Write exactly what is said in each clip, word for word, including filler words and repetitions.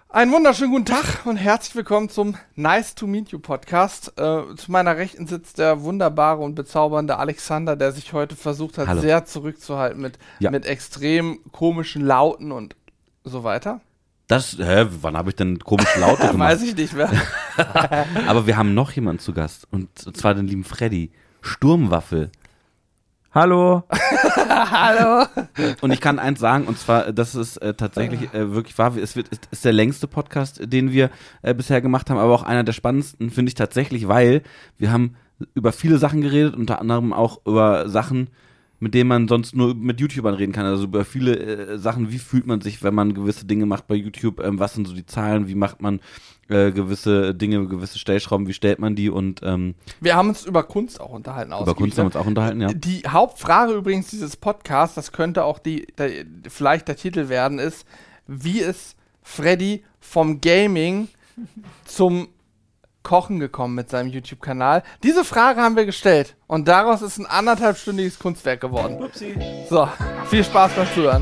Einen wunderschönen guten Tag und herzlich willkommen zum Nice to Meet You Podcast. Äh, zu meiner Rechten sitzt der wunderbare und bezaubernde Alexander, der sich heute versucht hat, Hallo. sehr zurückzuhalten mit, ja. mit extrem komischen Lauten und so weiter. Das, hä, wann habe ich denn komische Laute gemacht? Weiß ich nicht mehr. Aber wir haben noch jemanden zu Gast und zwar den lieben Freddy, Sturmwaffel. Hallo. Hallo. Und ich kann eins sagen, und zwar, das ist äh, tatsächlich äh, wirklich wahr, es wird, ist, ist der längste Podcast, den wir äh, bisher gemacht haben, aber auch einer der spannendsten, finde ich tatsächlich, weil wir haben über viele Sachen geredet, unter anderem auch über Sachen, mit denen man sonst nur mit YouTubern reden kann, also über viele äh, Sachen, wie fühlt man sich, wenn man gewisse Dinge macht bei YouTube, ähm, was sind so die Zahlen, wie macht man äh, gewisse Dinge, gewisse Stellschrauben, wie stellt man die und ähm, wir haben uns über Kunst auch unterhalten. Über Kunst haben wir uns auch unterhalten, ja. Die Hauptfrage übrigens dieses Podcasts, das könnte auch die, der, vielleicht der Titel werden, ist, wie ist Freddy vom Gaming zum Kochen gekommen mit seinem YouTube-Kanal? Diese Frage haben wir gestellt und daraus ist ein anderthalbstündiges Kunstwerk geworden. Upsi. So, viel Spaß beim Zuhören.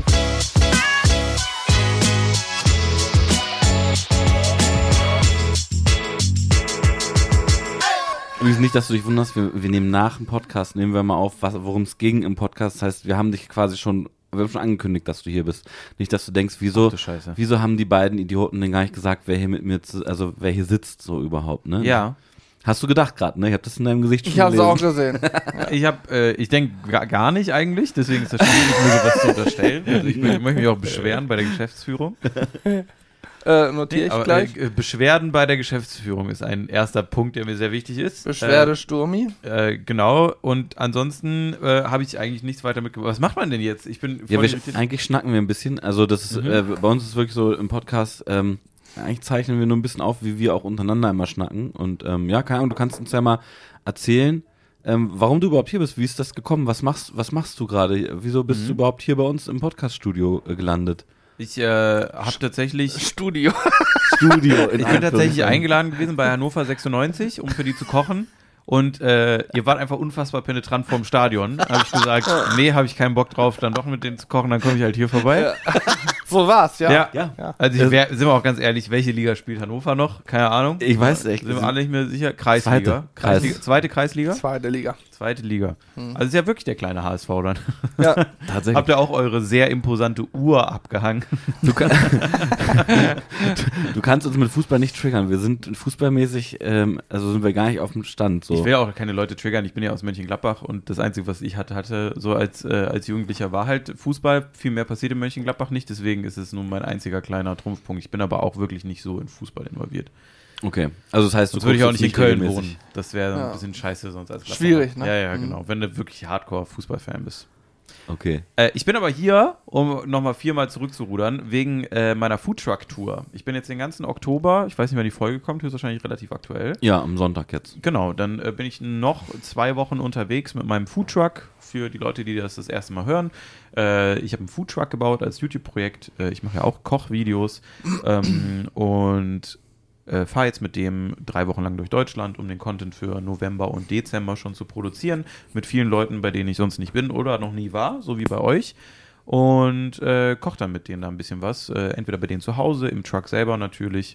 Übrigens nicht, dass du dich wunderst, wir, wir nehmen nach dem Podcast, nehmen wir mal auf, worum es ging im Podcast. Das heißt, wir haben dich quasi schon, wir haben schon angekündigt, dass du hier bist. Nicht, dass du denkst, wieso, wieso haben die beiden Idioten denn gar nicht gesagt, wer hier mit mir, zu, also wer hier sitzt so überhaupt, ne? Ja. Hast du gedacht gerade, ne? Ich habe das in deinem Gesicht schon Ich habe es auch gesehen. ich habe, äh, ich denke gar nicht eigentlich, deswegen ist das schwierig, mir sowas zu unterstellen. Also ich, ich möchte mich auch beschweren bei der Geschäftsführung. Äh, notiere nee, ich aber, gleich. Äh, Beschwerden bei der Geschäftsführung ist ein erster Punkt, der mir sehr wichtig ist. Beschwerde äh, Sturmi. Äh, genau, und ansonsten äh, habe ich eigentlich nichts weiter mitgebracht. Was macht man denn jetzt? Ich bin ja, wir, eigentlich schnacken wir ein bisschen. Also das ist, mhm. äh, bei uns ist es wirklich so im Podcast, ähm, eigentlich zeichnen wir nur ein bisschen auf, wie wir auch untereinander immer schnacken. Und ähm, ja, keine Ahnung, du kannst uns ja mal erzählen, ähm, warum du überhaupt hier bist. Wie ist das gekommen? Was machst, was machst du gerade? Wieso bist mhm. du überhaupt hier bei uns im Podcast-Studio äh, gelandet? Ich äh, habe tatsächlich... Studio. Studio. Ich bin tatsächlich eingeladen gewesen bei Hannover sechsundneunzig, um für die zu kochen. Und äh, ihr wart einfach unfassbar penetrant vorm Stadion. Habe ich gesagt, nee, habe ich keinen Bock drauf, dann doch mit denen zu kochen, dann komme ich halt hier vorbei. Ja. So war's, ja. Ja, ja. Also ich wär, sind wir auch ganz ehrlich, welche Liga spielt Hannover noch? Keine Ahnung. Ich weiß echt. Sind wir alle nicht mehr sicher? Kreisliga. Zweite, Kreisliga. Kreis. Zweite Kreisliga? Zweite Liga. Zweite Liga. Hm. Also ist ja wirklich der kleine H S V dann. Ja, tatsächlich. Habt ihr auch eure sehr imposante Uhr abgehangen? Du, kann, du, du kannst uns mit Fußball nicht triggern. Wir sind fußballmäßig, ähm, also sind wir gar nicht auf dem Stand. So. Ich will auch keine Leute triggern. Ich bin ja aus Mönchengladbach und das Einzige, was ich hatte, hatte so als, äh, als Jugendlicher war halt Fußball. Viel mehr passiert in Mönchengladbach nicht, deswegen ist es nun mein einziger kleiner Trumpfpunkt. Ich bin aber auch wirklich nicht so in Fußball involviert. Okay, also das heißt, du sonst würde ich auch nicht in Köln regelmäßig wohnen. Das wäre ja. ein bisschen scheiße sonst als Gladbach. Schwierig, ne? Ja, ja, mhm. genau. Wenn du wirklich Hardcore-Fußballfan bist. Okay. Äh, ich bin aber hier, um nochmal viermal zurückzurudern, wegen äh, meiner Foodtruck-Tour. Ich bin jetzt den ganzen Oktober, ich weiß nicht, wann die Folge kommt, höchstwahrscheinlich relativ aktuell. Ja, am Sonntag jetzt. Genau, dann äh, bin ich noch zwei Wochen unterwegs mit meinem Foodtruck. Für die Leute, die das das erste Mal hören. Äh, ich habe einen Foodtruck gebaut als YouTube-Projekt. Äh, ich mache ja auch Kochvideos ähm, und äh, fahre jetzt mit dem drei Wochen lang durch Deutschland, um den Content für November und Dezember schon zu produzieren. Mit vielen Leuten, bei denen ich sonst nicht bin oder noch nie war, so wie bei euch. Und äh, koche dann mit denen da ein bisschen was. Äh, entweder bei denen zu Hause, im Truck selber natürlich.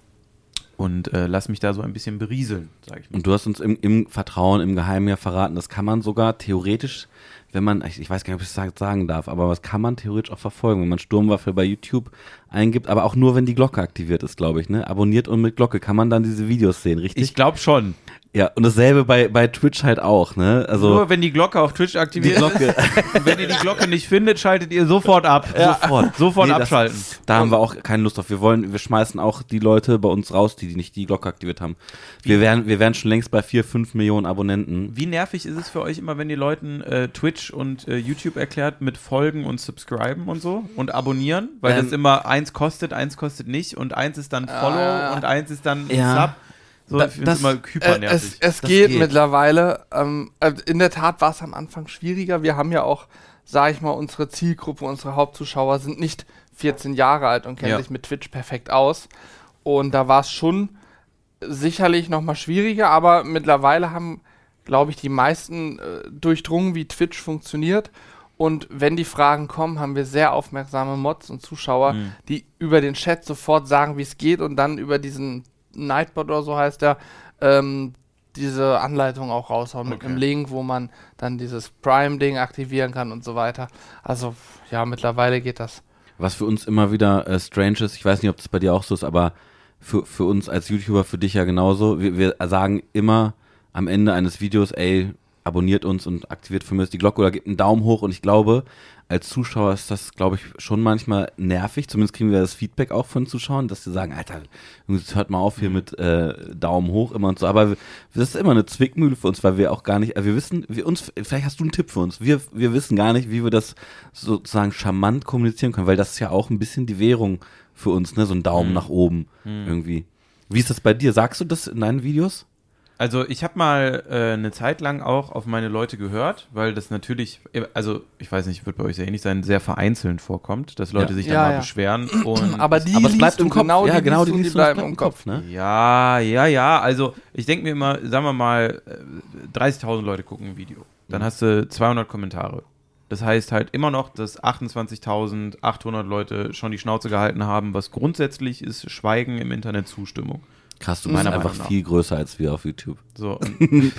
Und äh, lass mich da so ein bisschen berieseln, sag ich mal. Und du hast uns im, im Vertrauen, im Geheimen ja verraten, das kann man sogar theoretisch, wenn man, ich, ich weiß gar nicht, ob ich das sagen darf, aber das kann man theoretisch auch verfolgen, wenn man Sturmwaffel bei YouTube eingibt, aber auch nur, wenn die Glocke aktiviert ist, glaube ich, ne? Abonniert und mit Glocke kann man dann diese Videos sehen, richtig? Ich glaube schon. Ja, und dasselbe bei, bei Twitch halt auch, ne? Also nur wenn die Glocke auf Twitch aktiviert ist. Wenn ihr die Glocke nicht findet, schaltet ihr sofort ab. Ja. Sofort. Sofort nee, abschalten. Das, da haben wir auch keine Lust drauf. Wir wollen, wir schmeißen auch die Leute bei uns raus, die, die nicht die Glocke aktiviert haben. Wir wären, wir wären schon längst bei vier, fünf Millionen Abonnenten. Wie nervig ist es für euch immer, wenn ihr Leuten äh, Twitch und äh, YouTube erklärt mit Folgen und Subscriben und so und abonnieren? Weil ähm, das immer eins kostet, eins kostet nicht und eins ist dann Follow äh, und eins ist dann ja. Sub. So, da, ich finde es immer hypernervig. Äh, es es geht, geht mittlerweile. Ähm, also in der Tat war es am Anfang schwieriger. Wir haben ja auch, sag ich mal, unsere Zielgruppe, unsere Hauptzuschauer sind nicht vierzehn Jahre alt und kennen ja. sich mit Twitch perfekt aus. Und da war es schon sicherlich nochmal schwieriger, aber mittlerweile haben, glaube ich, die meisten äh, durchdrungen, wie Twitch funktioniert. Und wenn die Fragen kommen, haben wir sehr aufmerksame Mods und Zuschauer, Mhm. die über den Chat sofort sagen, wie es geht und dann über diesen Nightbot oder so heißt der, ähm, diese Anleitung auch raushauen mit Okay. einem Link, wo man dann dieses Prime-Ding aktivieren kann und so weiter. Also ja, mittlerweile geht das. Was für uns immer wieder äh, strange ist, ich weiß nicht, ob das bei dir auch so ist, aber für, für uns als YouTuber, für dich ja genauso, wir, wir sagen immer am Ende eines Videos, ey, abonniert uns und aktiviert für mich die Glocke oder gebt einen Daumen hoch und ich glaube, als Zuschauer ist das, glaube ich, schon manchmal nervig, zumindest kriegen wir das Feedback auch von Zuschauern, dass sie sagen, Alter, Jungs, hört mal auf hier mit äh, Daumen hoch immer und so, aber das ist immer eine Zwickmühle für uns, weil wir auch gar nicht, wir wissen, wir uns, vielleicht hast du einen Tipp für uns, wir, wir wissen gar nicht, wie wir das sozusagen charmant kommunizieren können, weil das ist ja auch ein bisschen die Währung für uns, ne, so ein Daumen Mhm. nach oben Mhm. irgendwie. Wie ist das bei dir? Sagst du das in deinen Videos? Also ich habe mal äh, eine Zeit lang auch auf meine Leute gehört, weil das natürlich, also ich weiß nicht, wird bei euch sehr ähnlich sein, sehr vereinzelt vorkommt, dass Leute Ja. sich dann Ja, mal ja. beschweren. Und Aber die Aber es liest bleibt du, im Kopf. genau ja, die genau, liest die du und die liest du, das bleiben bleibt im Kopf. ne? ja, ja, ja, also ich denke mir immer, sagen wir mal, äh, dreißigtausend Leute gucken ein Video, dann Mhm. hast du zweihundert Kommentare. Das heißt halt immer noch, dass achtundzwanzigtausendachthundert Leute schon die Schnauze gehalten haben, was grundsätzlich ist Schweigen im Internet Zustimmung. Krass, du bist Meiner einfach Meinung nach. viel größer als wir auf YouTube. So. Und,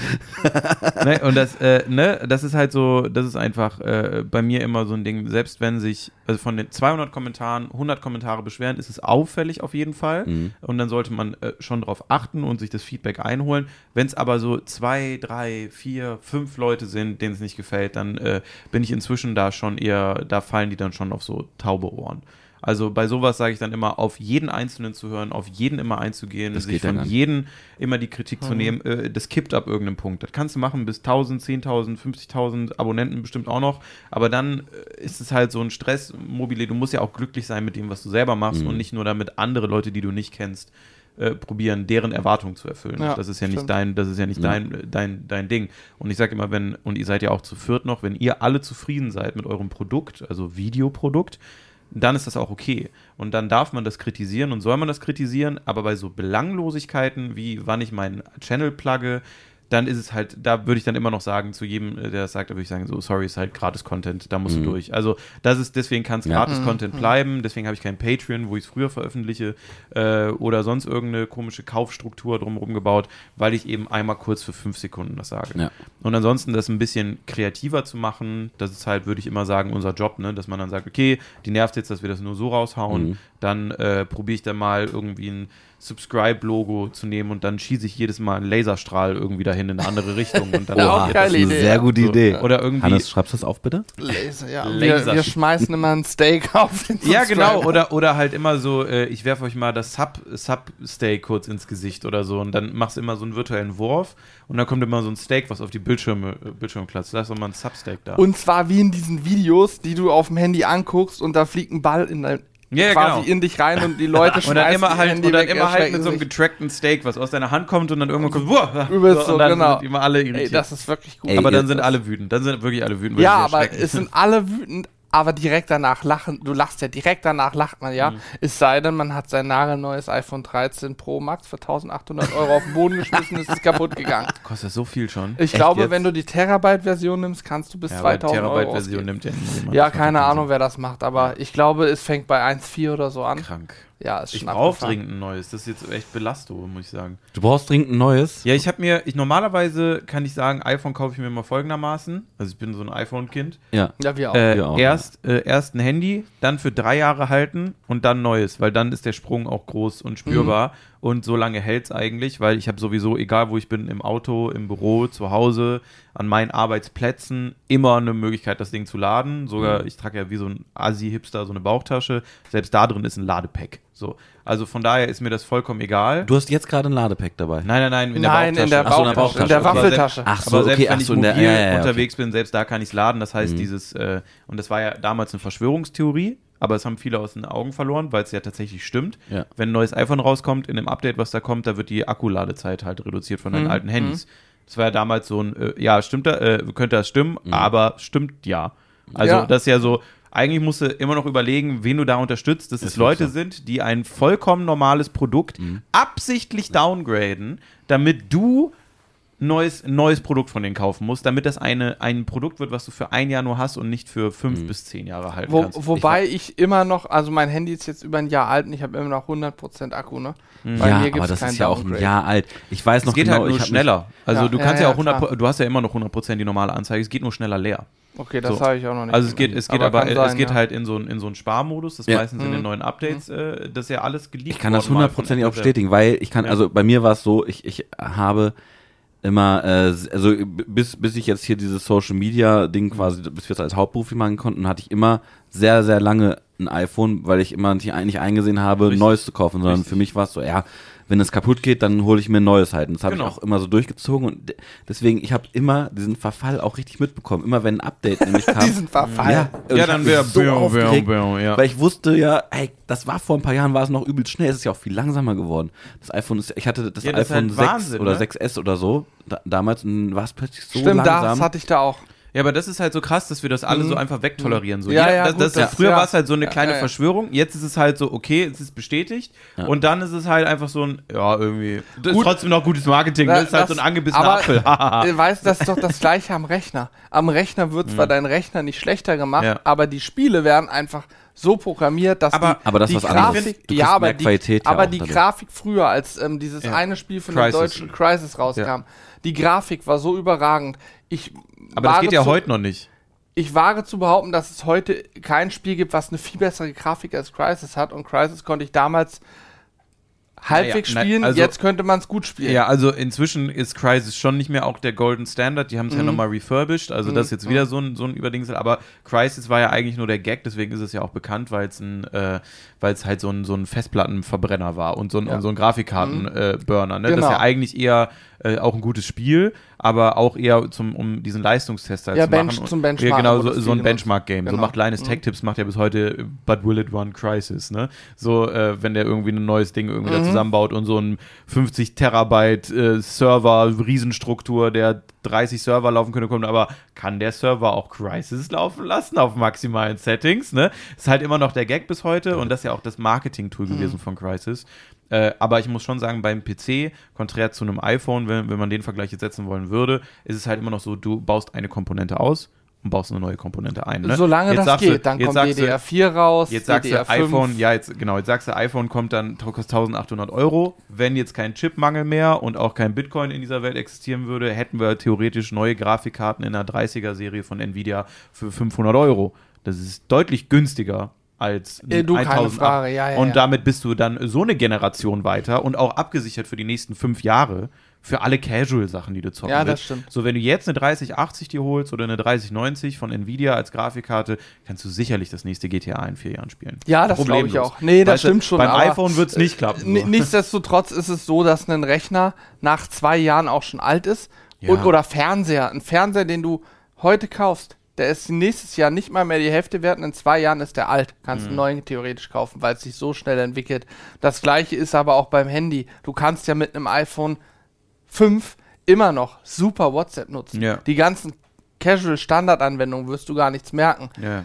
ne, und das, äh, ne, das ist halt so, das ist einfach äh, bei mir immer so ein Ding, selbst wenn sich, also von den zweihundert Kommentaren, hundert Kommentare beschweren, ist es auffällig auf jeden Fall. Mhm. Und dann sollte man äh, schon darauf achten und sich das Feedback einholen. Wenn es aber so zwei, drei, vier, fünf Leute sind, denen es nicht gefällt, dann äh, bin ich inzwischen da schon eher, da fallen die dann schon auf so taube Ohren. Also bei sowas sage ich dann immer, auf jeden Einzelnen zu hören, auf jeden immer einzugehen, Das sich geht ja von gar nicht. jedem immer die Kritik zu Mhm. nehmen, äh, das kippt ab irgendeinem Punkt. Das kannst du machen bis tausend, zehntausend, fünfzigtausend Abonnenten bestimmt auch noch, aber dann äh, ist es halt so ein Stress, Mobile, du musst ja auch glücklich sein mit dem, was du selber machst Mhm. und nicht nur damit andere Leute, die du nicht kennst, äh, probieren, deren Erwartungen zu erfüllen. Ja, das ist ja nicht stimmt. dein, das ist ja nicht Ja. dein, dein, dein Ding. Und ich sage immer, wenn, und ihr seid ja auch zu viert noch, wenn ihr alle zufrieden seid mit eurem Produkt, also Videoprodukt, dann ist das auch okay. Und dann darf man das kritisieren und soll man das kritisieren, aber bei so Belanglosigkeiten, wie wann ich meinen Channel plugge, dann ist es halt, da würde ich dann immer noch sagen, zu jedem, der das sagt, da würde ich sagen, so, sorry, ist halt Gratis-Content, da musst Mhm. du durch. Also, das ist, deswegen kann es Ja. Gratis-Content Mhm. bleiben, deswegen habe ich kein Patreon, wo ich es früher veröffentliche, äh, oder sonst irgendeine komische Kaufstruktur drumherum gebaut, weil ich eben einmal kurz für fünf Sekunden das sage. Ja. Und ansonsten das ein bisschen kreativer zu machen, das ist halt, würde ich immer sagen, unser Job, ne? Dass man dann sagt, okay, die nervt jetzt, dass wir das nur so raushauen, Mhm. dann äh, probiere ich dann mal irgendwie ein Subscribe-Logo zu nehmen und dann schieße ich jedes Mal einen Laserstrahl irgendwie dahin in eine andere Richtung. Und dann Ja, auch Oha, das geile ist eine Idee, sehr ja. gute So. Idee. Oder irgendwie. Hannes, schreibst du das auf, bitte? Laser, ja. Laser- Wir, wir schmeißen immer ein Steak auf den Ja, genau. Subscriber. Oder, oder halt immer so, äh, ich werfe euch mal das Sub, Sub-Steak kurz ins Gesicht oder so und dann machst du immer so einen virtuellen Wurf und dann kommt immer so ein Steak, was auf die Bildschirme, äh, Bildschirme klatzt. Lass doch mal ein Sub-Steak da. Und zwar wie in diesen Videos, die du auf dem Handy anguckst und da fliegt ein Ball in dein, Ja, ja, quasi genau. in dich rein und die Leute Und dann immer ihr halt, Handy und dann weg, immer halt erschrecken mit so einem sich. getrackten Steak, was aus deiner Hand kommt und dann irgendwann kommt, wow, Übelst so, und dann genau. sind immer alle irritiert. Ey, das ist wirklich gut. Ey, aber dann jetzt sind das- alle wütend. Dann sind wirklich alle wütend. weil Ja, sie aber erschrecken. es sind alle wütend, aber direkt danach lachen. Du lachst ja direkt danach, lacht man ja. Mhm. Es sei denn, man hat sein nagelneues iPhone dreizehn Pro Max für eintausendachthundert Euro auf den Boden geschmissen, ist es kaputt gegangen. Kostet so viel schon. Ich Echt glaube, jetzt? wenn du die Terabyte-Version nimmst, kannst du bis Ja, aber zweitausend Euro Terabyte-Version ausgeben. nimmt ja niemand. Ja, Das macht keine keinen Ahnung, wer das macht, aber ich glaube, es fängt bei eins Komma vier oder so an. Sinn. Krank. Ja, ist Ich schon brauche abgefahren. dringend ein neues. Das ist jetzt echt Belasto, muss ich sagen. Du brauchst dringend ein neues. Ja, ich habe mir, ich normalerweise kann ich sagen, iPhone kaufe ich mir immer folgendermaßen. Also ich bin so ein iPhone-Kind. Ja. Ja, wir auch. Äh, Wir auch, erst, äh, erst ein Handy, dann für drei Jahre halten und dann neues, weil dann ist der Sprung auch groß und spürbar. Und so lange hält es eigentlich, weil ich habe sowieso, egal wo ich bin, im Auto, im Büro, zu Hause, an meinen Arbeitsplätzen, immer eine Möglichkeit, das Ding zu laden. Sogar, Mhm. ich trage ja wie so ein Assi-Hipster so eine Bauchtasche. Selbst da drin ist ein Ladepack. So. Also von daher ist mir das vollkommen egal. Du hast jetzt gerade ein Ladepack dabei. Nein, nein, nein, in der Nein, Bauchtasche. in der Ach so, in der Bauchtasche, in der Bauchtasche, okay. Waffeltasche. Ach so, Aber selbst okay, wenn ach ich so, in mobil der, ja, ja, ja, unterwegs bin, selbst da kann ich es laden. Das heißt, Mhm. dieses, äh, und das war ja damals eine Verschwörungstheorie, aber es haben viele aus den Augen verloren, weil es ja tatsächlich stimmt. Ja. Wenn ein neues iPhone rauskommt, in dem Update, was da kommt, da wird die Akkuladezeit halt reduziert von deinen Mhm. alten Handys. Das war ja damals so ein, äh, ja, stimmt da, äh, könnte das stimmen, aber stimmt ja. Also Ja. das ist ja so, eigentlich musst du immer noch überlegen, wen du da unterstützt, dass Ist es Leute wirklich so. sind, die ein vollkommen normales Produkt Mhm. absichtlich downgraden, damit du neues, neues Produkt von denen kaufen musst, damit das eine, ein Produkt wird, was du für ein Jahr nur hast und nicht für fünf mhm. bis zehn Jahre halten Wo, kannst. Wobei ich, ich immer noch, also mein Handy ist jetzt über ein Jahr alt und ich habe immer noch hundert Prozent Akku, ne? Mhm. Ja, aber das ist ja auch ein Jahr alt. Ich weiß noch es geht genau, halt nur ich schneller. Also ja, du kannst ja, ja, auch ja hundert, du hast ja immer noch hundert Prozent die normale Anzeige, es geht nur schneller leer. Okay, das so. habe ich auch noch nicht. Also es geht, es geht aber, aber sein, es geht ja. halt in so, in so einen Sparmodus, das ja. meistens mhm. in den neuen Updates, äh, das ist ja alles geleakt. Ich kann das hundertprozentig auch bestätigen, weil ich kann, ja. also bei mir war es so, ich, ich habe immer, äh, also bis, bis ich jetzt hier dieses Social Media Ding quasi, bis wir es als hauptberuflich machen konnten, hatte ich immer sehr, sehr lange ein iPhone, weil ich immer nicht eigentlich eingesehen habe, Richtig. Neues zu kaufen, sondern Richtig. für mich war es so, ja, wenn es kaputt geht, dann hole ich mir ein neues halt. Und das habe Genau. ich auch immer so durchgezogen und deswegen, ich habe immer diesen Verfall auch richtig mitbekommen. Immer wenn ein Update nämlich kam. Diesen Verfall. Ja, und Ja, ich dann hab wäre mich so aufgeregt, ja. weil ich wusste ja, ey, das war vor ein paar Jahren, war es noch übelst schnell, es ist ja auch viel langsamer geworden. Das iPhone ist, ich hatte das Ja, das ist iPhone halt sechs Wahnsinn, oder ne? sechs S oder so da, damals und war es plötzlich so Stimmt, langsam. das hatte ich da auch. Ja, aber das ist halt so krass, dass wir das alle Mhm. so einfach wegtolerieren. So. Ja, Jeder- ja, das, gut, das, das- früher ja. war es halt so eine Ja, kleine ja, ja. Verschwörung, jetzt ist es halt so, okay, es ist bestätigt Ja. und dann ist es halt einfach so ein, ja, irgendwie, das Gut. ist trotzdem noch gutes Marketing, Na, das ist halt das- so ein angebissener aber- Apfel. Äh, Weißt du, das ist doch das Gleiche am Rechner. Am Rechner wird zwar dein Rechner nicht schlechter gemacht, Ja. aber die Spiele werden einfach so programmiert, dass Aber- die, aber das die ist was anderes. Grafik, Du ja, kriegst aber mehr die, Qualität ja aber auch die dadurch. Grafik früher, als ähm, dieses Ja. eine Spiel von Crysis. der deutschen Crysis rauskam, die Grafik war so überragend. Ich Aber das wage geht ja zu, heute noch nicht. Ich wage zu behaupten, dass es heute kein Spiel gibt, was eine viel bessere Grafik als Crysis hat. Und Crysis konnte ich damals halbwegs Naja, spielen, nein, also- jetzt könnte man es gut spielen. Ja, also inzwischen ist Crysis schon nicht mehr auch der Golden Standard, die haben es ja Mhm. nochmal refurbished, also das ist jetzt wieder so ein, so ein Überdingsel, aber Crysis war ja eigentlich nur der Gag, deswegen ist es ja auch bekannt, weil es ein, äh, weil es halt so ein, so ein Festplattenverbrenner war und so ein, Ja. und so ein Grafikkartenburner, äh, Burner, ne? Das Genau. ist ja eigentlich eher äh, auch ein gutes Spiel, aber auch eher zum, um diesen Leistungstest halt Ja, zu Bench- machen. Und- zum Benchmarken Ja, genau, wurde so, das so ein viel Benchmark-Game. So Genau. macht Linus Mhm. Tech Tips, macht ja bis heute But Will It Run Crysis, ne? So, äh, wenn der irgendwie ein neues Ding irgendwie da Mhm. zusammenbaut und so ein fünfzig Terabyte äh, Server, Riesenstruktur, der dreißig Server laufen könnte, kommt, aber kann der Server auch Crysis laufen lassen auf maximalen Settings, ne? Ist halt immer noch der Gag bis heute und das ist ja auch das Marketing-Tool Mhm. gewesen von Crysis. Äh, aber ich muss schon sagen, beim P C, konträr zu einem iPhone, wenn, wenn man den Vergleich jetzt setzen wollen würde, ist es halt immer noch so, du baust eine Komponente aus und baust eine neue Komponente ein. Ne? Solange Jetzt das sagst du- geht, dann jetzt kommt sagst du- D D R vier raus, Jetzt sagst D D R du fünf. iPhone, ja, jetzt, genau, jetzt sagst du, iPhone kommt dann, kostet eintausendachthundert Euro. Wenn jetzt kein Chipmangel mehr und auch kein Bitcoin in dieser Welt existieren würde, hätten wir theoretisch neue Grafikkarten in einer dreißiger-Serie von Nvidia für fünfhundert Euro. Das ist deutlich günstiger als Äh, du, keine eintausend. Frage, ja, ja, Und ja. damit bist du dann so eine Generation weiter und auch abgesichert für die nächsten fünf Jahre für alle Casual-Sachen, die du zocken Ja, das willst. stimmt. So, wenn du jetzt eine dreißig achtzig dir holst oder eine dreißig neunzig von Nvidia als Grafikkarte, kannst du sicherlich das nächste G T A in vier Jahren spielen. Ja, das glaube ich Problemlos. auch. Nee, das Weißt du, stimmt schon. Beim aber iPhone wird es nicht klappen. N- So. Nichtsdestotrotz ist es so, dass ein Rechner nach zwei Jahren auch schon alt ist. Ja. Und, oder Fernseher. Ein Fernseher, den du heute kaufst, der ist nächstes Jahr nicht mal mehr die Hälfte wert. Und in zwei Jahren ist der alt. Kannst Mhm. einen neuen theoretisch kaufen, weil es sich so schnell entwickelt. Das gleiche ist aber auch beim Handy. Du kannst ja mit einem iPhone fünf immer noch super WhatsApp nutzen. Ja. Die ganzen Casual-Standardanwendungen wirst du gar nichts merken. Ja.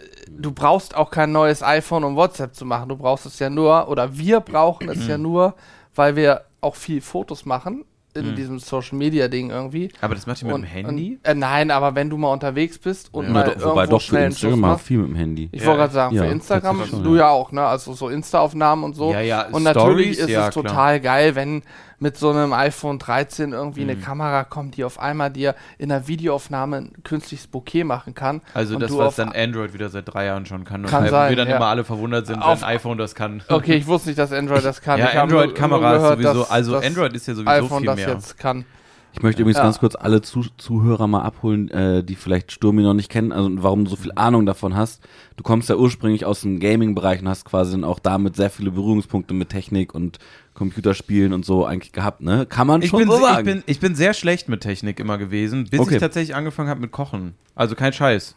Du brauchst auch kein neues iPhone, um WhatsApp zu machen. Du brauchst es ja nur, oder wir brauchen es ja nur, weil wir auch viel Fotos machen in Mhm. diesem Social-Media-Ding irgendwie. Aber das macht ihr mit Und- dem Handy? Und, äh, nein, aber wenn du mal unterwegs bist und Ja. mal Na, doch, wobei irgendwo doch für schnell einen Schuss Instagram auch machst. viel mit dem Handy. Ich Ja, wollte gerade sagen, ja, für Instagram, tatsächlich schon, du ja. ja auch, ne? Also so Insta-Aufnahmen und so. Ja, ja, Und natürlich Stories, ist ja, es klar. total geil, wenn mit so einem iPhone dreizehn irgendwie Mhm. eine Kamera kommt, die auf einmal dir in einer Videoaufnahme ein künstliches Bokeh machen kann. Also und das, du was auf- dann Android wieder seit drei Jahren schon kann. Und Kann halt sein, wir dann ja. immer alle verwundert sind, Auf- wenn ein iPhone das kann. Okay, ich wusste nicht, dass Android das kann. Ja, Ich habe nur- Android-Kamera nur ist gehört, sowieso, dass also das Android ist ja sowieso iPhone viel das mehr. jetzt kann. Ich möchte übrigens Ja. ganz kurz alle Zu Zuhörer mal abholen, äh, die vielleicht Sturmi noch nicht kennen, also warum du so viel Ahnung davon hast. Du kommst ja ursprünglich aus dem Gaming-Bereich und hast quasi dann auch damit sehr viele Berührungspunkte mit Technik und Computerspielen und so eigentlich gehabt, ne? Kann man Ich schon bin, so ich, sagen. bin, ich bin sehr schlecht mit Technik immer gewesen, bis Okay. ich tatsächlich angefangen habe mit Kochen. Also kein Scheiß.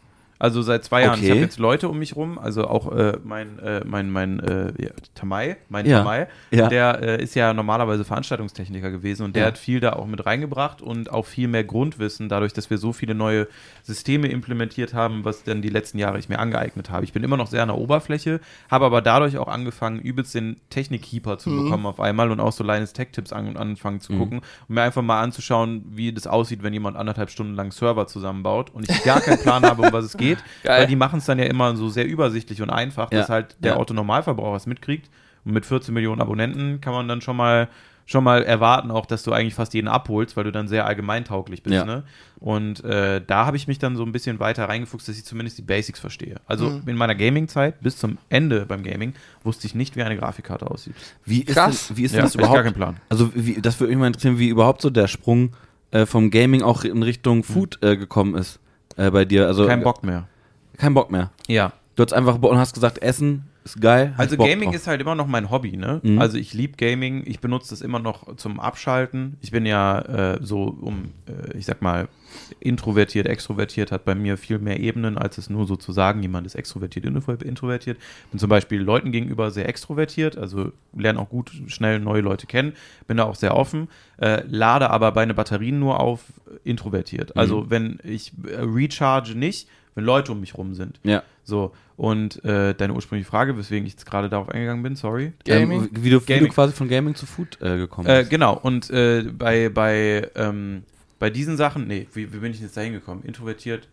Also seit zwei Jahren. Okay. Ich habe jetzt Leute um mich rum, also auch äh, mein, äh, mein, mein äh, ja, Tamay, mein Ja. Tamay, Ja. der äh, ist ja normalerweise Veranstaltungstechniker gewesen und der Ja. hat viel da auch mit reingebracht und auch viel mehr Grundwissen, dadurch, dass wir so viele neue Systeme implementiert haben, was dann die letzten Jahre ich mir angeeignet habe. Ich bin immer noch sehr an der Oberfläche, habe aber dadurch auch angefangen, übelst den Technik-Keeper zu Mhm. bekommen auf einmal und auch so Linus Tech-Tips an, anfangen zu Mhm. gucken und mir einfach mal anzuschauen, wie das aussieht, wenn jemand anderthalb Stunden lang Server zusammenbaut und ich gar keinen Plan habe, um was es geht, Geil. weil die machen es dann ja immer so sehr übersichtlich und einfach, Ja. dass halt der Ja. Autonormalverbraucher es mitkriegt und mit vierzehn Millionen Abonnenten kann man dann schon mal schon mal erwarten auch, dass du eigentlich fast jeden abholst, weil du dann sehr allgemeintauglich bist, Ja. ne? Und äh, da habe ich mich dann so ein bisschen weiter reingefuchst, dass ich zumindest die Basics verstehe. Also Mhm. in meiner Gaming-Zeit bis zum Ende beim Gaming wusste ich nicht, wie eine Grafikkarte aussieht. Wie ist Krass. denn, wie ist Ja, denn das hab ich gar überhaupt? keinen Plan. Also wie, das würde mich mal interessieren, wie überhaupt so der Sprung äh, vom Gaming auch in Richtung Food äh, gekommen ist äh, bei dir. Also Kein Bock mehr. Kein Bock mehr. Ja. Du hast einfach Bock und hast gesagt, Essen ist geil. hab Also ich Bock Gaming drauf. ist halt immer noch mein Hobby, ne? Mhm. Also ich liebe Gaming, ich benutze das immer noch zum Abschalten. Ich bin ja äh, so um, äh, ich sag mal, introvertiert, extrovertiert, hat bei mir viel mehr Ebenen, als es nur so zu sagen, jemand ist extrovertiert, introvertiert. Bin zum Beispiel Leuten gegenüber sehr extrovertiert, also lerne auch gut schnell neue Leute kennen, bin da auch sehr offen, äh, lade aber meine Batterien nur auf äh, introvertiert. Also Mhm. wenn ich äh, recharge nicht, wenn Leute um mich rum sind. Ja. So, und äh, deine ursprüngliche Frage, weswegen ich jetzt gerade darauf eingegangen bin, sorry. Gaming? Ähm, wie, du, wie Gaming. du quasi von Gaming zu Food äh, gekommen Äh, bist. genau, und äh, bei, bei, ähm, bei diesen Sachen, nee, wie, wie bin ich jetzt da hingekommen? Introvertiert?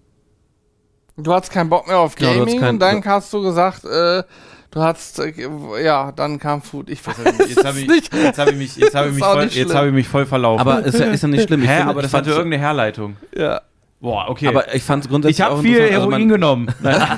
Du hattest keinen Bock mehr auf Genau, du Gaming hattest kein- und dann hast du gesagt, äh, du hast, äh, ja, dann kam Food. Ich weiß Jetzt habe ich, nicht. jetzt hab ich mich, jetzt hab ich Das mich, ist auch voll, nicht jetzt schlimm. hab ich mich voll verlaufen. Aber ist ja, ist ja nicht schlimm. Ich Hä, finde, aber das ich fand's- hatte irgendeine Herleitung. Ja. Boah, okay. Aber ich fand es grundsätzlich ich habe auch viel interessant. Also Heroin man- genommen.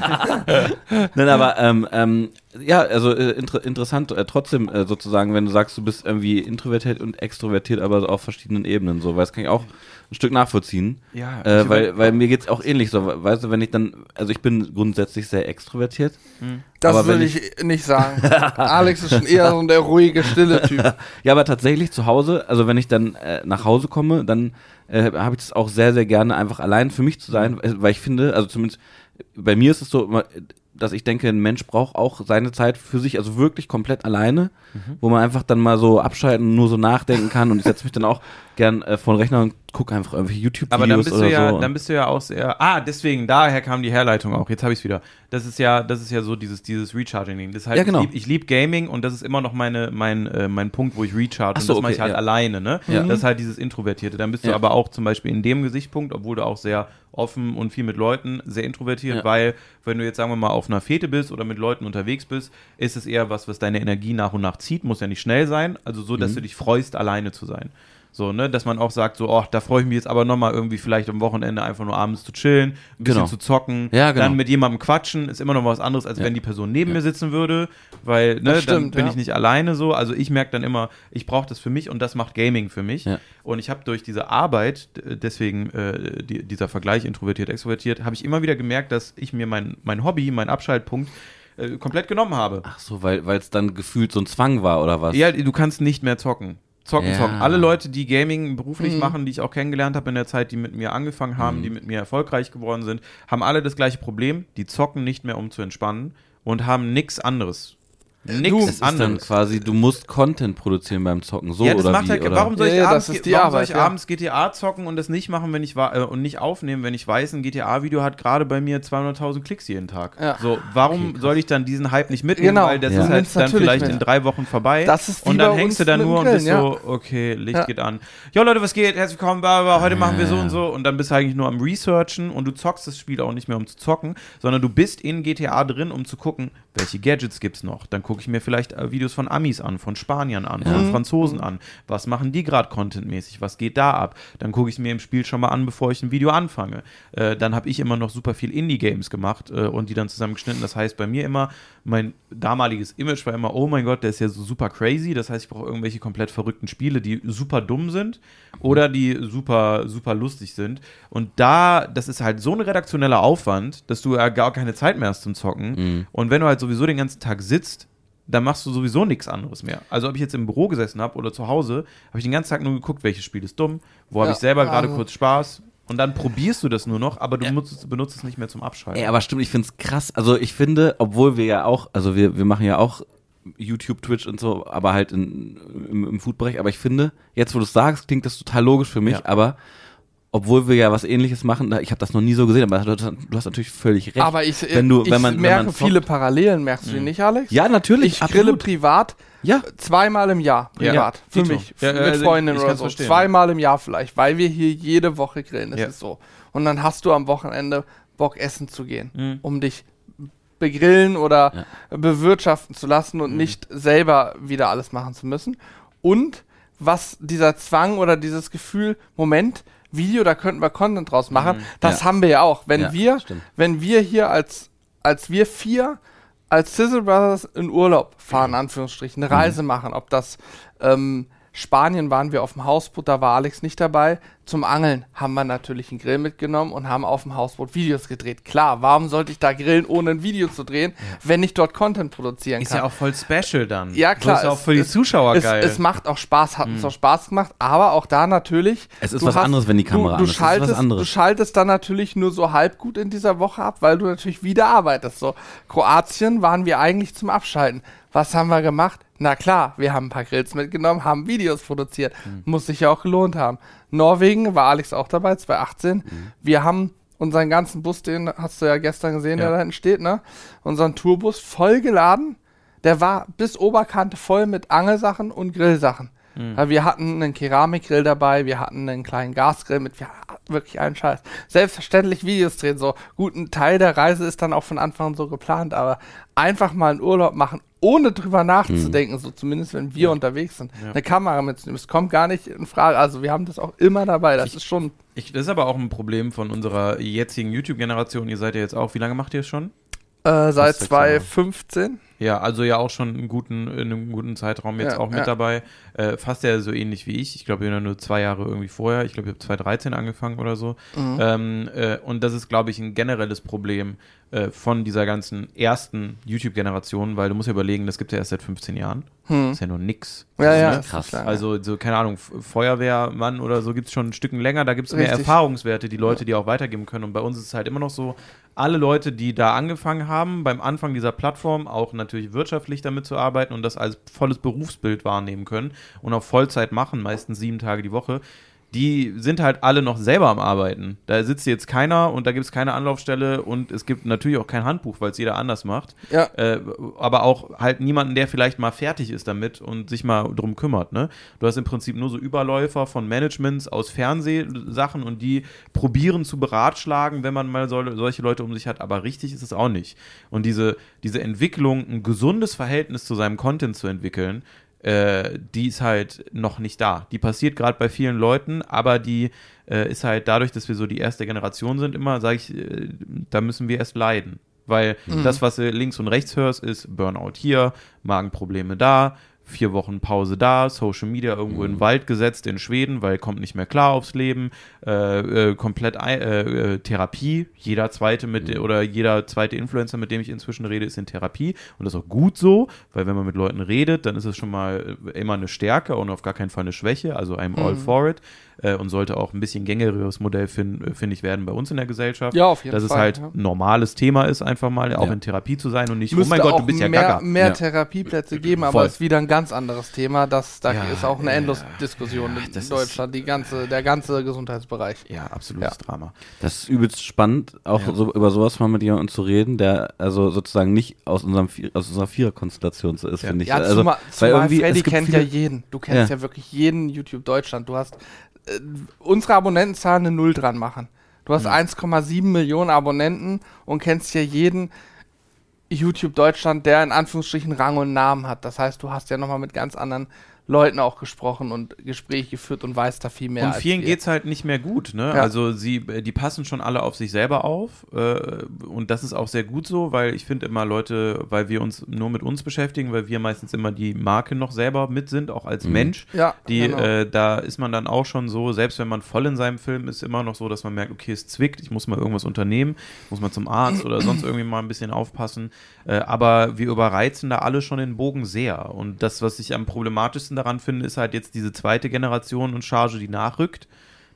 Nein, aber ähm, ähm, ja, also äh, inter interessant äh, trotzdem äh, sozusagen, wenn du sagst, du bist irgendwie introvertiert und extrovertiert, aber so auf verschiedenen Ebenen so, weil das kann ich auch ein Stück nachvollziehen. Ja, Äh, ich weil, über- weil mir geht's auch ähnlich so, weißt du, wenn ich dann, also ich bin grundsätzlich sehr extrovertiert. Das Aber wenn will ich, nicht sagen. Alex ist schon eher so der ruhige, stille Typ. Ja, aber tatsächlich zu Hause, also wenn ich dann äh, nach Hause komme, dann äh, habe ich das auch sehr, sehr gerne, einfach allein für mich zu sein, äh, weil ich finde, also zumindest bei mir ist es so, immer, dass ich denke, ein Mensch braucht auch seine Zeit für sich, also wirklich komplett alleine, Mhm. wo man einfach dann mal so abschalten und nur so nachdenken kann und ich setze mich dann auch gern äh, vor den Rechner und gucke einfach irgendwelche YouTube-Videos Aber dann bist oder du ja, so. dann bist du ja auch sehr. Ah, deswegen, daher kam die Herleitung auch. Jetzt habe ich es wieder. Das ist ja, das ist ja so dieses, dieses Recharging-Ding. Das ist halt, Ja, genau. Ich liebe lieb Gaming und das ist immer noch meine, mein, äh, mein Punkt, wo ich recharge. Ach Und so, das mache ich okay, halt ja. alleine, ne? Ja. Das ist halt dieses Introvertierte. Dann bist du Ja. aber auch zum Beispiel in dem Gesichtspunkt, obwohl du auch sehr offen und viel mit Leuten, sehr introvertiert, Ja. weil wenn du jetzt, sagen wir mal, auf einer Fete bist oder mit Leuten unterwegs bist, ist es eher was, was deine Energie nach und nach zieht, muss ja nicht schnell sein, also so, dass Mhm. du dich freust, alleine zu sein. So, ne, dass man auch sagt, so, oh, da freue ich mich jetzt aber nochmal irgendwie vielleicht am Wochenende einfach nur abends zu chillen, ein bisschen Genau. zu zocken, Ja, genau. dann mit jemandem quatschen, ist immer noch was anderes, als Ja. wenn die Person neben Ja. mir sitzen würde, weil, ne, Das dann stimmt, bin ja. ich nicht alleine so, also ich merke dann immer, ich brauche das für mich und das macht Gaming für mich Ja. und ich habe durch diese Arbeit, d- deswegen äh, die, dieser Vergleich introvertiert, extrovertiert, habe ich immer wieder gemerkt, dass ich mir mein, mein Hobby, mein Abschaltpunkt äh, komplett genommen habe. Ach so, weil es dann gefühlt so ein Zwang war oder was? Ja, du kannst nicht mehr zocken. Zocken, Ja. zocken. Alle Leute, die Gaming beruflich Mhm. machen, die ich auch kennengelernt habe in der Zeit, die mit mir angefangen haben, Mhm. die mit mir erfolgreich geworden sind, haben alle das gleiche Problem. Die zocken nicht mehr, um zu entspannen und haben nichts anderes. Nichts Es ist dann anderes. quasi, du musst Content produzieren beim Zocken, so ja, das oder macht wie? halt, oder? warum soll ich, Ja, ja, abends, das ist G- die warum soll Arbeit, ich ja. abends G T A zocken und das nicht machen, wenn ich wa- äh, und nicht aufnehmen, wenn ich weiß, ein G T A-Video hat gerade bei mir zweihunderttausend Klicks jeden Tag. Ja. So, warum Okay, krass. soll ich dann diesen Hype nicht mitnehmen, Genau, weil das ja. ist Du halt nimmst dann natürlich vielleicht mit. in drei Wochen vorbei. Das ist wie und bei dann uns hängst du da mit dem nur und Grillen, bist ja. so, okay, Licht Ja. geht an. Jo Leute, was geht? Herzlich willkommen, bla, bla, heute machen wir so Ja. und so und dann bist du eigentlich nur am Researchen und du zockst das Spiel auch nicht mehr, um zu zocken, sondern du bist in G T A drin, um zu gucken, welche Gadgets gibt's noch. Dann gucke ich mir vielleicht äh, Videos von Amis an, von Spaniern an, Ja. von Franzosen an. Was machen die gerade contentmäßig? Was geht da ab? Dann gucke ich es mir im Spiel schon mal an, bevor ich ein Video anfange. Äh, dann habe ich immer noch super viel Indie-Games gemacht äh, und die dann zusammengeschnitten. Das heißt, bei mir immer, mein damaliges Image war immer, oh mein Gott, der ist ja so super crazy. Das heißt, ich brauche irgendwelche komplett verrückten Spiele, die super dumm sind oder die super, super lustig sind. Und da, das ist halt so ein redaktioneller Aufwand, dass du ja gar keine Zeit mehr hast zum Zocken. Mhm. Und wenn du halt sowieso den ganzen Tag sitzt, dann machst du sowieso nichts anderes mehr. Also ob ich jetzt im Büro gesessen habe oder zu Hause, habe ich den ganzen Tag nur geguckt, welches Spiel ist dumm, wo habe Ja, ich selber gerade also- kurz Spaß. Und dann probierst du das nur noch, aber du ja. benutzt, benutzt es nicht mehr zum Abschalten. Ja, aber stimmt, ich finde es krass. Also ich finde, obwohl wir ja auch, also wir, wir machen ja auch YouTube, Twitch und so, aber halt in, im, im Food-Bereich. Aber ich finde, jetzt wo du es sagst, klingt das total logisch für mich, ja. aber obwohl wir ja was Ähnliches machen, ich habe das noch nie so gesehen, aber du, du hast natürlich völlig recht. Aber ich, wenn du, ich wenn man, merke wenn man viele Parallelen, merkst du die nicht, Alex? Ja, natürlich. Ich grille absolut. privat ja. zweimal im Jahr, privat, ja. für Tito. mich, ja, mit also Freundinnen ich, ich oder so, verstehen. zweimal im Jahr vielleicht, weil wir hier jede Woche grillen, das ja. ist so. Und dann hast du am Wochenende Bock, essen zu gehen, mhm. um dich begrillen oder ja. bewirtschaften zu lassen und mhm. nicht selber wieder alles machen zu müssen. Und was dieser Zwang oder dieses Gefühl, Moment, Video, da könnten wir Content draus machen, mhm. das ja. haben wir ja auch. Wenn ja, wir, stimmt. wenn wir hier als, als wir vier als Sizzle Brothers in Urlaub fahren, in Anführungsstrichen, eine Reise mhm. machen, ob das ähm, Spanien waren wir auf dem Hausboot, da war Alex nicht dabei. Zum Angeln haben wir natürlich einen Grill mitgenommen und haben auf dem Hausboot Videos gedreht. Klar, warum sollte ich da grillen, ohne ein Video zu drehen, ja. wenn ich dort Content produzieren ist kann? Ist ja auch voll special dann. Ja, klar. Das ist auch für die es, Zuschauer es, geil. Es macht auch Spaß, hat mhm. uns auch Spaß gemacht, aber auch da natürlich. Es ist was hast, anderes, wenn die Kamera du, du an ist. Schaltest, es ist was anderes. Du schaltest dann natürlich nur so halb gut in dieser Woche ab, weil du natürlich wieder arbeitest. So, Kroatien waren wir eigentlich zum Abschalten. Was haben wir gemacht? Na klar, wir haben ein paar Grills mitgenommen, haben Videos produziert. Mhm. Muss sich ja auch gelohnt haben. Norwegen, war Alex auch dabei, zwanzig achtzehn. Mhm. Wir haben unseren ganzen Bus, den hast du ja gestern gesehen, ja. der da hinten steht, ne? Unseren Tourbus voll geladen. Der war bis Oberkante voll mit Angelsachen und Grillsachen. Mhm. Wir hatten einen Keramikgrill dabei, wir hatten einen kleinen Gasgrill mit ja, wirklich einen Scheiß. Selbstverständlich Videos drehen, so gut, ein Teil der Reise ist dann auch von Anfang an so geplant, aber einfach mal einen Urlaub machen, ohne drüber nachzudenken, mhm. so zumindest wenn wir ja. unterwegs sind, ja. eine Kamera mitzunehmen, es kommt gar nicht in Frage, also wir haben das auch immer dabei, das ich, ist schon... Ich, das ist aber auch ein Problem von unserer jetzigen YouTube-Generation, ihr seid ja jetzt auch, wie lange macht ihr es schon? Äh, seit zwanzig fünfzehn. Ja, also ja auch schon einen guten, in einem guten Zeitraum jetzt ja, auch mit ja. dabei. Äh, fast ja so ähnlich wie ich. Ich glaube, ich bin nur zwei Jahre irgendwie vorher. Ich glaube, ich habe zwanzig dreizehn angefangen oder so. Mhm. Ähm, äh, und das ist, glaube ich, ein generelles Problem äh, von dieser ganzen ersten YouTube-Generation, weil du musst ja überlegen, das gibt es ja erst seit fünfzehn Jahren. Hm. Das ist ja nur nix. Ja, ja, ne? krass. Also, so, keine Ahnung, Feuerwehrmann oder so gibt es schon ein Stück länger, da gibt es mehr Erfahrungswerte, die Leute, die auch weitergeben können. Und bei uns ist es halt immer noch so, alle Leute, die da angefangen haben, beim Anfang dieser Plattform auch natürlich wirtschaftlich damit zu arbeiten und das als volles Berufsbild wahrnehmen können und auf Vollzeit machen, meistens sieben Tage die Woche, die sind halt alle noch selber am Arbeiten. Da sitzt jetzt keiner und da gibt es keine Anlaufstelle und es gibt natürlich auch kein Handbuch, weil es jeder anders macht. Ja. Äh, aber auch halt niemanden, der vielleicht mal fertig ist damit und sich mal drum kümmert. Ne? Du hast im Prinzip nur so Überläufer von Managements aus Fernsehsachen und die probieren zu beratschlagen, wenn man mal so, solche Leute um sich hat, aber richtig ist es auch nicht. Und diese, diese Entwicklung, ein gesundes Verhältnis zu seinem Content zu entwickeln, Äh, die ist halt noch nicht da. Die passiert gerade bei vielen Leuten, aber die äh, ist halt dadurch, dass wir so die erste Generation sind immer, sage ich, äh, da müssen wir erst leiden. Weil mhm. das, was du links und rechts hörst, ist Burnout hier, Magenprobleme da, vier Wochen Pause da, Social Media irgendwo mhm. in den Wald gesetzt in Schweden, weil kommt nicht mehr klar aufs Leben, äh, äh, komplett äh, äh, Therapie, jeder zweite mit mhm. oder jeder zweite Influencer, mit dem ich inzwischen rede, ist in Therapie und das ist auch gut so, weil wenn man mit Leuten redet, dann ist es schon mal immer eine Stärke und auf gar keinen Fall eine Schwäche, also I'm mhm. all for it äh, und sollte auch ein bisschen gängigeres Modell, finde find ich, werden bei uns in der Gesellschaft. Ja, auf jeden dass Fall. Dass es halt ja. ein normales Thema ist, einfach mal auch ja. in Therapie zu sein und nicht, Müsste oh mein Gott, du bist ja mehr, gaga. mehr ja. Therapieplätze geben, Voll. aber es ist wieder ein ganz anderes Thema. Das, da Ja, ist auch eine ja, Endlosdiskussion ja, in das Deutschland, die ganze, der ganze Gesundheitsbereich. Ja, absolutes Ja. Drama. Das ist übelst spannend, auch Ja. so über sowas mal mit jemandem zu reden, der also sozusagen nicht aus unserem Vi- aus unserer Viererkonstellation so ist, Ja. finde ich. Ja, also, zumal, weil zumal irgendwie, Freddy es gibt kennt viele- ja jeden. Du kennst ja, Ja. wirklich jeden YouTube Deutschland. Du hast äh, unsere Abonnentenzahlen eine Null dran machen. Du hast Mhm. eins Komma sieben Millionen Abonnenten und kennst ja jeden YouTube Deutschland, der in Anführungsstrichen Rang und Namen hat. Das heißt, du hast ja nochmal mit ganz anderen Leuten auch gesprochen und Gespräche geführt und weißt da viel mehr. Und als vielen wir. geht es halt nicht mehr gut, ne? Ja. Also sie, die passen schon alle auf sich selber auf äh, und das ist auch sehr gut so, weil ich finde immer Leute, weil wir uns nur mit uns beschäftigen, weil wir meistens immer die Marke noch selber mit sind, auch als Mhm. Mensch. Ja, Die, genau. äh, da ist man dann auch schon so, selbst wenn man voll in seinem Film ist, immer noch so, dass man merkt, okay, es zwickt, ich muss mal irgendwas unternehmen, muss mal zum Arzt oder sonst irgendwie mal ein bisschen aufpassen. Äh, aber wir überreizen da alle schon den Bogen sehr. Und das, was ich am problematischsten daran finde, ist halt jetzt diese zweite Generation und Charge, die nachrückt,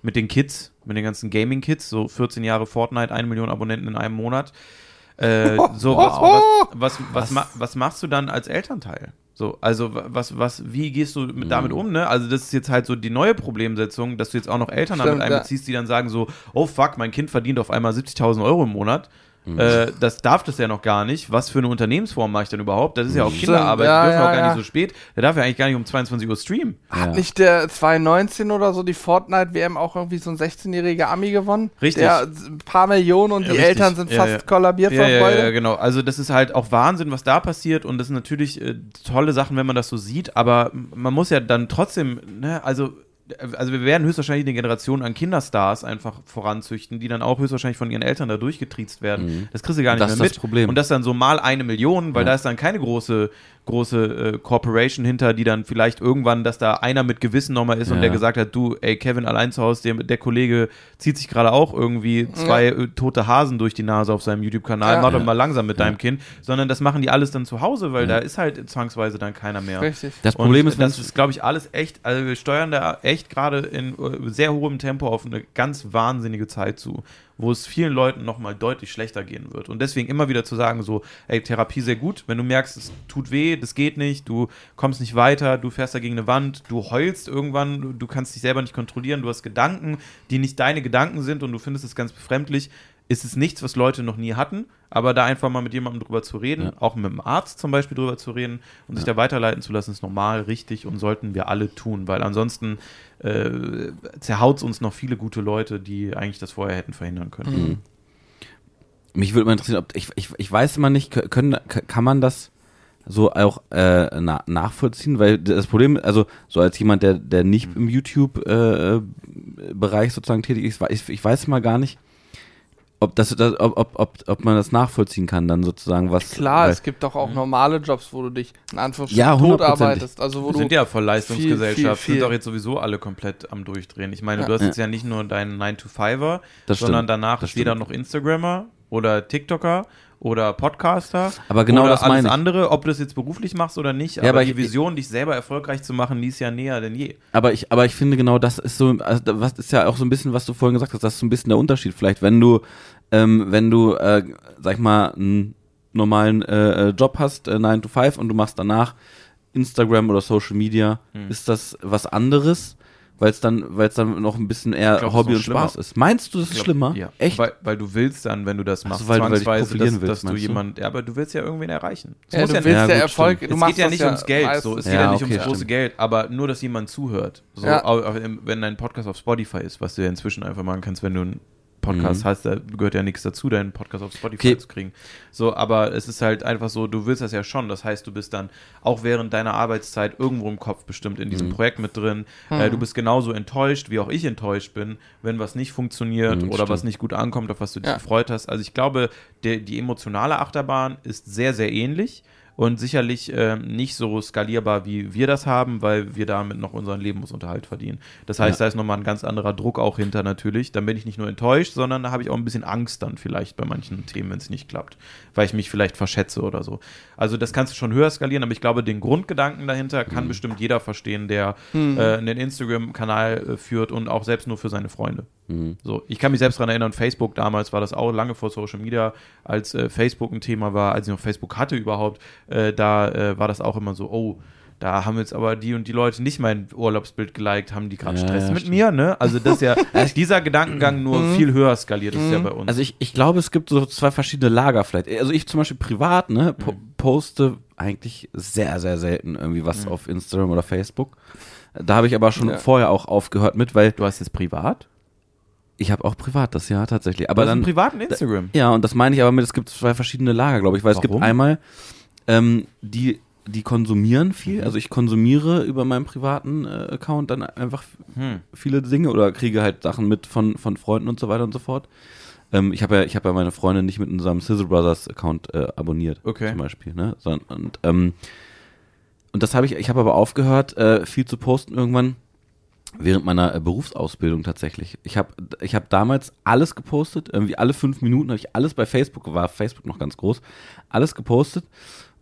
mit den Kids, mit den ganzen Gaming-Kids, so vierzehn Jahre Fortnite, eine Million Abonnenten in einem Monat. Äh, so, was, was, was, was, was, was machst du dann als Elternteil? So, also was, was, wie gehst du mit, damit um, ne? Also das ist jetzt halt so die neue Problemsetzung, dass du jetzt auch noch Eltern Stimmt, damit einbeziehst, die dann sagen so, oh fuck, mein Kind verdient auf einmal siebzigtausend Euro im Monat. Mhm. Äh, das darf das ja noch gar nicht. Was für eine Unternehmensform mache ich denn überhaupt? Das ist ja auch Kinderarbeit, ja, die dürfen ja, auch gar ja. nicht so spät. Der darf ja eigentlich gar nicht um zweiundzwanzig Uhr streamen. Hat Ja. nicht der zwanzig neunzehn oder so die Fortnite-W M auch irgendwie so ein sechzehnjähriger Ami gewonnen? Richtig. Der ein paar Millionen und Ja, die richtig. Eltern sind Ja, fast ja. kollabiert Ja, vor ja, Freude. ja, genau. Also das ist halt auch Wahnsinn, was da passiert und das sind natürlich äh, tolle Sachen, wenn man das so sieht, aber man muss ja dann trotzdem, ne, also also wir werden höchstwahrscheinlich eine Generation an Kinderstars einfach voranzüchten, die dann auch höchstwahrscheinlich von ihren Eltern da durchgetriezt werden. Mhm. Das kriegst du gar nicht Das mehr ist mit. das Problem. Und das dann so mal eine Million, weil Ja. da ist dann keine große große äh, Corporation hinter, die dann vielleicht irgendwann, dass da einer mit Gewissen nochmal ist und Ja. der gesagt hat, du, ey, Kevin allein zu Hause, der, der Kollege zieht sich gerade auch irgendwie zwei Ja. äh, tote Hasen durch die Nase auf seinem YouTube-Kanal, Ja. mach doch Ja. mal langsam mit Ja. deinem Kind, sondern das machen die alles dann zu Hause, weil Ja. da ist halt zwangsweise dann keiner mehr. Richtig. Das Problem und ist, wenn das ist, glaube ich, alles echt, also wir steuern da echt gerade in äh, sehr hohem Tempo auf eine ganz wahnsinnige Zeit zu, wo es vielen Leuten nochmal deutlich schlechter gehen wird. Und deswegen immer wieder zu sagen, so, ey, Therapie sehr gut, wenn du merkst, es tut weh, das geht nicht, du kommst nicht weiter, du fährst da gegen eine Wand, du heulst irgendwann, du, du kannst dich selber nicht kontrollieren, du hast Gedanken, die nicht deine Gedanken sind und du findest es ganz befremdlich, ist es nichts, was Leute noch nie hatten, aber da einfach mal mit jemandem drüber zu reden, Ja. auch mit dem Arzt zum Beispiel drüber zu reden und sich da weiterleiten zu lassen, ist normal, richtig und sollten wir alle tun, weil ansonsten äh, zerhaut es uns noch viele gute Leute, die eigentlich das vorher hätten verhindern können. Mhm. Mich würde mal interessieren, ob ich, ich, ich weiß immer nicht, können, kann man das so auch äh, na, nachvollziehen, weil das Problem, also so als jemand, der, der nicht im YouTube-Bereich äh, sozusagen tätig ist, ich, ich weiß mal gar nicht, ob das, das ob, ob, ob, ob man das nachvollziehen kann, dann sozusagen was. Klar, weil, es gibt doch auch normale Jobs, wo du dich in Anführungsstrichen Ja, tot hundertprozentig. arbeitest. Also wo Wir du sind ja voll Leistungsgesellschaft, viel, viel, viel. sind doch jetzt sowieso alle komplett am Durchdrehen. Ich meine, Ja. du hast jetzt ja nicht nur deinen nine to fiver, Das sondern stimmt, danach das ist jeder stimmt. noch Instagrammer oder TikToker oder Podcaster Aber genau oder das alles meine ich. andere, ob du das jetzt beruflich machst oder nicht, Ja, aber, aber die ich- Vision, dich selber erfolgreich zu machen, die ist ja näher denn je. Aber ich, aber ich finde genau, das ist so, also was ist ja auch so ein bisschen, was du vorhin gesagt hast, das ist so ein bisschen der Unterschied. Vielleicht, wenn du, ähm, wenn du, äh, sag ich mal, einen normalen äh, Job hast, äh, nine to five und du machst danach Instagram oder Social Media, Hm. ist das was anderes, weil es dann, weil es dann noch ein bisschen eher Ich glaub, Hobby das ist und noch Spaß ist. Meinst du, das ist Ich glaub, schlimmer? Ja. Echt? Weil, weil du willst dann, wenn du das Ach so, machst, weil du- weil du dich zwangsweise, profilieren dass, willst, dass du meinst du? jemand, ja, aber du willst ja irgendwen erreichen. Es Ja, muss du ja willst Ja, der gut, Erfolg, stimmt. du es machst geht ja das nicht ums Geld, so. Es meistens- geht ja Ja, nicht okay, ums große stimmt. Geld, aber nur, dass jemand zuhört. So, Ja. au- au- wenn dein Podcast auf Spotify ist, was du ja inzwischen einfach machen kannst, wenn du einen Podcast Mhm. hast, da gehört ja nichts dazu, deinen Podcast auf Spotify Okay. zu kriegen. So, aber es ist halt einfach so, du willst das ja schon. Das heißt, du bist dann auch während deiner Arbeitszeit irgendwo im Kopf bestimmt in diesem Mhm. Projekt mit drin. Mhm. Äh, du bist genauso enttäuscht, wie auch ich enttäuscht bin, wenn was nicht funktioniert Mhm, oder stimmt. was nicht gut ankommt, auf was du dich Ja. gefreut hast. Also ich glaube, der, die emotionale Achterbahn ist sehr, sehr ähnlich. Und sicherlich ähm, nicht so skalierbar, wie wir das haben, weil wir damit noch unseren Lebensunterhalt verdienen. Das heißt, Ja. da ist nochmal ein ganz anderer Druck auch hinter natürlich. Dann bin ich nicht nur enttäuscht, sondern da habe ich auch ein bisschen Angst dann vielleicht bei manchen Themen, wenn es nicht klappt. Weil ich mich vielleicht verschätze oder so. Also das kannst du schon höher skalieren, aber ich glaube, den Grundgedanken dahinter kann bestimmt jeder verstehen, der Mhm. äh, einen Instagram-Kanal äh, führt und auch selbst nur für seine Freunde. Mhm. So, ich kann mich selbst daran erinnern, Facebook damals war das auch lange vor Social Media, als äh, Facebook ein Thema war, als ich noch Facebook hatte überhaupt, äh, da äh, war das auch immer so, oh, da haben jetzt aber die und die Leute nicht mein Urlaubsbild geliked, haben die gerade Ja, Stress ja, mit stimmt. mir, ne? Also das ist ja, dieser Gedankengang nur Mhm. viel höher skaliert, das ist ja Mhm. bei uns. Also ich, ich glaube, es gibt so zwei verschiedene Lager vielleicht. Also ich zum Beispiel privat, ne, po poste eigentlich sehr, sehr selten irgendwie was Mhm. auf Instagram oder Facebook. Da habe ich aber schon Ja. vorher auch aufgehört mit, weil Du hast jetzt privat? ich habe auch privat das, ja, tatsächlich. Aber Du hast einen dann, privaten Instagram. ja, und das meine ich aber mit, es gibt zwei verschiedene Lager, glaube ich, weil es Warum? gibt einmal ähm, die, die konsumieren viel, Mhm. also ich konsumiere über meinen privaten äh, Account dann einfach Hm. viele Dinge oder kriege halt Sachen mit von, von Freunden und so weiter und so fort. Ähm, ich habe ja, ich habe ja meine Freundin nicht mit unserem Sizzle Brothers Account äh, abonniert, Okay. zum Beispiel, ne? Sondern, und, ähm, und das habe ich, ich habe aber aufgehört, äh, viel zu posten irgendwann während meiner äh, Berufsausbildung tatsächlich. Ich habe, ich habe damals alles gepostet, irgendwie alle fünf Minuten habe ich alles bei Facebook, war Facebook noch ganz groß, alles gepostet.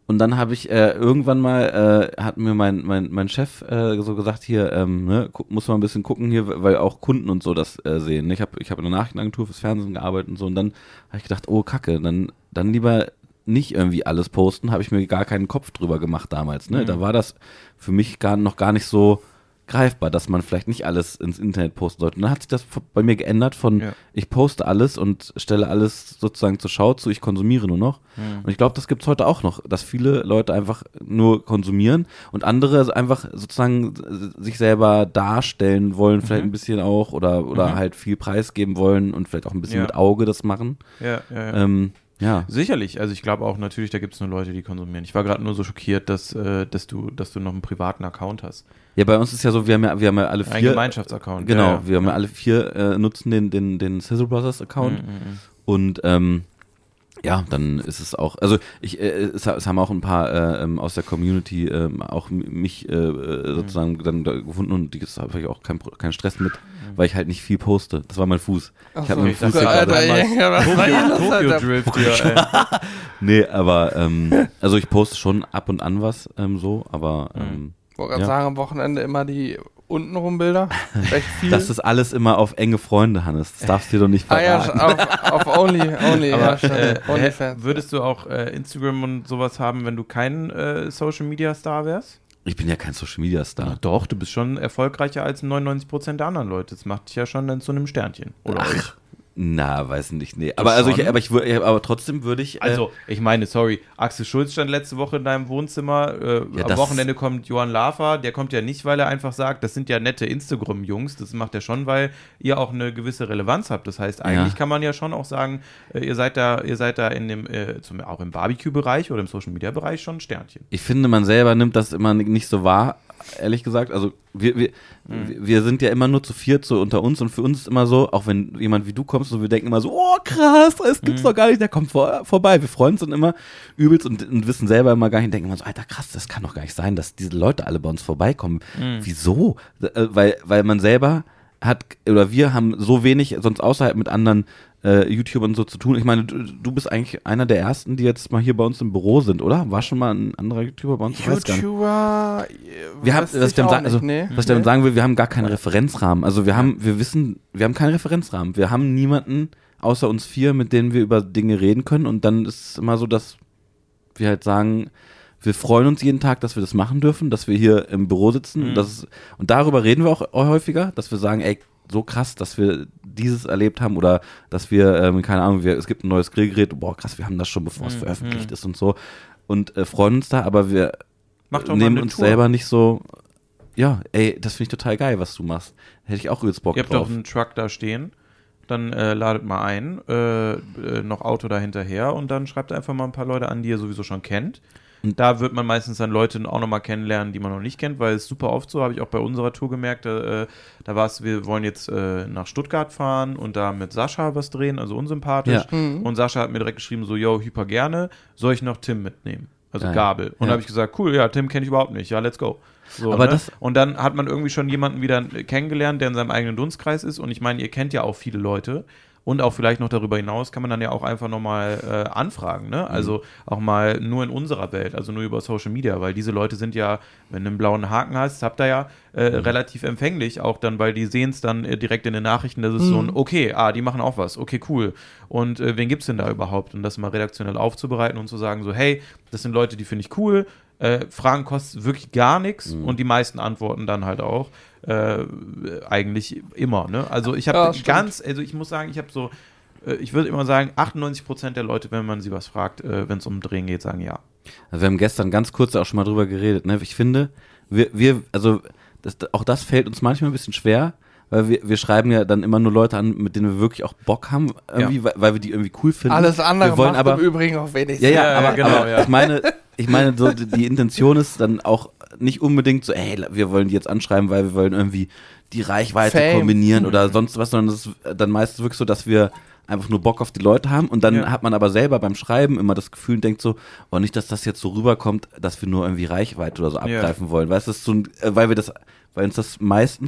Und dann habe ich äh, irgendwann mal, äh, hat mir mein, mein, mein Chef äh, so gesagt, hier, ähm, ne, gu- muss man ein bisschen gucken hier, weil auch Kunden und so das äh, sehen. Ne? Ich habe ich hab in einer Nachrichtenagentur fürs Fernsehen gearbeitet und so und dann habe ich gedacht, oh Kacke, dann, dann lieber nicht irgendwie alles posten, habe ich mir gar keinen Kopf drüber gemacht damals. Ne? Mhm. Da war das für mich gar, noch gar nicht so greifbar, dass man vielleicht nicht alles ins Internet posten sollte. Und dann hat sich das bei mir geändert von, Ja. ich poste alles und stelle alles sozusagen zur Schau zu, ich konsumiere nur noch. Mhm. Und ich glaube, das gibt es heute auch noch, dass viele Leute einfach nur konsumieren und andere einfach sozusagen sich selber darstellen wollen, vielleicht Mhm. ein bisschen auch oder, oder Mhm. halt viel preisgeben wollen und vielleicht auch ein bisschen Ja. mit Auge das machen. Ja, ja, ja. Ähm, ja. Sicherlich, also ich glaube auch natürlich, da gibt es nur Leute, die konsumieren. Ich war gerade nur so schockiert, dass, äh, dass, du, dass du noch einen privaten Account hast. Ja, bei uns ist ja so, wir haben ja, wir haben ja alle Ein vier. Gemeinschaftsaccount. Genau, ja, ja. wir haben ja alle vier äh, nutzen den, den, den Sizzle Brothers Account. Mhm, mhm. Und ähm, ja, dann ist es auch, also ich, äh, es, es haben auch ein paar äh, ähm, aus der Community ähm, auch m- mich äh, äh, sozusagen dann da gefunden und die habe ich auch keinen kein Stress mit, weil ich halt nicht viel poste. Das war mein Fuß. Ich habe so, mir Ich dachte Fuß gerade Alter, einmal ja, was war Tokyo, das, Tokyo Alter? Drift hier, ey. Nee, aber ähm, also ich poste schon ab und an was ähm, so, aber ähm, Ich wollte gerade Ja. sagen, am Wochenende immer die untenrum Bilder. Recht viel. das ist alles immer auf enge Freunde, Hannes. Das darfst du dir doch nicht ah ja, verraten. auf, auf Only, Only, ja, Aber stimmt. äh, hä, OnlyFans. würdest du auch äh, Instagram und sowas haben, wenn du kein äh, Social Media Star wärst? Ich bin ja kein Social Media Star. Doch, du bist schon erfolgreicher als neunundneunzig Prozent der anderen Leute. Das macht dich ja schon dann zu einem Sternchen. Oder Ach, euch. Na, weiß nicht, nee. Aber also ich, schon? aber ich würde, aber trotzdem würde ich. Äh, Also, ich meine, sorry, Axel Schulz stand letzte Woche in deinem Wohnzimmer. Äh, Ja, am das- Wochenende kommt Johann Lafer. Der kommt ja nicht, weil er einfach sagt, das sind ja nette Instagram-Jungs. Das macht er schon, weil ihr auch eine gewisse Relevanz habt. Das heißt, eigentlich Ja. kann man ja schon auch sagen, äh, ihr seid da, ihr seid da in dem, äh, zum, auch im Barbecue-Bereich oder im Social-Media-Bereich schon ein Sternchen. ich finde, man selber nimmt das immer nicht so wahr, ehrlich gesagt. Also wir, wir, Mhm. wir sind ja immer nur zu viert so unter uns und für uns ist immer so, auch wenn jemand wie du kommst, so wir denken immer so, oh krass, das gibt's Mhm. doch gar nicht, der kommt vor, vorbei. Wir freuen uns dann immer übelst und, und wissen selber immer gar nicht, denken immer so, Alter krass, das kann doch gar nicht sein, dass diese Leute alle bei uns vorbeikommen. Mhm. Wieso? Äh, Weil, weil man selber hat, oder wir haben so wenig sonst außerhalb mit anderen äh, YouTubern so zu tun. Ich meine, du, du bist eigentlich einer der ersten, die jetzt mal hier bei uns im Büro sind, oder? War schon mal ein anderer YouTuber bei uns? Ich weiß gar nicht. YouTuber. Wir haben, was ich damit sagen, also, nee. was ich damit sagen will, wir haben gar keinen Referenzrahmen. Also wir haben, wir wissen, wir haben keinen Referenzrahmen. Wir haben niemanden außer uns vier, mit denen wir über Dinge reden können. Und dann ist es immer so, dass wir halt sagen, wir freuen uns jeden Tag, dass wir das machen dürfen, dass wir hier im Büro sitzen. Mhm. Das ist, und darüber reden wir auch häufiger, dass wir sagen, ey, so krass, dass wir dieses erlebt haben oder dass wir, ähm, keine Ahnung, wir, es gibt ein neues Grillgerät, boah krass, wir haben das schon, bevor es Mhm. veröffentlicht ist und so. Und äh, freuen uns da, aber wir Macht doch mal nehmen eine uns Tour. selber nicht so, ja, ey, das finde ich total geil, was du machst. Hätte ich auch übelst Bock Ihr habt drauf. doch einen Truck da stehen. Dann äh, ladet mal ein, äh, äh, noch Auto da hinterher und dann schreibt einfach mal ein paar Leute an, die ihr sowieso schon kennt. Und da wird man meistens dann Leute auch nochmal kennenlernen, die man noch nicht kennt, weil es super oft so, habe ich auch bei unserer Tour gemerkt, äh, da war es, wir wollen jetzt äh, nach Stuttgart fahren und da mit Sascha was drehen, also unsympathisch. Ja. Mhm. Und Sascha hat mir direkt geschrieben, so, yo, hyper gerne, soll ich noch Tim mitnehmen? Also Ja, ja. Gabel. Und Ja. da habe ich gesagt, cool, ja, Tim kenne ich überhaupt nicht, ja, let's go. So, Aber ne? das- Und dann hat man irgendwie schon jemanden wieder kennengelernt, der in seinem eigenen Dunstkreis ist. Und ich meine, ihr kennt ja auch viele Leute. Und auch vielleicht noch darüber hinaus kann man dann ja auch einfach nochmal äh, anfragen. Ne? Also auch mal nur in unserer Welt, also nur über Social Media. Weil diese Leute sind ja, wenn du einen blauen Haken hast, habt ihr ja äh, relativ empfänglich. Auch dann, weil die sehen es dann äh, direkt in den Nachrichten, dass es so ein, okay, ah, die machen auch was. Okay, cool. Und äh, wen gibt's denn da überhaupt? Und das mal redaktionell aufzubereiten und zu sagen so, hey, das sind Leute, die finde ich cool. Äh, Fragen kostet wirklich gar nichts Mhm. und die meisten antworten dann halt auch äh, eigentlich immer. Ne? Also ich habe Ja, stimmt. ganz, also ich muss sagen, ich habe so, äh, ich würde immer sagen, achtundneunzig Prozent der Leute, wenn man sie was fragt, äh, wenn es um Drehen geht, sagen ja. Also wir haben gestern ganz kurz auch schon mal drüber geredet. Ne? Ich finde, wir, wir also das, auch das fällt uns manchmal ein bisschen schwer, weil wir, wir schreiben ja dann immer nur Leute an, mit denen wir wirklich auch Bock haben, irgendwie, weil, weil wir die irgendwie cool finden. Alles andere wir wollen macht aber, im Übrigen auch wenig ja, ja, Ja, ja, aber, genau, aber ja. ich meine, ich meine, so die, die Intention ist dann auch nicht unbedingt so, ey, wir wollen die jetzt anschreiben, weil wir wollen irgendwie die Reichweite Fame. kombinieren oder sonst was, sondern das ist dann meistens wirklich so, dass wir einfach nur Bock auf die Leute haben und dann Ja. hat man aber selber beim Schreiben immer das Gefühl und denkt so, oh, nicht, dass das jetzt so rüberkommt, dass wir nur irgendwie Reichweite oder so Ja. abgreifen wollen, weißt du, das ist so ein, äh, weil wir das, weil uns das meistens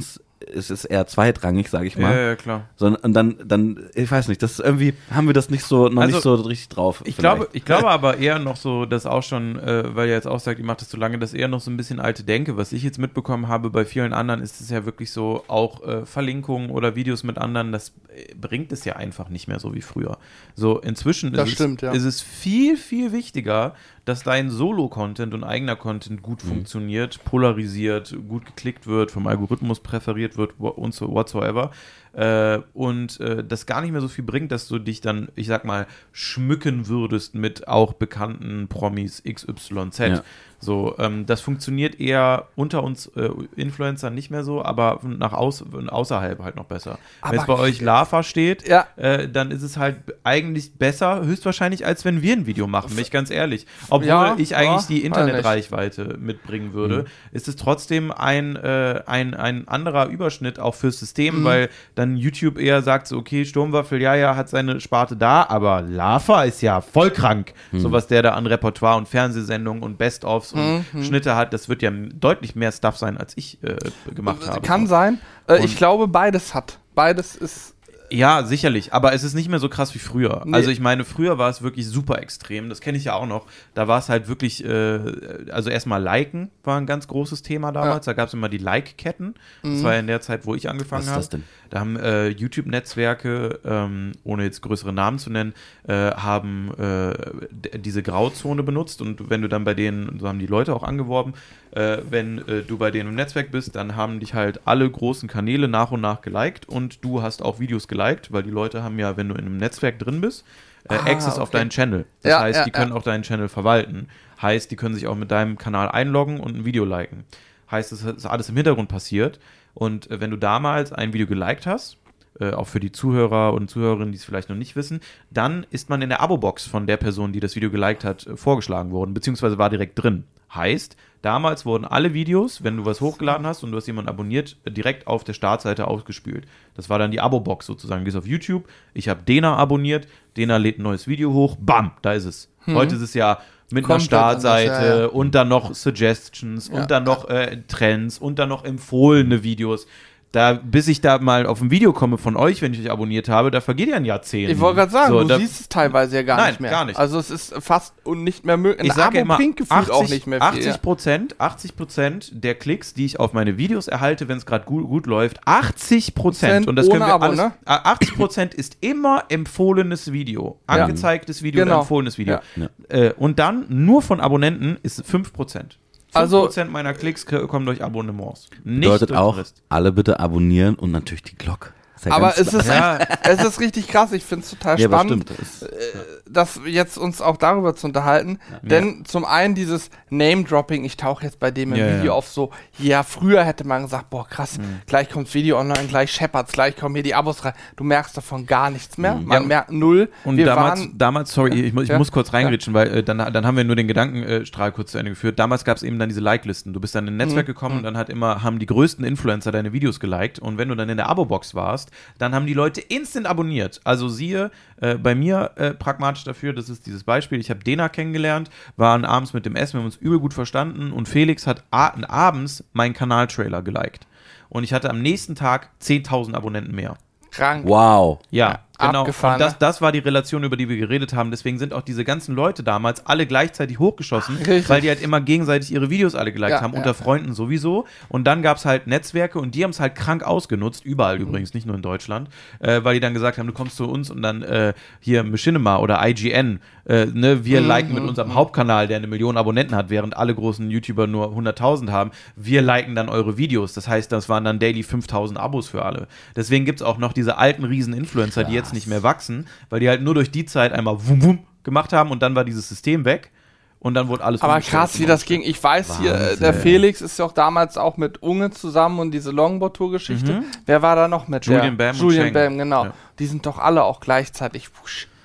es ist eher zweitrangig, sage ich mal. Ja, ja, klar. So, und dann, dann, ich weiß nicht, das ist irgendwie, haben wir das nicht so, noch Also, nicht so richtig drauf. Ich vielleicht. glaube, ich glaube aber eher noch so, dass auch schon, äh, weil ihr jetzt auch sagt, ihr macht das so lange, dass eher noch so ein bisschen alte Denke. Was ich jetzt mitbekommen habe bei vielen anderen, ist es ja wirklich so, auch äh, Verlinkungen oder Videos mit anderen, das äh, bringt es ja einfach nicht mehr so wie früher. So, inzwischen Das ist, stimmt, es, ja. ist es viel, viel wichtiger, dass dein Solo-Content und eigener Content gut mhm. funktioniert, polarisiert, gut geklickt wird, vom Algorithmus präferiert wird und so whatsoever. Äh, und äh, das gar nicht mehr so viel bringt, dass du dich dann, ich sag mal, schmücken würdest mit auch bekannten Promis X Y Z. Ja. So, ähm, das funktioniert eher unter uns äh, Influencern nicht mehr so, aber nach aus, außerhalb halt noch besser. Wenn es bei euch Lava steht, ja. äh, dann ist es halt eigentlich besser, höchstwahrscheinlich, als wenn wir ein Video machen, bin ich ganz ehrlich. Obwohl ja, ich eigentlich ja, die Internetreichweite mitbringen würde, mhm. ist es trotzdem ein, äh, ein, ein anderer Überschnitt auch fürs System, mhm. weil dann YouTube eher sagt so, okay, Sturmwaffel, ja, ja, hat seine Sparte da, aber Lava ist ja voll krank. Mhm. So was der da an Repertoire und Fernsehsendungen und Best-ofs und mhm. Schnitte hat, das wird ja deutlich mehr Stuff sein, als ich äh, gemacht habe. Kann sein. Äh, ich glaube, beides hat. Beides ist... Ja, sicherlich, aber es ist nicht mehr so krass wie früher. Nee. Also ich meine, früher war es wirklich super extrem, das kenne ich ja auch noch. Da war es halt wirklich, äh, also erstmal Liken war ein ganz großes Thema damals. Ja. Da gab es immer die Like-Ketten. Das mhm. war ja in der Zeit, wo ich angefangen habe. Was ist das denn? Da haben äh, YouTube-Netzwerke, ähm, ohne jetzt größere Namen zu nennen, äh, haben äh, d- diese Grauzone benutzt. Und wenn du dann bei denen, so haben die Leute auch angeworben, äh, wenn äh, du bei denen im Netzwerk bist, dann haben dich halt alle großen Kanäle nach und nach geliked und du hast auch Videos geliked, weil die Leute haben ja, wenn du in einem Netzwerk drin bist, äh, ah, Access okay. auf deinen Channel. Das ja, heißt, ja, die können ja. auch deinen Channel verwalten. Heißt, die können sich auch mit deinem Kanal einloggen und ein Video liken. Heißt, das ist alles im Hintergrund passiert. Und äh, wenn du damals ein Video geliked hast, äh, auch für die Zuhörer und Zuhörerinnen, die es vielleicht noch nicht wissen, dann ist man in der Abo-Box von der Person, die das Video geliked hat, äh, vorgeschlagen worden, beziehungsweise war direkt drin. Heißt, damals wurden alle Videos, wenn du was hochgeladen hast und du hast jemanden abonniert, direkt auf der Startseite ausgespült. Das war dann die Abo-Box sozusagen. Du gehst auf YouTube, ich habe Dena abonniert, Dena lädt ein neues Video hoch, bam, da ist es. Hm. Heute ist es ja mit Kommt einer Startseite anders, ja, ja. und dann noch Suggestions ja. und dann noch äh, Trends und dann noch empfohlene Videos. Da, bis ich da mal auf ein Video komme von euch, wenn ich euch abonniert habe, da vergeht ja ein Jahrzehnt. Ich wollte gerade sagen, so, du da, siehst es teilweise ja gar nein, nicht mehr. gar nicht. Also es ist fast und nicht mehr möglich. Ich sage ja immer, auch nicht mehr viel, achtzig Prozent, achtzig Prozent der Klicks, die ich auf meine Videos erhalte, wenn es gerade gut, gut läuft, achtzig Prozent und das ohne können wir Abo, alles, ne? achtzig Prozent ist immer empfohlenes Video, ja. angezeigtes Video, genau. empfohlenes Video. Ja. Äh, und dann nur von Abonnenten ist fünf Prozent. fünf Prozent also, meiner Klicks kommen durch Abonnements. Nicht bedeutet durch auch, den Rest. alle bitte abonnieren und natürlich die Glocke. Ja aber es ist, ja. es ist richtig krass, ich finde es total ja, spannend, das äh, das jetzt uns auch darüber zu unterhalten, ja. denn ja. zum einen dieses Name-Dropping, ich tauche jetzt bei dem im ja, Video ja. auf so, ja, früher hätte man gesagt, boah krass, mhm. gleich kommt das Video online, gleich scheppert's, gleich kommen hier die Abos rein, du merkst davon gar nichts mehr, Mhm. man ja. merkt null. Und Wir damals, waren, damals, sorry, ich, mu- ich ja. muss kurz reingrätschen, weil äh, dann, dann haben wir nur den Gedankenstrahl kurz zu Ende geführt. Damals gab es eben dann diese Like-Listen. Du bist dann in ein Netzwerk Mhm. gekommen Mhm. und dann hat immer, haben die größten Influencer deine Videos geliked und wenn du dann in der Abo-Box warst, dann haben die Leute instant abonniert. Also siehe, äh, bei mir äh, pragmatisch dafür, das ist dieses Beispiel, ich habe Dena kennengelernt, waren abends mit dem Essen, wir haben uns übel gut verstanden und Felix hat a- abends meinen Kanal-Trailer geliked. Und ich hatte am nächsten Tag zehntausend Abonnenten mehr. krank. Wow. Ja, genau. Abgefahren, Und das, ne? das war die Relation, über die wir geredet haben. Deswegen sind auch diese ganzen Leute damals alle gleichzeitig hochgeschossen, Richtig. weil die halt immer gegenseitig ihre Videos alle geliked Ja, haben, ja. unter Freunden sowieso. Und dann gab es halt Netzwerke und die haben es halt krank ausgenutzt, überall Mhm. übrigens, nicht nur in Deutschland, äh, weil die dann gesagt haben, du kommst zu uns und dann äh, hier Machinima oder I G N, äh, ne, wir Mhm, liken mit mhm, unserem mhm. Hauptkanal, der eine Million Abonnenten hat, während alle großen YouTuber nur hunderttausend haben, wir liken dann eure Videos. Das heißt, das waren dann daily fünftausend Abos für alle. Deswegen gibt es auch noch diese alten riesen Influencer, die jetzt nicht mehr wachsen, weil die halt nur durch die Zeit einmal wum wum gemacht haben und dann war dieses System weg und dann wurde alles Aber umgestellt. krass, wie das ging. Ich weiß hier, äh, Wahnsinn. der Felix ist ja auch damals auch mit Unge zusammen und diese Longboard-Tour-Geschichte. Mhm. Wer war da noch mit? Julian der? Bam und Julian Cheng. Bam, genau. Ja. Die sind doch alle auch gleichzeitig wusch,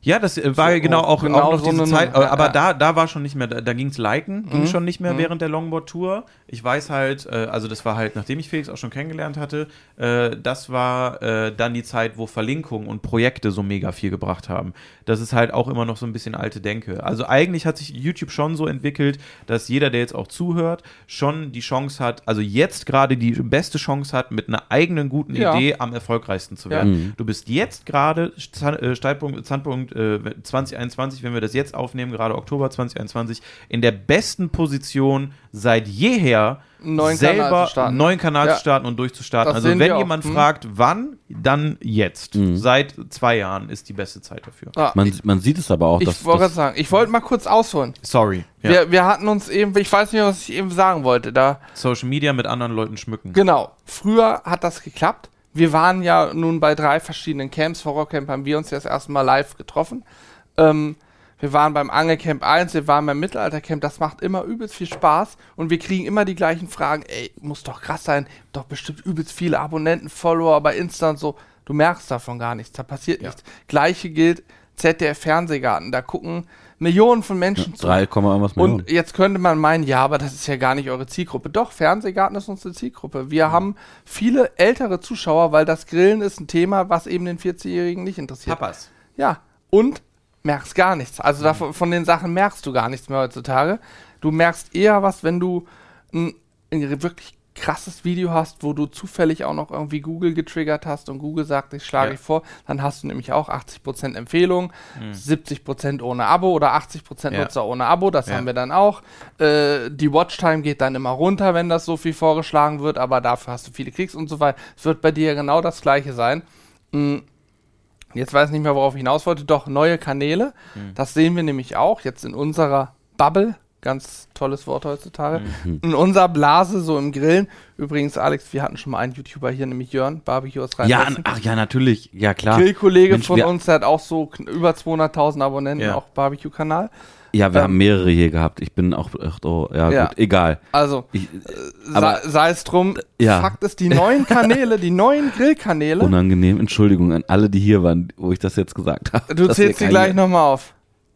Ja, das äh, war So, genau auch, genau auch noch so diese eine Zeit, Nummer. äh, aber Ja, da, da war schon nicht mehr, da, da ging's liken, ging Mhm. schon nicht mehr Mhm. während der Longboard-Tour. Ich weiß halt, äh, also das war halt, nachdem ich Felix auch schon kennengelernt hatte, äh, das war äh, dann die Zeit, wo Verlinkungen und Projekte so mega viel gebracht haben. Das ist halt auch immer noch so ein bisschen alte Denke. Also eigentlich hat sich YouTube schon so entwickelt, dass jeder, der jetzt auch zuhört, schon die Chance hat, also jetzt gerade die beste Chance hat, mit einer eigenen guten Ja. Idee am erfolgreichsten zu Ja. werden. Mhm. Du bist jetzt gerade Sta- äh, Standpunkt, Standpunkt äh, zwanzig einundzwanzig, wenn wir das jetzt aufnehmen, gerade Oktober zwanzig einundzwanzig, in der besten Position seit jeher, Einen neuen Kanal selber zu starten. einen neuen Kanal Ja. zu starten und durchzustarten. Das Also sehen wenn wir auch. jemand Hm. fragt, wann, dann jetzt. Mhm. Seit zwei Jahren ist die beste Zeit dafür. Ah, Man, man sieht es aber auch, dass, ich wollte gerade dass sagen, ich wollte mal kurz ausholen. Sorry. Ja. Wir, wir hatten uns eben, ich weiß nicht, was ich eben sagen wollte, da, Social Media mit anderen Leuten schmücken. genau, früher hat das geklappt. Wir waren ja nun bei drei verschiedenen Camps. Vor Rockcamp haben wir uns ja das erste Mal live getroffen. Ähm, wir waren beim Angelcamp eins, wir waren beim Mittelaltercamp. Das macht immer übelst viel Spaß und wir kriegen immer die gleichen Fragen. Ey, muss doch krass sein, doch bestimmt übelst viele Abonnenten, Follower bei Insta und so. Du merkst davon gar nichts, da passiert Ja. nichts. Gleiche gilt Z D F-Fernsehgarten, da gucken Millionen von Menschen zu. drei, irgendwas Millionen. Und jetzt könnte man meinen, ja, aber das ist ja gar nicht eure Zielgruppe. Doch, Fernsehgarten ist unsere Zielgruppe. Wir haben viele ältere Zuschauer, weil das Grillen ist ein Thema, was eben den vierzig-Jährigen nicht interessiert. Papas. Ja, und merkst gar nichts. Also davon, von den Sachen merkst du gar nichts mehr heutzutage. Du merkst eher was, wenn du ein, ein wirklich krasses Video hast, wo du zufällig auch noch irgendwie Google getriggert hast und Google sagt, ich schlage Ja. dich vor, dann hast du nämlich auch achtzig Prozent Empfehlung, Mhm. siebzig Prozent ohne Abo oder achtzig Prozent Ja. Nutzer ohne Abo, das Ja. haben wir dann auch. Äh, die Watchtime geht dann immer runter, wenn das so viel vorgeschlagen wird, aber dafür hast du viele Klicks und so weiter. Es wird bei dir genau das gleiche sein. Mhm. Jetzt weiß ich nicht mehr, worauf ich hinaus wollte. Doch, neue Kanäle. Mhm. Das sehen wir nämlich auch jetzt in unserer Bubble. Ganz tolles Wort heutzutage. Mhm. In unserer Blase, so im Grillen. Übrigens, Alex, wir hatten schon mal einen YouTuber hier, nämlich Jörn, Barbecue aus ja, Rheinhessen. ach ja, natürlich. Ja, klar. Grillkollege Mensch, von wir- uns, der hat auch so kn- über zweihunderttausend Abonnenten, Ja. auch Barbecue-Kanal. Ja, wir Ähm, haben mehrere hier gehabt. Ich bin auch, ach, oh, ja, Ja. gut, egal. Also, Ich, sei, aber- sei es drum, Ja. Fakt ist, die neuen Kanäle, die neuen Grillkanäle, unangenehm, Entschuldigung an alle, die hier waren, wo ich das jetzt gesagt habe. du dass wir zählst sie keine- gleich nochmal auf.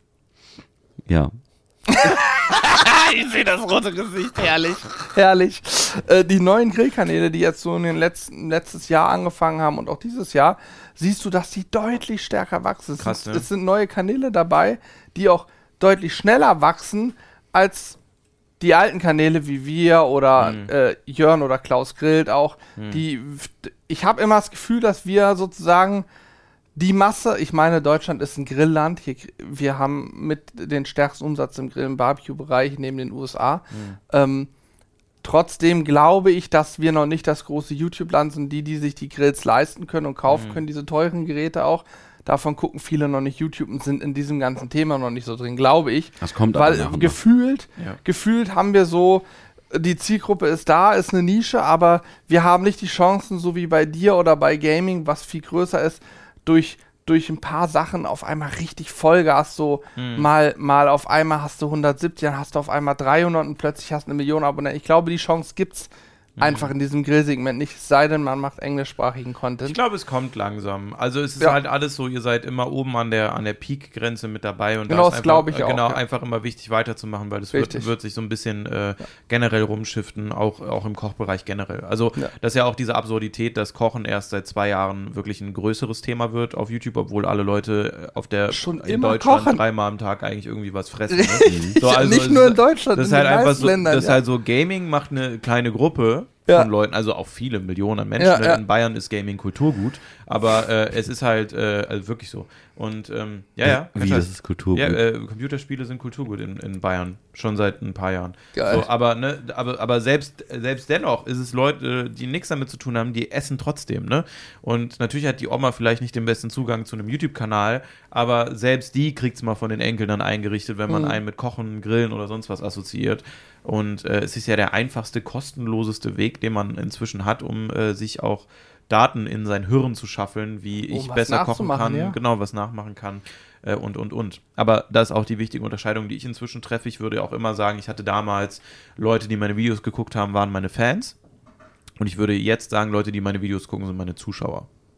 Ja. Ich sehe das rote Gesicht, herrlich. Herrlich. Äh, die neuen Grillkanäle, die jetzt so in den letzten letztes Jahr angefangen haben und auch dieses Jahr, siehst du, dass die deutlich stärker wachsen. Es Krass, sind, ne? es sind neue Kanäle dabei, die auch deutlich schneller wachsen als die alten Kanäle wie wir oder Mhm. äh, Jörn oder Klaus Grillt auch. Mhm. Die, ich habe immer das Gefühl, dass wir sozusagen die Masse, ich meine, Deutschland ist ein Grillland. Hier, wir haben mit den stärksten Umsatz im Grill- und Barbecue-Bereich neben den U S A. Mhm. Ähm, trotzdem glaube ich, dass wir noch nicht das große YouTube-Land sind, die, die sich die Grills leisten können und kaufen Mhm. können, diese teuren Geräte auch. Davon gucken viele noch nicht YouTube und sind in diesem ganzen Thema noch nicht so drin, glaube ich. Das kommt aber Weil nach und nach. gefühlt, Ja. gefühlt haben wir so, die Zielgruppe ist da, ist eine Nische, aber wir haben nicht die Chancen, so wie bei dir oder bei Gaming, was viel größer ist, durch, durch ein paar Sachen auf einmal richtig Vollgas, so Mhm. mal, mal auf einmal hast du hundertsiebzig, dann hast du auf einmal dreihundert und plötzlich hast du eine Million Abonnenten. Ich glaube, die Chance gibt's einfach in diesem Grillsegment nicht, es sei denn, man macht englischsprachigen Content. Ich glaube, es kommt langsam. Also es ist Ja. halt alles so, ihr seid immer oben an der an der Peak-Grenze mit dabei und Genau, da das ist glaub einfach, ich äh, auch, genau ja. einfach immer wichtig weiterzumachen, weil es wird, Richtig. wird sich so ein bisschen äh, generell rumschiften, auch, auch im Kochbereich generell. Also Ja. das ist ja auch diese Absurdität, dass Kochen erst seit zwei Jahren wirklich ein größeres Thema wird auf YouTube, obwohl alle Leute auf der Schon in immer Deutschland kochen. dreimal am Tag eigentlich irgendwie was fressen. Ne? Richtig. So, also nicht es nur ist- in Deutschland, Das ist in halt den einfach meisten so, Ländern. das ist ja. halt so, Gaming macht eine kleine Gruppe Ja. von Leuten, also auch viele Millionen an Menschen. Ja, ne? ja. In Bayern ist Gaming Kulturgut, aber äh, es ist halt äh, also wirklich so. Und ähm, ja, ja. Wie, kannst das halt- ist Kultur. ja, äh, Computerspiele sind Kulturgut in, in Bayern, schon seit ein paar Jahren. Geil. So, aber ne, aber, aber selbst, selbst dennoch ist es Leute, die nichts damit zu tun haben, die essen trotzdem, ne? Und natürlich hat die Oma vielleicht nicht den besten Zugang zu einem YouTube-Kanal, aber selbst die kriegt es mal von den Enkeln dann eingerichtet, wenn man Mhm. einen mit Kochen, Grillen oder sonst was assoziiert. Und äh, es ist ja der einfachste, kostenloseste Weg, den man inzwischen hat, um äh, sich auch Daten in sein Hirn zu schaffeln, wie Um ich was besser kochen nachzumachen, kann, ja. genau, was nachmachen kann äh, und, und, und. Aber das ist auch die wichtige Unterscheidung, die ich inzwischen treffe. Ich würde auch immer sagen, ich hatte damals Leute, die meine Videos geguckt haben, waren meine Fans. Und ich würde jetzt sagen, Leute, die meine Videos gucken, sind meine Zuschauer.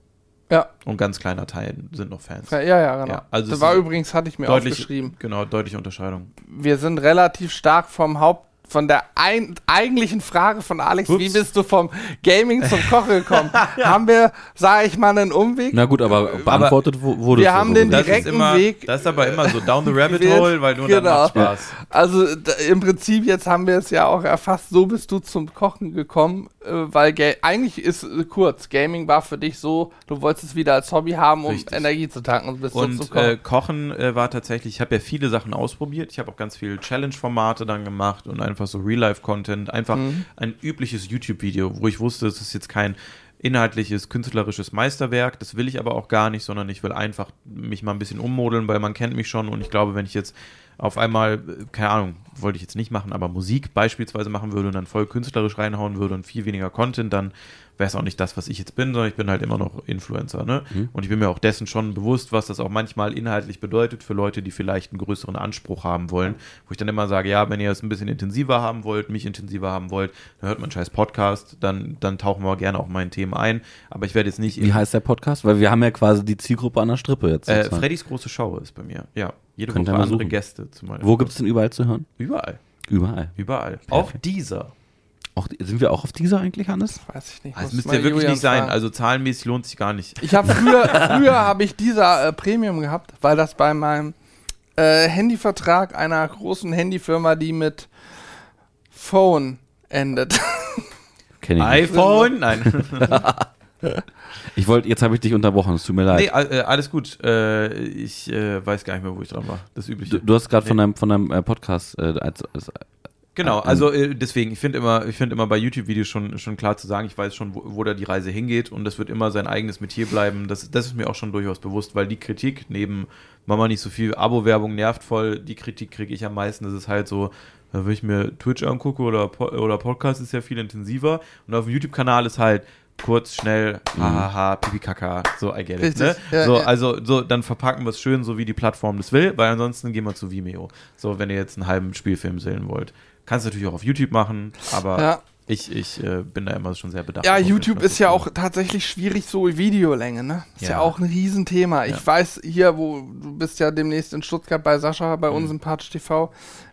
Ja. Und ganz kleiner Teil sind noch Fans. Ja, ja, genau. Ja, also das es war ist übrigens, hatte ich mir deutlich, aufgeschrieben. Genau, deutliche Unterscheidung. Wir sind relativ stark vom Haupt, von der ein, eigentlichen Frage von Alex, Ups. wie bist du vom Gaming zum Kochen gekommen? Haben wir, sage ich mal, einen Umweg? Na gut, aber beantwortet wo- wurde wir es haben so den gesagt. Das ist, direkten immer, Weg das ist aber immer so down the rabbit gewählt. hole, weil nur Genau. dann macht Spaß. Also d- im Prinzip, jetzt haben wir es ja auch erfasst, so bist du zum Kochen gekommen, äh, weil Ga- eigentlich ist äh, kurz, Gaming war für dich so, du wolltest es wieder als Hobby haben, um Richtig. Energie zu tanken und bist so Und zu kochen. äh, Kochen äh, war tatsächlich, ich habe ja viele Sachen ausprobiert. Ich habe auch ganz viele Challenge-Formate dann gemacht und einfach so Real-Life-Content. Einfach Mhm. ein übliches YouTube-Video, wo ich wusste, es ist jetzt kein inhaltliches, künstlerisches Meisterwerk. Das will ich aber auch gar nicht, sondern ich will einfach mich mal ein bisschen ummodeln, weil man kennt mich schon und ich glaube, wenn ich jetzt auf einmal, äh, keine Ahnung, wollte ich jetzt nicht machen, aber Musik beispielsweise machen würde und dann voll künstlerisch reinhauen würde und viel weniger Content, dann wäre es auch nicht das, was ich jetzt bin, sondern ich bin halt immer noch Influencer, ne? Mhm. Und ich bin mir auch dessen schon bewusst, was das auch manchmal inhaltlich bedeutet für Leute, die vielleicht einen größeren Anspruch haben wollen, wo ich dann immer sage, ja, wenn ihr es ein bisschen intensiver haben wollt, mich intensiver haben wollt, dann hört man einen scheiß Podcast, dann, dann tauchen wir gerne auch mal in Themen ein, aber ich werde jetzt nicht... Wie heißt der Podcast? Weil wir haben ja quasi die Zielgruppe an der Strippe jetzt. äh, sozusagen. Freddys große Show ist bei mir, ja. Jede Könnt ihr Woche mal andere suchen. Gäste. Zum Beispiel. Wo gibt es denn überall zu hören? Überall, Überall. überall. Auf dieser. Auch, sind wir auch auf dieser eigentlich, Hannes? Weiß ich nicht. Das muss müsste mal ja wirklich Julian nicht sein, fragen. also zahlenmäßig lohnt sich gar nicht. Ich habe früher, früher habe ich dieser äh, Premium gehabt, weil das bei meinem äh, Handyvertrag einer großen Handyfirma, die mit Phone endet. Kenn ich nicht. iPhone? Nein. Ich wollte, jetzt habe ich dich unterbrochen, es tut mir leid. Nee, all- äh, alles gut. Äh, ich äh, weiß gar nicht mehr, wo ich dran war. Das Übliche. Du, du hast gerade Nee. von deinem, von deinem äh, Podcast äh, als, als Genau, Ähm, also äh, deswegen, ich finde immer, ich finde immer bei YouTube-Videos schon, schon klar zu sagen, ich weiß schon, wo, wo da die Reise hingeht und das wird immer sein eigenes Metier bleiben. Das, das ist mir auch schon durchaus bewusst, weil die Kritik neben Mama nicht so viel Abo-Werbung nervt voll, die Kritik kriege ich am meisten. Das ist halt so, wenn ich mir Twitch angucke oder, Po- oder Podcast, ist ja viel intensiver und auf dem YouTube-Kanal ist halt kurz, schnell, hahaha, pipi kaka, so I get it. Richtig, Ne? ja, so, ja. also so, dann verpacken wir es schön, so wie die Plattform das will, weil ansonsten gehen wir zu Vimeo. So, wenn ihr jetzt einen halben Spielfilm sehen wollt. Kannst du natürlich auch auf YouTube machen, aber Ja. ich, ich äh, bin da immer schon sehr bedacht. Ja, drauf, YouTube wenn ich ist ja was auch tatsächlich schwierig, so Videolänge, ne? Ist ja, Ja. auch ein Riesenthema. Ich Ja. weiß, hier, wo du bist ja demnächst in Stuttgart bei Sascha, bei Mhm. uns im Patch T V,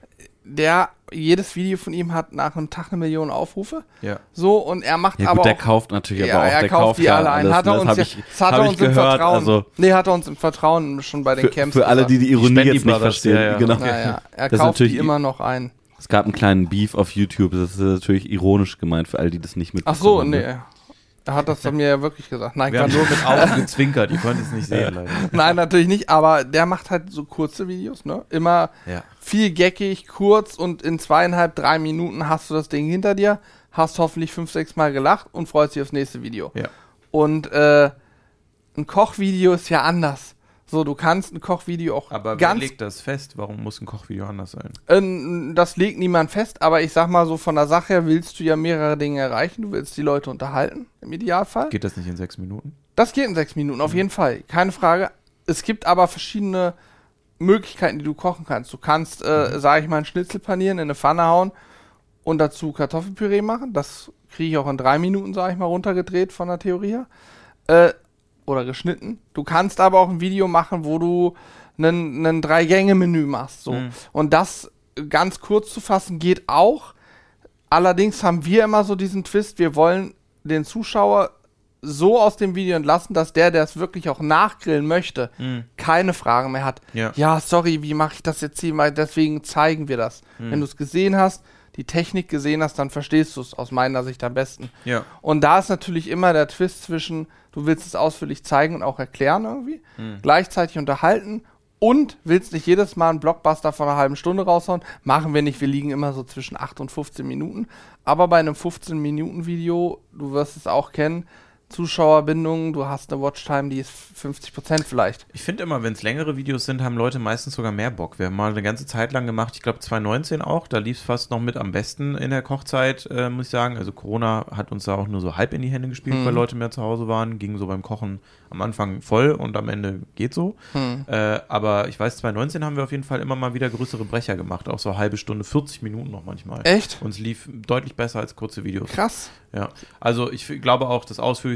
der, jedes Video von ihm hat nach einem Tag eine Million Aufrufe. Ja. So, und er macht ja aber gut, der auch, kauft natürlich ja, aber auch, er der kauft kauft die ja alle ein. alles, Hat er ne? uns, das ja, hab ich, das hat hab er ich uns im gehört, Vertrauen, also nee, hat er uns im Vertrauen schon bei den für, Camps für alle, gesagt. die die Ironie Spendi jetzt nicht Brothers, verstehen, ja, ja. genau. Naja, er Das ist kauft natürlich- die immer noch ein. Es gab einen kleinen Beef auf YouTube, das ist natürlich ironisch gemeint für alle, die das nicht Ach mitbekommen so, haben. nee. ne? Er hat das mir ja wirklich gesagt. Nein, Wir haben Quatsch. nur mit Augen gezwinkert, ihr könnt es nicht sehen, leider. Nein, natürlich nicht, aber der macht halt so kurze Videos, ne? Immer Ja. viel geckig, kurz und in zweieinhalb, drei Minuten hast du das Ding hinter dir, hast hoffentlich fünf, sechs Mal gelacht und freust dich aufs nächste Video. Ja. Und äh, ein Kochvideo ist ja anders. So, du kannst ein Kochvideo auch Aber wer ganz, legt das fest? Warum muss ein Kochvideo anders sein? äh, das legt niemand fest, aber ich sag mal so, von der Sache her willst du ja mehrere Dinge erreichen. Du willst die Leute unterhalten, im Idealfall. Geht das nicht in sechs Minuten? Das geht in sechs Minuten, auf jeden Fall. Keine Frage. Es gibt aber verschiedene Möglichkeiten, die du kochen kannst. Du kannst, äh, sage ich mal, einen Schnitzel panieren, in eine Pfanne hauen und dazu Kartoffelpüree machen. Das kriege ich auch in drei Minuten, sage ich mal, runtergedreht von der Theorie her. Äh, oder geschnitten. Du kannst aber auch ein Video machen, wo du ein Drei-Gänge-Menü machst. So. Mhm. Und das ganz kurz zu fassen geht auch. Allerdings haben wir immer so diesen Twist, wir wollen den Zuschauer so aus dem Video entlassen, dass der, der es wirklich auch nachgrillen möchte, Mhm. keine Fragen mehr hat. Ja. Ja, sorry, wie mache ich das jetzt hier? Weil deswegen zeigen wir das. Mhm. Wenn du es gesehen hast, die Technik gesehen hast, dann verstehst du es aus meiner Sicht am besten. Ja. Und da ist natürlich immer der Twist zwischen, du willst es ausführlich zeigen und auch erklären irgendwie, Mhm. gleichzeitig unterhalten und willst nicht jedes Mal einen Blockbuster von einer halben Stunde raushauen. Machen wir nicht, wir liegen immer so zwischen acht und fünfzehn Minuten. Aber bei einem fünfzehn-Minuten-Video, du wirst es auch kennen, Zuschauerbindung, du hast eine Watchtime, die ist fünfzig Prozent vielleicht. Ich finde immer, wenn es längere Videos sind, haben Leute meistens sogar mehr Bock. Wir haben mal eine ganze Zeit lang gemacht, ich glaube zwanzig neunzehn auch, da lief es fast noch mit am besten in der Kochzeit, äh, muss ich sagen. Also Corona hat uns da auch nur so halb in die Hände gespielt, Mhm. weil Leute mehr zu Hause waren. Ging so beim Kochen am Anfang voll und am Ende geht so. Hm. Äh, aber ich weiß, zwanzig neunzehn haben wir auf jeden Fall immer mal wieder größere Brecher gemacht, auch so eine halbe Stunde, vierzig Minuten noch manchmal. Echt? Und es lief deutlich besser als kurze Videos. Krass. Ja, also ich f- glaube auch, das Ausführlichste,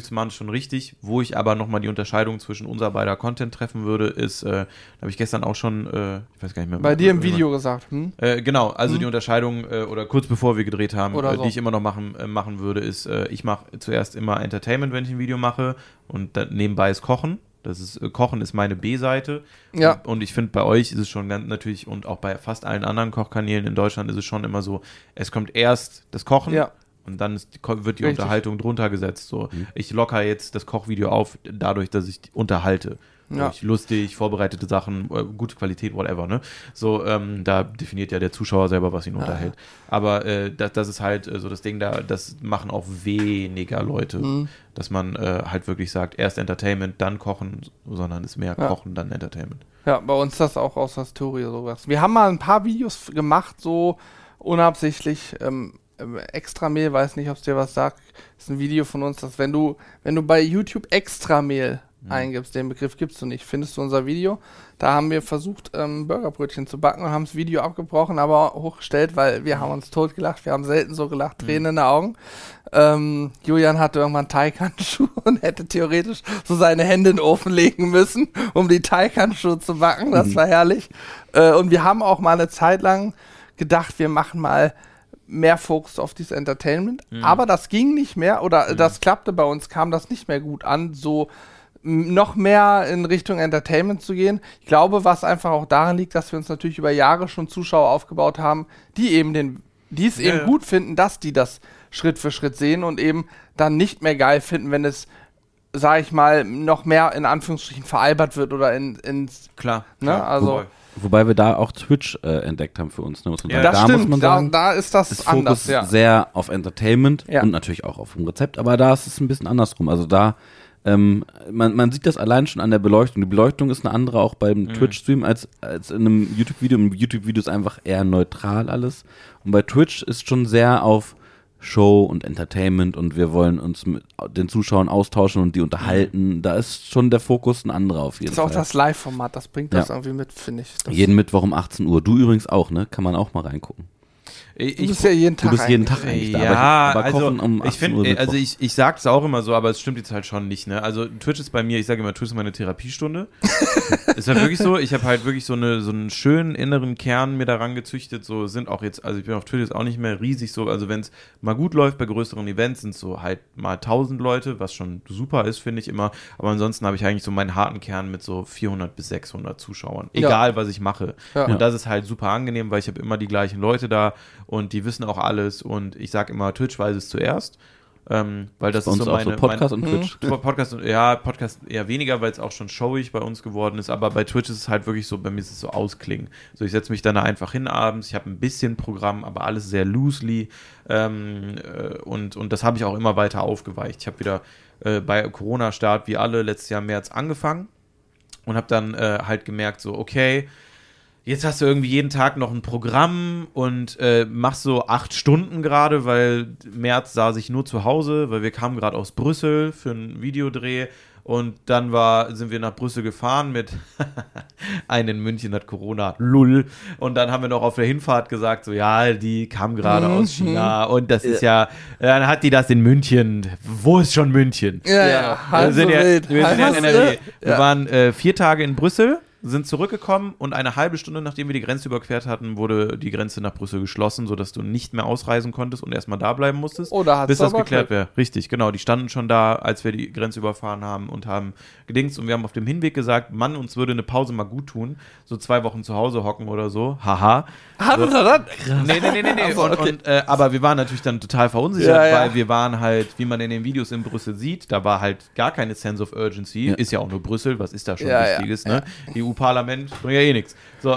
Month schon richtig. Wo ich aber nochmal die Unterscheidung zwischen unser beider Content treffen würde, ist, äh, da habe ich gestern auch schon, äh, ich weiß gar nicht mehr. Bei dir im Video gesagt, hm? Äh, genau, also hm? die Unterscheidung, äh, oder kurz bevor wir gedreht haben, Oder äh, so. die ich immer noch machen, äh, machen würde, ist, äh, ich mache zuerst immer Entertainment, wenn ich ein Video mache und dann nebenbei ist Kochen. Das ist, äh, Kochen ist meine B-Seite. Ja. Und, und ich finde, bei euch ist es schon ganz natürlich, und auch bei fast allen anderen Kochkanälen in Deutschland ist es schon immer so, es kommt erst das Kochen. Ja. Und dann ist, wird die Richtig. Unterhaltung drunter gesetzt. So. Mhm. Ich locker jetzt das Kochvideo auf, dadurch, dass ich unterhalte. Ja. Durch lustig, vorbereitete Sachen, äh, gute Qualität, whatever. Ne? So, ähm, da definiert ja der Zuschauer selber, was ihn Ah. unterhält. Aber äh, das, das ist halt äh, so das Ding, da, das machen auch weniger Leute, Mhm. dass man äh, halt wirklich sagt, erst Entertainment, dann Kochen, sondern ist mehr Ja. Kochen, dann Entertainment. Ja, bei uns ist das auch aus der Story sowas. Wir haben mal ein paar Videos gemacht, so unabsichtlich. Ähm, ähm, Extramehl, weiß nicht, ob es dir was sagt. Das ist ein Video von uns, dass wenn du, wenn du bei YouTube Extramehl Mhm. eingibst, den Begriff gibst du nicht, findest du unser Video. Da haben wir versucht, ähm, Burgerbrötchen zu backen und haben das Video abgebrochen, aber hochgestellt, weil wir haben uns totgelacht. Wir haben selten so gelacht, Tränen in den Augen. Ähm, Julian hatte irgendwann Teighandschuhe und hätte theoretisch so seine Hände in den Ofen legen müssen, um die Teighandschuhe zu backen. Das Mhm. war herrlich. Äh, und wir haben auch mal eine Zeit lang gedacht, wir machen mal mehr Fokus auf dieses Entertainment. Mhm. Aber das ging nicht mehr oder Mhm. das klappte bei uns, kam das nicht mehr gut an, so m, noch mehr in Richtung Entertainment zu gehen. Ich glaube, was einfach auch daran liegt, dass wir uns natürlich über Jahre schon Zuschauer aufgebaut haben, die eben den, die es Ja, eben ja. gut finden, dass die das Schritt für Schritt sehen und eben dann nicht mehr geil finden, wenn es, sag ich mal, noch mehr in Anführungsstrichen veralbert wird oder in, ins, Klar. Ne, klar. also- Voll. Wobei wir da auch Twitch äh, entdeckt haben für uns. Ne, muss man Ja, sagen. das da stimmt, muss man da, sagen, da ist das ist anders, Fokus ja. sehr auf Entertainment Ja. und natürlich auch auf dem Rezept, aber da ist es ein bisschen andersrum. Also da, ähm, man, man sieht das allein schon an der Beleuchtung. Die Beleuchtung ist eine andere auch beim Mhm. Twitch-Stream als, als in einem YouTube-Video. Im YouTube-Video ist einfach eher neutral alles. Und bei Twitch ist schon sehr auf Show und Entertainment und wir wollen uns mit den Zuschauern austauschen und die unterhalten. Da ist schon der Fokus ein anderer auf jeden Das ist auch Fall. das Live-Format, das bringt Ja. das irgendwie mit, finde ich. Das Jeden Mittwoch um achtzehn Uhr. Du übrigens auch, ne? Kann man auch mal reingucken. Ich, du bist ja jeden Du Tag bist jeden eigentlich. Tag eigentlich da. Ja, aber, aber also kochen um ich achtzehn Uhr finde, also Mittwoch. ich, ich sag's auch immer so, aber es stimmt jetzt halt schon nicht, ne? Also Twitch ist bei mir, ich sage immer, Twitch ist meine Therapiestunde. Ist halt wirklich so, ich habe halt wirklich so eine so einen schönen inneren Kern mir daran gezüchtet, so sind auch jetzt, also ich bin auf Twitch jetzt auch nicht mehr riesig so, also wenn es mal gut läuft bei größeren Events, sind so halt mal tausend Leute, was schon super ist, finde ich immer, aber ansonsten habe ich eigentlich so meinen harten Kern mit so vierhundert bis sechshundert Zuschauern, Ja. egal was ich mache. Ja. Und das ist halt super angenehm, weil ich habe immer die gleichen Leute da und die wissen auch alles und ich sage immer, Twitch weiß es zuerst, ähm, weil das Bei ist uns so auch meine, so Podcast meine, und Twitch. Podcast, ja, Podcast eher weniger, weil es auch schon showig bei uns geworden ist, aber bei Twitch ist es halt wirklich so, bei mir ist es so ausklingen. So, ich setze mich dann da einfach hin abends, ich habe ein bisschen Programm, aber alles sehr loosely ähm, äh, und, und das habe ich auch immer weiter aufgeweicht. Ich habe wieder äh, bei Corona-Start, wie alle, letztes Jahr im März angefangen und habe dann äh, halt gemerkt, so, okay, jetzt hast du irgendwie jeden Tag noch ein Programm und äh, machst so acht Stunden gerade, weil März saß ich nur zu Hause, weil wir kamen gerade aus Brüssel für einen Videodreh und dann war, sind wir nach Brüssel gefahren mit einen in München hat Corona, lull. Und dann haben wir noch auf der Hinfahrt gesagt, so ja, die kam gerade Mhm. aus China und das ist ja, dann hat die das in München. Wo ist schon München? Ja, ja, Wir halb so sind ja, wild. wir sind ja in Halb N so- R W. Wir ja. waren äh, vier Tage in Brüssel, sind zurückgekommen und eine halbe Stunde, nachdem wir die Grenze überquert hatten, wurde die Grenze nach Brüssel geschlossen, sodass du nicht mehr ausreisen konntest und erstmal da bleiben musstest, Oh, da hat's bis das aber geklärt Glück. wäre. Richtig, genau. Die standen schon da, als wir die Grenze überfahren haben und haben gedingst und wir haben auf dem Hinweg gesagt, Mann, uns würde eine Pause mal gut tun, so zwei Wochen zu Hause hocken oder so, haha. Haben So. wir das? Nee, nee, nee, nee, nee. Ach so, und, okay. und, äh, aber wir waren natürlich dann total verunsichert, Ja, ja. weil wir waren halt, wie man in den Videos in Brüssel sieht, da war halt gar keine Sense of Urgency. Ja. Ist ja auch nur Brüssel, was ist da schon Ja, ja, Wichtiges, ne? E U-Parlament bringt ja eh nichts. So.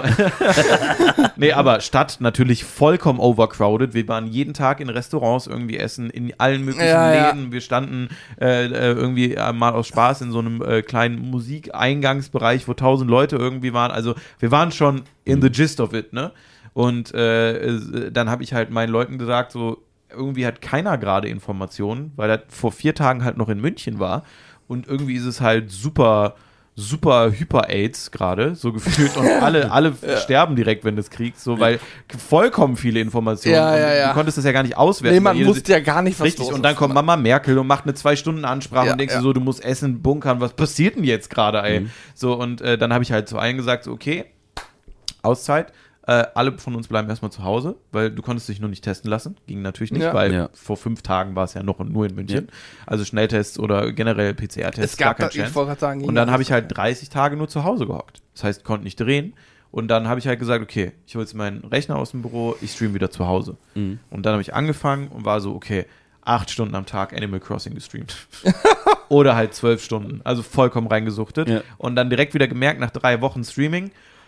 Nee, aber Stadt natürlich vollkommen overcrowded. Wir waren jeden Tag in Restaurants irgendwie essen, in allen möglichen Ja, ja. Läden. Wir standen äh, äh, irgendwie äh, mal aus Spaß in so einem äh, kleinen Musikeingangsbereich, wo tausend Leute irgendwie waren. Also wir waren schon in the gist of it, ne? Und äh, äh, dann habe ich halt meinen Leuten gesagt, so irgendwie hat keiner gerade Informationen, weil er vor vier Tagen halt noch in München war. Und irgendwie ist es halt super super Hyper-AIDS gerade, so gefühlt. Und alle, alle ja. sterben direkt, wenn du es kriegst, so, weil vollkommen viele Informationen. Ja, ja, ja. Du konntest das ja gar nicht auswerten. Nee, man wusste ja gar nicht, was richtig. Und dann kommt Mama Merkel und macht eine Zwei-Stunden-Ansprache ja, und denkst ja. du so, du musst Essen bunkern, was passiert denn jetzt gerade, ey? Mhm. So, und äh, dann habe ich halt zu allen gesagt, so, okay, Auszeit. Äh, alle von uns bleiben erstmal zu Hause, weil du konntest dich noch nicht testen lassen. Ging natürlich nicht, ja. weil ja. vor fünf Tagen war es ja noch nur in München. Ja. Also Schnelltests oder generell P C R-Tests. Es gab gar da, ich wollte gerade sagen, und dann habe ich halt dreißig Tage nur zu Hause gehockt. Das heißt, konnte nicht drehen. Und dann habe ich halt gesagt, okay, ich hole jetzt meinen Rechner aus dem Büro, ich streame wieder zu Hause. Mhm. Und dann habe ich angefangen und war so, okay, acht Stunden am Tag Animal Crossing gestreamt. Oder halt zwölf Stunden. Also vollkommen reingesuchtet. Ja. Und dann direkt wieder gemerkt, nach drei Wochen Streaming,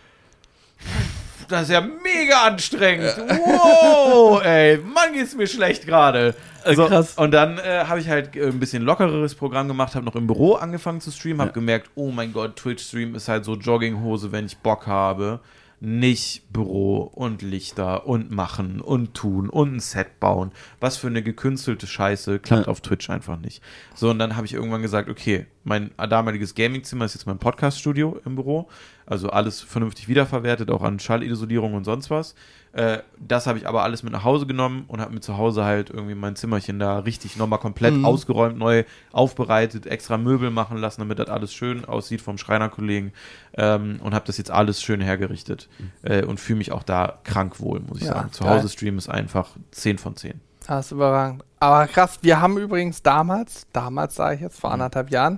das ist ja mega anstrengend. Wow, ey, Mann, geht's mir schlecht gerade. So, krass. Und dann äh, habe ich halt äh, ein bisschen lockereres Programm gemacht, habe noch im Büro angefangen zu streamen, habe ja. gemerkt, oh mein Gott, Twitch-Stream ist halt so Jogginghose, wenn ich Bock habe. Nicht Büro und Lichter und machen und tun und ein Set bauen. Was für eine gekünstelte Scheiße, klappt ja. auf Twitch einfach nicht. So, und dann habe ich irgendwann gesagt, okay, mein damaliges Gamingzimmer ist jetzt mein Podcast-Studio im Büro. Also alles vernünftig wiederverwertet, auch an Schallisolierung und sonst was. Äh, das habe ich aber alles mit nach Hause genommen und habe mir zu Hause halt irgendwie mein Zimmerchen da richtig nochmal komplett mhm. ausgeräumt, neu aufbereitet, extra Möbel machen lassen, damit das alles schön aussieht vom Schreinerkollegen ähm, und habe das jetzt alles schön hergerichtet mhm. äh, und fühle mich auch da krank wohl, muss ich ja, sagen. Zu geil. Hause streamen ist einfach zehn von zehn. Das ist überragend. Aber krass, wir haben übrigens damals, damals sage ich jetzt, vor mhm. anderthalb Jahren,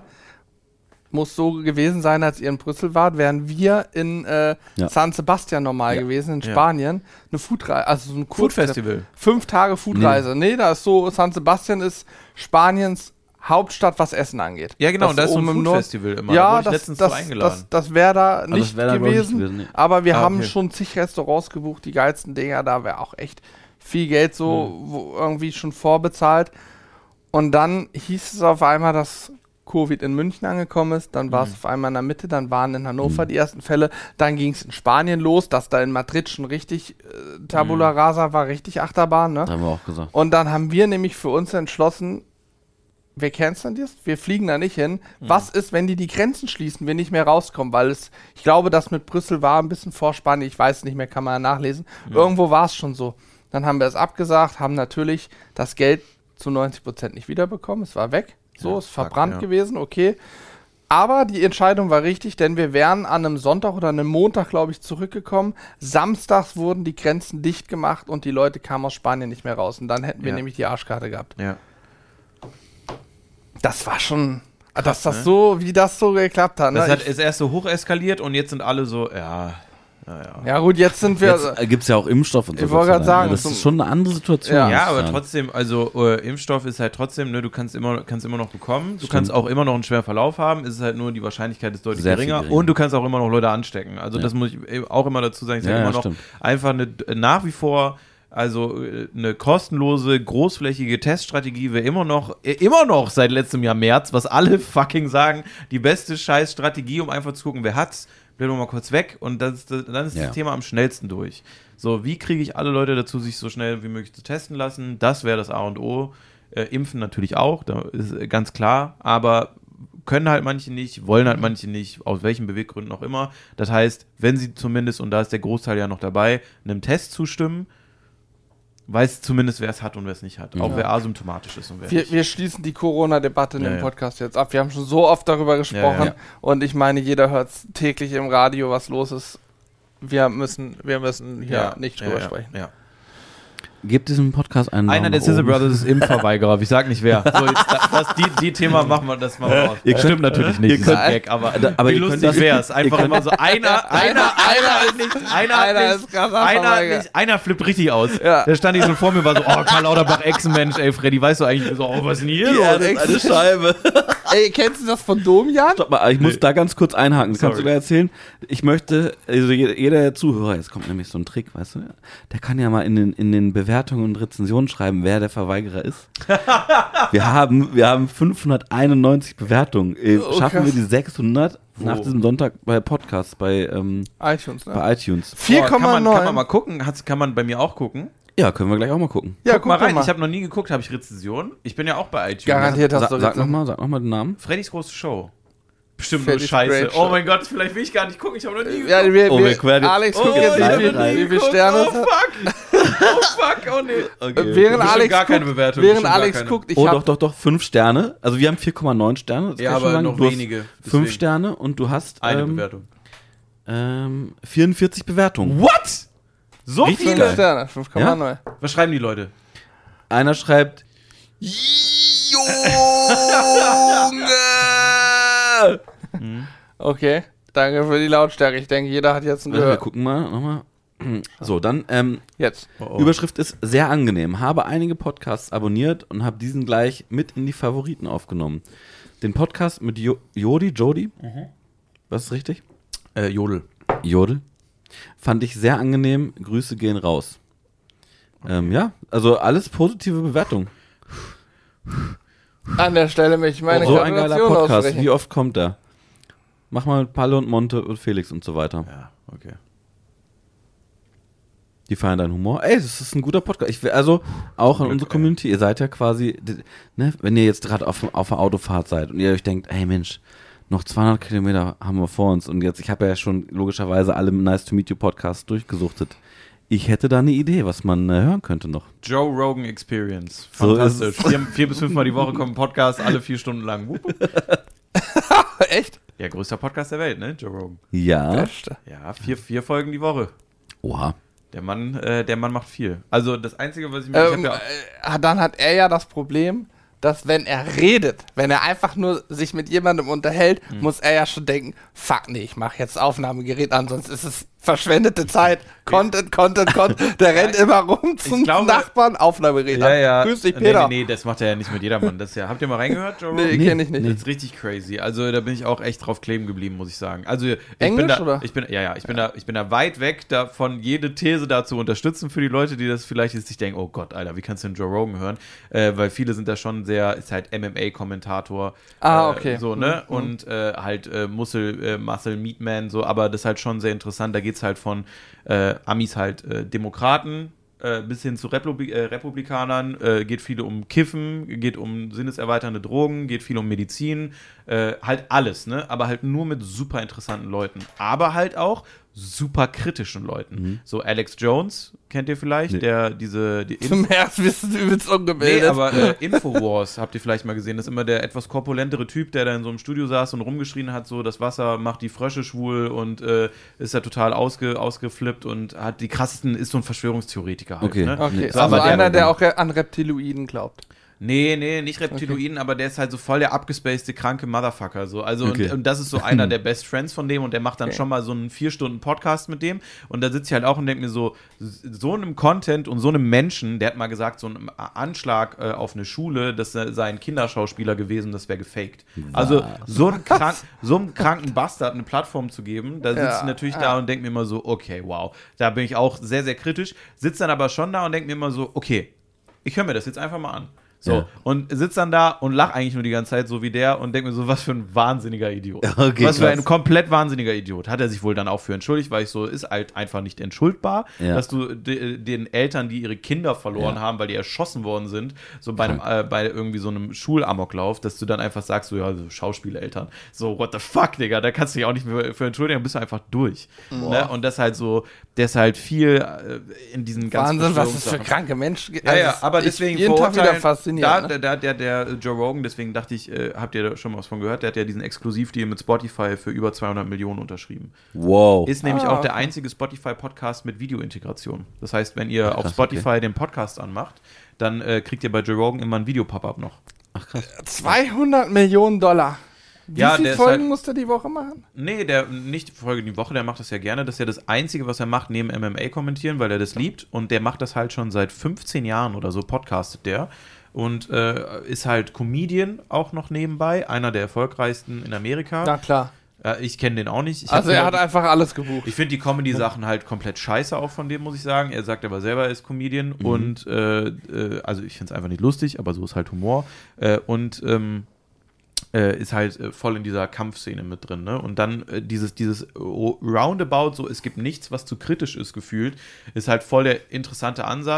muss so gewesen sein, als ihr in Brüssel wart, wären wir in äh, ja. San Sebastian normal ja. gewesen, in Spanien. Ja. Eine Foodreise, also so ein Food-Festival. Fünf Tage Foodreise. Nee. nee, da ist so, San Sebastian ist Spaniens Hauptstadt, was Essen angeht. Ja, genau, das und da ist so ein Food-Festival immer. Ja, da wurde ich das, letztens das, so eingeladen. Das, das wäre da nicht wär da gewesen, nicht gewesen nee. aber wir ah, haben okay. schon zig Restaurants gebucht, die geilsten Dinger, da wäre auch echt viel Geld so hm. wo, irgendwie schon vorbezahlt. Und dann hieß es auf einmal, dass Covid in München angekommen ist, dann war es mhm. auf einmal in der Mitte, dann waren in Hannover mhm. die ersten Fälle, dann ging es in Spanien los, dass da in Madrid schon richtig äh, Tabula mhm. Rasa war, richtig Achterbahn, ne? Das haben wir auch gesagt. Und dann haben wir nämlich für uns entschlossen, wir canceln das, wir fliegen da nicht hin. Mhm. Was ist, wenn die die Grenzen schließen, wir nicht mehr rauskommen, weil es, ich glaube, das mit Brüssel war ein bisschen vor Spanien, ich weiß nicht mehr, kann man ja nachlesen. Mhm. Irgendwo war es schon so. Dann haben wir es abgesagt, haben natürlich das Geld zu neunzig Prozent nicht wiederbekommen, es war weg. So, ja, ist verbrannt fuck, ja. gewesen, okay. Aber die Entscheidung war richtig, denn wir wären an einem Sonntag oder einem Montag, glaube ich, zurückgekommen. Samstags wurden die Grenzen dicht gemacht und die Leute kamen aus Spanien nicht mehr raus. Und dann hätten wir ja. nämlich die Arschkarte gehabt. Ja. Das war schon, krass, dass das ne? so, wie das so geklappt hat. Ne? Das hat, ist erst so hoch eskaliert und jetzt sind alle so, ja... Ja, ja. ja gut, jetzt sind wir... Jetzt äh, gibt es ja auch Impfstoff und so. Ich wollte gerade sagen. Das ist schon eine andere Situation. Ja, ja aber trotzdem, also äh, Impfstoff ist halt trotzdem, ne, du kannst immer, kannst immer noch bekommen, du Stimmt. kannst auch immer noch einen schweren Verlauf haben, es ist halt nur, die Wahrscheinlichkeit ist deutlich geringer, geringer und du kannst auch immer noch Leute anstecken. Also ja. das muss ich auch immer dazu sagen, ich sage ja, immer ja, noch, stimmt. einfach eine, nach wie vor... Also eine kostenlose, großflächige Teststrategie wäre immer noch, immer noch seit letztem Jahr März, was alle fucking sagen, die beste Scheißstrategie, um einfach zu gucken, wer hat's, bleiben wir mal kurz weg und das, das, dann ist ja. das Thema am schnellsten durch. So, wie kriege ich alle Leute dazu, sich so schnell wie möglich zu testen lassen? Das wäre das A und O. Äh, impfen natürlich auch, da ist ganz klar, aber können halt manche nicht, wollen halt manche nicht, aus welchen Beweggründen auch immer. Das heißt, wenn sie zumindest, und da ist der Großteil ja noch dabei, einem Test zustimmen, weiß zumindest, wer es hat und wer es nicht hat. Ja. Auch wer asymptomatisch ist und wer wir, nicht. Wir schließen die Corona-Debatte in ja, dem ja. Podcast jetzt ab. Wir haben schon so oft darüber gesprochen. Ja, ja. Und ich meine, jeder hört täglich im Radio, was los ist. Wir müssen, wir müssen hier ja. nicht drüber ja, ja. sprechen. Ja. Gebt diesem Podcast einen Einer der Sizzle Brothers ist Impfverweigerer. Ich sag nicht wer. So, jetzt, das, das, die, die Thema machen wir, das machen wir aus. Ihr Stimmt natürlich nicht. Ihr könnt, Gag, aber, aber wie ihr lustig könnt wäre es. Einfach immer so einer, einer, einer ist nicht, einer, einer hat ist nicht, krasser einer, hat Verweigerer. nicht, einer flippt richtig aus. Ja. Der stand hier so vor mir, war so, oh, Karl Lauterbach, Echsenmensch, ey, Freddy, weißt du eigentlich, so, oh, was ist denn hier Ja, los? das ist eine Scheibe. Ey, kennst du das von Domian? Stopp mal, ich muss Nee. da ganz kurz einhaken. Das kannst Sorry. du gleich erzählen. Ich möchte, also jeder, jeder Zuhörer, jetzt kommt nämlich so ein Trick, weißt du, der kann ja mal in den, in den Bewertungen und Rezensionen schreiben, wer der Verweigerer ist. wir haben, wir haben fünfhunderteinundneunzig Bewertungen. Äh, Oh, Schaffen krass. wir die sechshundert Wo? nach diesem Sonntag bei Podcasts, bei, ähm, iTunes, ne? bei iTunes? vier Boah, kann, Komma man, neun. kann man mal gucken? Hat's, kann man bei mir auch gucken? Ja, können wir gleich auch mal gucken. Ja, guck, mal rein. mal. Ich habe noch nie geguckt, habe ich Rezensionen? Ich bin ja auch bei iTunes. Garantiert hast Sa du sag Rezension. nochmal, sag nochmal den Namen. Freddys große Show. Bestimmt nur Fertig Scheiße. Great Oh Show. mein Gott, vielleicht will ich gar nicht gucken. Ich habe noch nie geguckt. Ja, wir, Oh, wir, wir queren jetzt- Alex Oh, guckt ich jetzt hab nicht, noch nie wie, wie viele geguckt. Sterne Oh es hat. fuck. Oh fuck, oh nee. Okay. Während Bestimmt Alex gar keine guckt, Bewertung, während bestimmt gar Alex keine. guckt, ich Oh, hab, doch, doch, doch, fünf Sterne. Also wir haben vier Komma neun Sterne. Das Ja, kann ich schon aber sagen. noch Du hast wenige. Fünf Deswegen. Sterne und du hast Eine ähm, Bewertung. ähm, vierundvierzig Bewertungen. What? So Richtig fünf viele? geil. Sterne, fünf Komma neun. Was schreiben die Leute? Einer schreibt, Junge! Okay, danke für die Lautstärke. Ich denke, jeder hat jetzt ein Also, wir Gehör. gucken mal nochmal. So, dann ähm, Jetzt. Oh, oh. Überschrift ist sehr angenehm. Habe einige Podcasts abonniert und habe diesen gleich mit in die Favoriten aufgenommen. Den Podcast mit jo- Jodi, Jodi, was ist richtig? Äh, Jodel. Jodel. Fand ich sehr angenehm. Grüße gehen raus. Ähm, ja, also alles positive Bewertung. An der Stelle möchte ich meine so ein geiler Gratulation Podcast. aussprechen. Wie oft kommt der? Mach mal mit Palle und Monte und Felix und so weiter. Ja, okay. Die feiern deinen Humor. Ey, das ist ein guter Podcast. Ich will, also auch an Glück, unsere ey. Community, ihr seid ja quasi, d- ne, wenn ihr jetzt gerade auf, auf der Autofahrt seid und ihr euch denkt, ey Mensch, noch zweihundert Kilometer haben wir vor uns und jetzt, ich habe ja schon logischerweise alle Nice to Meet You Podcasts durchgesuchtet. Ich hätte da eine Idee, was man äh, hören könnte noch. Joe Rogan Experience. So Fantastisch. ist es. vier, vier bis fünfmal die Woche kommt ein Podcast, alle vier Stunden lang. Wupp. Echt? Ja, größter Podcast der Welt, ne? Joe Rogan. Ja. Beste. Ja, vier, vier Folgen die Woche. Oha. Der Mann, äh, der Mann macht viel. Also das Einzige, was ich mir... Ähm, ich hab ja, äh, dann hat er ja das Problem, dass wenn er redet, wenn er einfach nur sich mit jemandem unterhält, Hm. muss er ja schon denken, fuck nee, ich mache jetzt Aufnahmegerät an, sonst ist es verschwendete Zeit. Content, Content, Content. Der rennt immer rum zum glaube- Nachbarn, Aufnahmegerät ja, an. ja. Grüß dich, Nee, Peter. nee, nee, das macht er ja nicht mit jedermann. Das ist ja, habt ihr mal reingehört, Joe Rogan? Nee, Nee, kenne ich nicht. nee. Das ist richtig crazy. Also da bin ich auch echt drauf kleben geblieben, muss ich sagen. Also ich Englisch, bin da, oder? Ich bin, ja, ja, ich bin da, ich bin da weit weg davon, jede These da zu unterstützen für die Leute, die das vielleicht jetzt sich denken, oh Gott, Alter, wie kannst du den Joe Rogan hören? Äh, weil viele sind da schon sehr, ist halt M M A-Kommentator. Ah, äh, okay. So, ne? Mhm. Und äh, halt äh, Muscle, äh, Muscle Meatman, so, aber das ist halt schon sehr interessant. Da geht's halt von äh, Amis halt äh, Demokraten äh, bis hin zu Republi äh, Republikanern, äh, geht viel um Kiffen, geht um sinneserweiternde Drogen, geht viel um Medizin, äh, halt alles, ne? Aber halt nur mit super interessanten Leuten. Aber halt auch super kritischen Leuten. Mhm. So Alex Jones, kennt ihr vielleicht, Nee. der diese die Zum Erst bist du übelst Nee, ungebildet. aber äh, Infowars habt ihr vielleicht mal gesehen. Das ist immer der etwas korpulentere Typ, der da in so einem Studio saß und rumgeschrien hat, so, das Wasser macht die Frösche schwul und äh, ist da total ausge, ausgeflippt und hat die krassesten, ist so ein Verschwörungstheoretiker halt. Okay. Ne? okay, Nee, also aber der- einer, der auch re- an Reptiloiden glaubt. Nee, nee, nicht Reptiloiden, aber der ist halt so voll der abgespacede, kranke Motherfucker. So. Also Okay. und, und das ist so einer der Best Friends von dem und der macht dann Okay. schon mal so einen vier Stunden Podcast mit dem und da sitze ich halt auch und denke mir so, so einem Content und so einem Menschen, der hat mal gesagt, so ein Anschlag äh, auf eine Schule, das äh, sei ein Kinderschauspieler gewesen, das wäre gefaked. Also so einen, krank, so einem kranken Bastard eine Plattform zu geben, da sitze Ja, ich natürlich ja. da und denke mir immer so, okay, wow, da bin ich auch sehr, sehr kritisch, sitze dann aber schon da und denke mir immer so, okay, ich höre mir das jetzt einfach mal an. So, Ja. und sitz dann da und lach eigentlich nur die ganze Zeit so wie der und denk mir so, was für ein wahnsinniger Idiot. Okay, was für ein krass. komplett wahnsinniger Idiot. Hat er sich wohl dann auch für entschuldigt, weil ich so, ist halt einfach nicht entschuldbar, Ja. dass du de, den Eltern, die ihre Kinder verloren Ja. haben, weil die erschossen worden sind, so bei, einem, äh, bei irgendwie so einem Schulamoklauf, dass du dann einfach sagst, so, ja, so Schauspieleltern. So, what the fuck, Digga, da kannst du dich auch nicht mehr für entschuldigen, dann bist du einfach durch. Ne? Und das ist halt so, der ist halt viel äh, in diesen ganzen Wahnsinn, was es für Verschwörungssachen. kranke Menschen gibt. Ja, ja, Also, aber ich deswegen jeden Tag wieder verurteilen- fasziniert. Da, ne? der, der, der, der Joe Rogan, deswegen dachte ich, äh, habt ihr da schon mal was von gehört? Der hat ja diesen Exklusivdeal mit Spotify für über zweihundert Millionen unterschrieben. Wow. Ist nämlich Ah, auch der okay. einzige Spotify-Podcast mit Videointegration. Das heißt, wenn ihr auf krass, Spotify den Podcast anmacht, dann äh, kriegt ihr bei Joe Rogan immer ein Videopop-up noch. Ach krass. zweihundert Millionen Dollar. Wie Ja, viele der ist Folgen halt- muss der die Woche machen? Nee, der nicht Folge die Woche, der macht das ja gerne. Das ist ja das Einzige, was er macht, neben M M A kommentieren, weil er das liebt. Und der macht das halt schon seit fünfzehn Jahren oder so, podcastet der. Und äh, ist halt Comedian auch noch nebenbei, einer der erfolgreichsten in Amerika. Na klar. Äh, ich kenne den auch nicht. Ich Also hab er mir- hat einfach alles gebucht. Ich finde die Comedy-Sachen halt komplett scheiße auch von dem, muss ich sagen. Er sagt aber selber, er ist Comedian und äh, äh, also ich finde es einfach nicht lustig, aber so ist halt Humor. Äh, und ähm, äh, ist halt äh, voll in dieser Kampfszene mit drin, ne? Und dann äh, dieses, dieses äh, Roundabout, so es gibt nichts, was zu kritisch ist, gefühlt, ist halt voll der interessante Ansatz.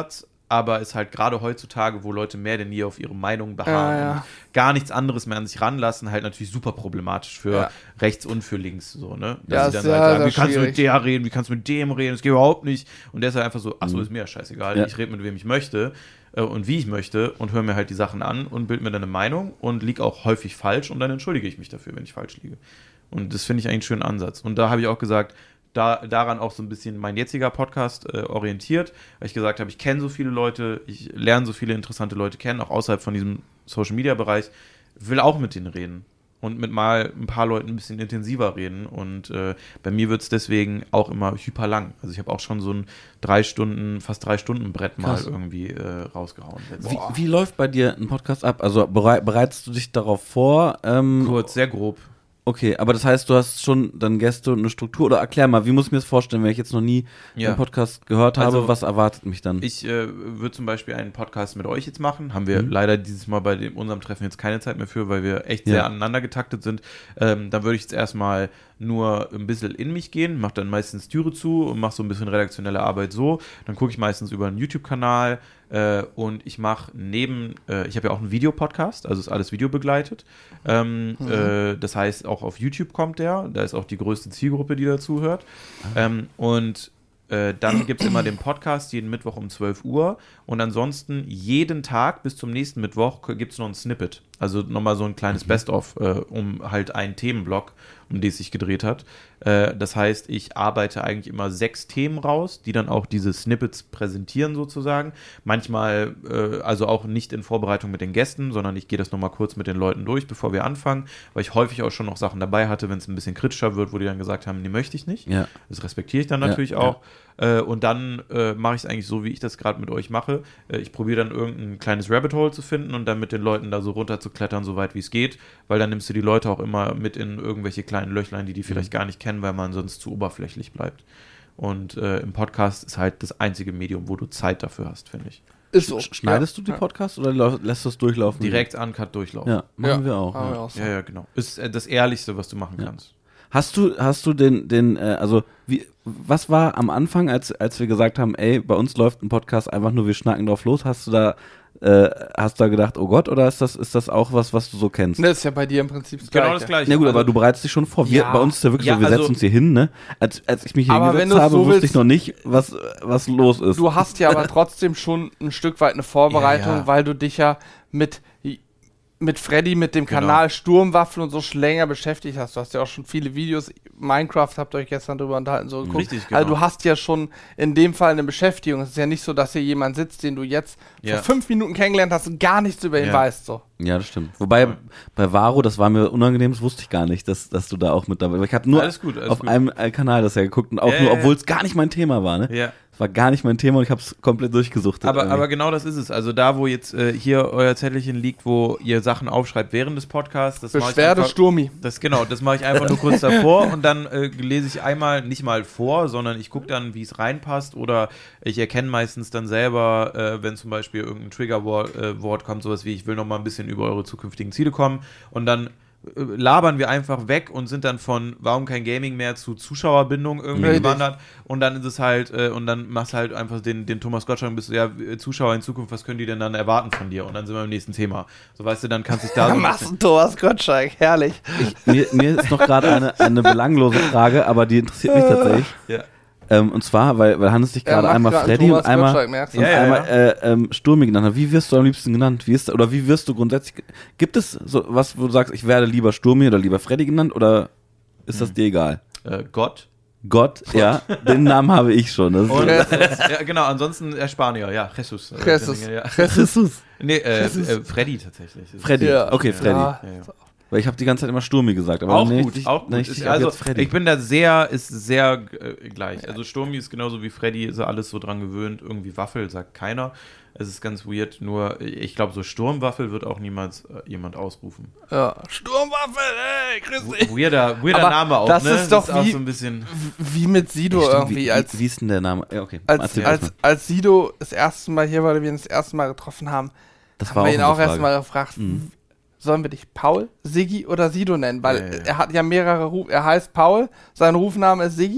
aber ist halt gerade heutzutage, wo Leute mehr denn je auf ihre Meinung beharren Ja, ja. und gar nichts anderes mehr an sich ranlassen, halt natürlich super problematisch für Ja. rechts und für links, so, ne? Ja, Dass sie ist dann sehr, halt sagen, sehr wie kannst du schwierig. mit der reden, wie kannst du mit dem reden, das geht überhaupt nicht. Und der ist halt einfach so, ach so, Mhm. ist mir ja scheißegal, Ja. ich rede mit wem ich möchte äh, und wie ich möchte und höre mir halt die Sachen an und bilde mir dann eine Meinung und liege auch häufig falsch und dann entschuldige ich mich dafür, wenn ich falsch liege. Und das finde ich eigentlich einen schönen Ansatz. Und da habe ich auch gesagt, da, daran auch so ein bisschen mein jetziger Podcast äh, orientiert, weil ich gesagt habe, ich kenne so viele Leute, ich lerne so viele interessante Leute kennen, auch außerhalb von diesem Social-Media-Bereich, will auch mit denen reden und mit mal ein paar Leuten ein bisschen intensiver reden und äh, bei mir wird es deswegen auch immer hyper lang. Also ich habe auch schon so ein drei Stunden, fast drei Stunden Brett mal Krass. irgendwie äh, rausgehauen. Wie, wie läuft bei dir ein Podcast ab? Also berei bereitest du dich darauf vor? Ähm, Kurz, sehr grob. Okay, aber das heißt, du hast schon dann Gäste und eine Struktur, oder erklär mal, wie muss ich mir das vorstellen, wenn ich jetzt noch nie Ja. einen Podcast gehört habe, Also, was erwartet mich dann? Ich äh, würde zum Beispiel einen Podcast mit euch jetzt machen. Haben wir Mhm. leider dieses Mal bei dem, unserem Treffen jetzt keine Zeit mehr für, weil wir echt Ja. sehr aneinander getaktet sind. Ähm, dann würde ich jetzt erstmal nur ein bisschen in mich gehen, mache dann meistens Türe zu und mache so ein bisschen redaktionelle Arbeit so. Dann gucke ich meistens über einen YouTube-Kanal äh, und ich mache neben, äh, ich habe ja auch einen Videopodcast, also ist alles videobegleitet. Ähm, Mhm. äh, das heißt, auch auf YouTube kommt der, da ist auch die größte Zielgruppe, die dazu hört. Ähm, und Äh, dann gibt es immer den Podcast jeden Mittwoch um zwölf Uhr und ansonsten jeden Tag bis zum nächsten Mittwoch gibt es noch ein Snippet. Also nochmal so ein kleines Best-of, äh, um halt einen Themenblock, um den es sich gedreht hat. Äh, das heißt, ich arbeite eigentlich immer sechs Themen raus, die dann auch diese Snippets präsentieren sozusagen. Manchmal, äh, also auch nicht in Vorbereitung mit den Gästen, sondern ich gehe das nochmal kurz mit den Leuten durch, bevor wir anfangen, weil ich häufig auch schon noch Sachen dabei hatte, wenn es ein bisschen kritischer wird, wo die dann gesagt haben, nee, möchte ich nicht. Ja. Das respektiere ich dann Ja, natürlich ja. auch. Äh, und dann äh, mache ich es eigentlich so, wie ich das gerade mit euch mache. Äh, ich probiere dann irgendein kleines Rabbit Hole zu finden und dann mit den Leuten da so runter zu klettern, so weit wie es geht, weil dann nimmst du die Leute auch immer mit in irgendwelche kleinen Löchlein, die die vielleicht gar nicht kennen, weil man sonst zu oberflächlich bleibt. Und äh, im Podcast ist halt das einzige Medium, wo du Zeit dafür hast, finde ich. Ist so. Sch- Schneidest du die Podcasts oder lau- lässt du es durchlaufen? Direkt uncut durchlaufen. Ja, machen Ja, wir auch. haben Ja. wir auch so. ja, ja, genau. Ist äh, das Ehrlichste, was du machen Ja. kannst. Hast du, hast du den, den, äh, also wie, was war am Anfang, als, als wir gesagt haben, ey, bei uns läuft ein Podcast einfach nur, wir schnacken drauf los, hast du da, äh, hast du da gedacht, oh Gott, oder ist das, ist das auch was, was du so kennst? Das ist ja bei dir im Prinzip das Genau Gleiche. das Gleiche. Na gut, Also- aber du bereitest dich schon vor. Wir, Ja. bei uns ist ja wirklich Ja, so, wir also- setzen uns hier hin, ne? Als, als ich mich hier Aber wenn hingesetzt du's habe, so wusste ich willst- noch nicht, was, was los ist. Du hast ja aber trotzdem schon ein Stück weit eine Vorbereitung, Ja, ja. weil du dich ja mit, mit Freddy, mit dem Genau. Kanal Sturmwaffen und so schon länger beschäftigt hast. Du hast ja auch schon viele Videos, Minecraft habt ihr euch gestern drüber unterhalten, so geguckt. Richtig, genau. Also du hast ja schon in dem Fall eine Beschäftigung. Es ist ja nicht so, dass hier jemand sitzt, den du jetzt Ja. vor fünf Minuten kennengelernt hast und gar nichts über ihn Ja. weißt. So. Ja, das stimmt. Wobei, Ja. bei Varo, das war mir unangenehm, das wusste ich gar nicht, dass, dass du da auch mit dabei warst. Ich habe nur Alles gut, alles auf gut. einem äh, Kanal das ja geguckt und auch Ja, nur, ja, obwohl es gar nicht mein Thema war, ne? Ja. Es war gar nicht mein Thema und ich habe es komplett durchgesuchtet. Aber, irgendwie. aber genau das ist es. Also da, wo jetzt äh, hier euer Zettelchen liegt, wo ihr Sachen aufschreibt während des Podcasts, das mache ich Beschwerde einfach, Sturmi. das genau, das mache ich einfach nur kurz davor und dann äh, lese ich einmal nicht mal vor, sondern ich gucke dann, wie es reinpasst oder ich erkenne meistens dann selber, äh, wenn zum Beispiel irgendein Triggerwort äh, Wort kommt, sowas wie ich will noch mal ein bisschen über eure zukünftigen Ziele kommen und dann äh, labern wir einfach weg und sind dann von warum kein Gaming mehr zu Zuschauerbindung irgendwie Richtig. gewandert und dann ist es halt äh, und dann machst halt einfach den, den Thomas Gottschalk und bist du, ja, Zuschauer in Zukunft, was können die denn dann erwarten von dir und dann sind wir im nächsten Thema. So weißt du, dann kannst du dich da so ein Machst bisschen, du Thomas Gottschalk, herrlich. ich, mir, mir ist noch gerade eine, eine belanglose Frage, aber die interessiert mich tatsächlich. ja. Ähm, und zwar, weil, weil Hannes dich Er gerade macht einmal grad Freddy Thomas und einmal, Gottschalk, merkst du? und Ja, ja, einmal Äh, ähm, Sturmi genannt hat. Wie wirst du am liebsten genannt? Wie ist, oder wie wirst du grundsätzlich, gibt es so was, wo du sagst, ich werde lieber Sturmi oder lieber Freddy genannt oder ist das dir egal? äh, Gott. Gott, ja, den Namen habe ich schon. Das ist Und, Jesus. äh, ja, genau, ansonsten äh, Spanier, ja, Jesus. Äh, Jesus. Ja. Jesus. Nee, äh, Jesus. äh, Freddy tatsächlich. Freddy, Ja. okay, Freddy. Ja. Ja, ja. Weil ich habe die ganze Zeit immer Sturmi gesagt. Aber Auch nee, gut, ich, auch gut. Nee, ich, Ist, ich hab also, jetzt Freddy. ich bin da sehr, ist sehr äh, gleich. Also Sturmi ist genauso wie Freddy, ist er alles so dran gewöhnt. Irgendwie Waffel sagt keiner. Es ist ganz weird, nur ich glaube, so Sturmwaffel wird auch niemals äh, jemand ausrufen. Ja. Sturmwaffe, ey, grüß dich. Weirder, weirder Aber Name auch, das ne? ist doch das ist auch wie- so ein bisschen. Wie mit Sido Stimmt, irgendwie. wie, als, wie, wie ist denn der Name? Ja, okay. als, Erzähl als, erst als Sido das erste Mal hier war, oder wir ihn das erste Mal getroffen haben, das haben war wir auch ihn eine auch Frage. erstmal gefragt, Mhm. sollen wir dich Paul, Siggi oder Sido nennen? Weil Ja, ja, ja. er hat ja mehrere Ruf, er heißt Paul, sein Rufname ist Siggi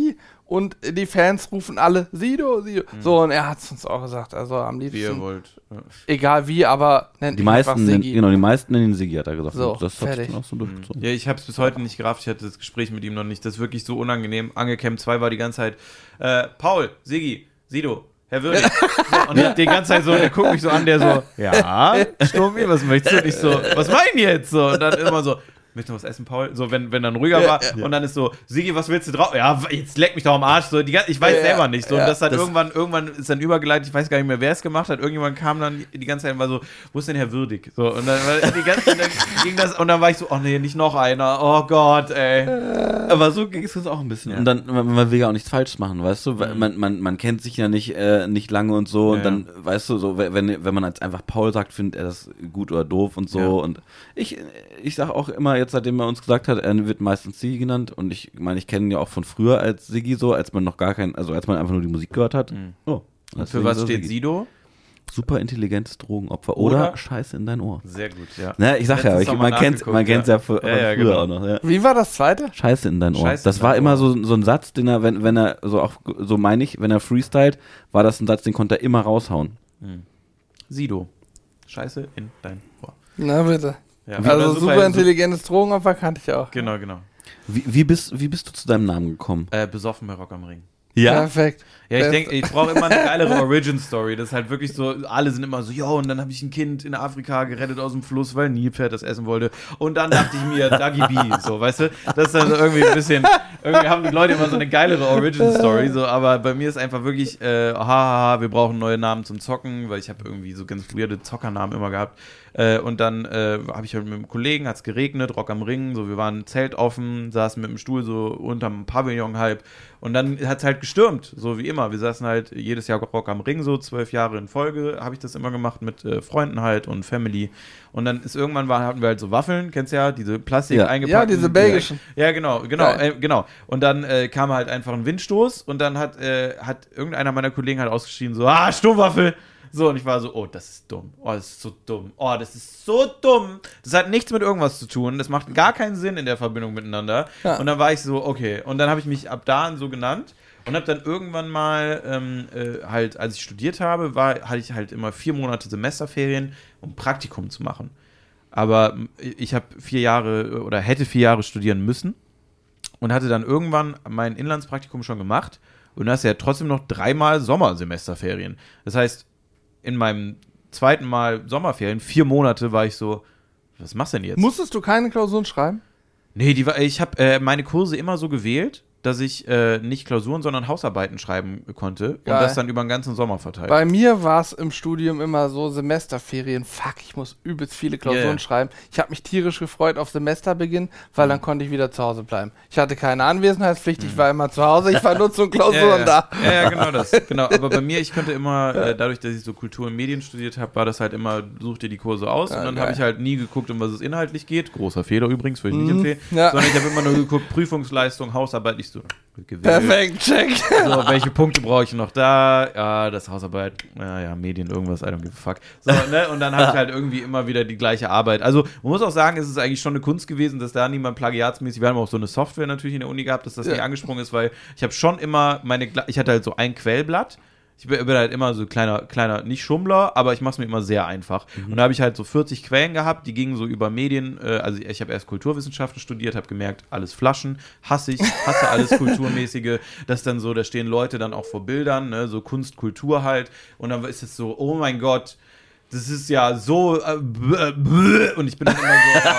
und die Fans rufen alle Sido, Sido. Mhm. So, und er hat es uns auch gesagt, also am liebsten. Wie ihr wollt. Ja. Egal wie, aber nennt Die ihn einfach meisten, nennen, Siggi. genau, die meisten nennen ihn Siggi, hat er gesagt. So, das hat fertig. sich dann auch so durchgezogen. Ja, ich habe es bis heute nicht gerafft. Ich hatte das Gespräch mit ihm noch nicht. Das ist wirklich so unangenehm. Angecamp zwei war die ganze Zeit, äh, Paul, Siggi, Sido, Herr Würdig. So, und die ganze Zeit so, der guckt mich so an, der so, ja, Sturmi, was möchtest du? Und ich so, was meinen jetzt? So, und dann immer so, möchtest du was essen, Paul? So, wenn, wenn dann ruhiger Ja, war. ja. Und dann ist so, Sigi, was willst du drauf? Ja, jetzt leck mich doch am Arsch. So, die, gan- ich weiß Ja, selber nicht. So, ja. und das hat Das- irgendwann, irgendwann ist dann übergeleitet, ich weiß gar nicht mehr, wer es gemacht hat. Irgendjemand kam dann die ganze Zeit und war so, wo ist denn Herr Würdig? So, und dann, war die ganze, und dann ging das, und dann war ich so, oh nee, nicht noch einer. Oh Gott, ey. Aber so ging es uns auch ein bisschen. Ja. Und dann, man, man will ja auch nichts falsch machen, weißt du? Weil Mhm. Man, man, man kennt sich ja nicht, äh, nicht lange und so. Ja, und dann, weißt du, so, wenn, wenn man jetzt einfach Paul sagt, findet er das gut oder doof und so. Ja. Und ich, ich sag auch immer, jetzt seitdem er uns gesagt hat, er wird meistens Siggi genannt. Und ich meine, ich kenne ihn ja auch von früher als Siggi so, als man noch gar kein, also als man einfach nur die Musik gehört hat. Mhm. Oh. Und für deswegen was so steht Siggi. Sido? Super intelligentes Drogenopfer oder, Oder? Scheiße in dein Ohr. Sehr gut, ja. Ne, ich sag ja, Letztens ich, noch man mal kennt nachgeguckt, man kennt's ja, von, Ja, von ja, früher genau. auch noch. Ja. Wie war das zweite? Scheiße in dein Ohr. Scheiße das in war dein immer Ohr. so, so ein Satz, den er, wenn, wenn er so auch, so meine ich, wenn er freestylt, war das ein Satz, den konnte er immer raushauen. Mhm. Sido. Scheiße in dein Ohr. Na bitte. Ja, Also oder super, intelligentes Drogenopfer kannte ich auch. Genau, genau. Wie, wie, bist, wie bist du zu deinem Namen gekommen? Äh, besoffen bei Rock am Ring. Perfekt. Ja, ich Best- denke, ich brauche immer eine geilere Origin-Story. Das ist halt wirklich so, alle sind immer so, jo, und dann habe ich ein Kind in Afrika gerettet aus dem Fluss, weil ein Nilpferd das essen wollte. Und dann dachte ich mir, Dagi B, so, weißt du? Das ist dann so irgendwie ein bisschen, irgendwie haben die Leute immer so eine geilere Origin-Story, so, aber bei mir ist einfach wirklich, äh, haha, wir brauchen neue Namen zum Zocken, weil ich habe irgendwie so ganz weirde Zockernamen immer gehabt. Äh, und dann äh, habe ich halt mit einem Kollegen, hat es geregnet, Rock am Ring, so, wir waren Zelt offen, saßen mit dem Stuhl so unterm Pavillon halb. Und dann hat es halt gestürmt, so wie immer. Wir saßen halt jedes Jahr Rock am Ring, so zwölf Jahre in Folge habe ich das immer gemacht mit äh, Freunden halt und Family. Und dann ist irgendwann war, hatten wir halt so Waffeln, kennst du ja, diese Plastik Ja. Ja, eingepackt. diese belgischen. Ja, genau, genau, Geil. äh, genau. Und dann äh, kam halt einfach ein Windstoß und dann hat, äh, hat irgendeiner meiner Kollegen halt ausgeschrien so, ah, Sturmwaffel. So, und ich war so, oh, das ist dumm. Oh, das ist so dumm. Oh, das ist so dumm. Das hat nichts mit irgendwas zu tun. Das macht gar keinen Sinn in der Verbindung miteinander. Ja. Und dann war ich so, okay. Und dann habe ich mich ab da an so genannt und habe dann irgendwann mal ähm, äh, halt, als ich studiert habe, war, hatte ich halt immer vier Monate Semesterferien, um Praktikum zu machen. Aber ich habe vier Jahre oder hätte vier Jahre studieren müssen und hatte dann irgendwann mein Inlandspraktikum schon gemacht und da hast du ja trotzdem noch dreimal Sommersemesterferien. Das heißt, in meinem zweiten Mal Sommerferien, vier Monate, war ich so, was machst du denn jetzt? Musstest du keine Klausuren schreiben? Nee, die war, ich habe äh, meine Kurse immer so gewählt, dass ich äh, nicht Klausuren, sondern Hausarbeiten schreiben konnte Geil. und das dann über den ganzen Sommer verteilt. Bei mir war es im Studium immer so, Semesterferien, fuck, ich muss übelst viele Klausuren Yeah. schreiben. Ich habe mich tierisch gefreut auf Semesterbeginn, weil dann konnte ich wieder zu Hause bleiben. Ich hatte keine Anwesenheitspflicht, ich war immer zu Hause, ich war nur zu Klausuren ja, ja. da. Ja, ja, genau das. Genau, aber bei mir, ich konnte immer, äh, dadurch, dass ich so Kultur und Medien studiert habe, war das halt immer, such dir die Kurse aus Ja, und dann geil. habe ich halt nie geguckt, um was es inhaltlich geht. Großer Fehler übrigens, würde ich nicht Mhm. empfehlen. Ja. Sondern ich habe immer nur geguckt, Prüfungsleistung, Hausarbeit, ich so, gewählt. Perfekt, check. So, welche Punkte brauche ich noch da? Ja, das Hausarbeit, ja, ja, Medien, irgendwas, I don't give a fuck. So, ne? Und dann habe ich halt irgendwie immer wieder die gleiche Arbeit. Also, man muss auch sagen, es ist eigentlich schon eine Kunst gewesen, dass da niemand plagiatsmäßig, wir haben auch so eine Software natürlich in der Uni gehabt, dass das Ja. nicht angesprungen ist, weil ich habe schon immer meine, Gla- ich hatte halt so ein Quellblatt. Ich bin bin halt immer so kleiner, kleiner, nicht Schummler, aber ich mache es mir immer sehr einfach. Und da habe ich halt so vierzig Quellen gehabt, die gingen so über Medien, äh, also ich habe erst Kulturwissenschaften studiert, habe gemerkt, alles Flaschen, hasse ich, hasse alles Kulturmäßige. Das ist dann so, da stehen Leute dann auch vor Bildern, ne, so Kunst, Kultur halt. Und dann ist es so, oh mein Gott, das ist ja so, äh, bläh, bläh. Und ich bin dann immer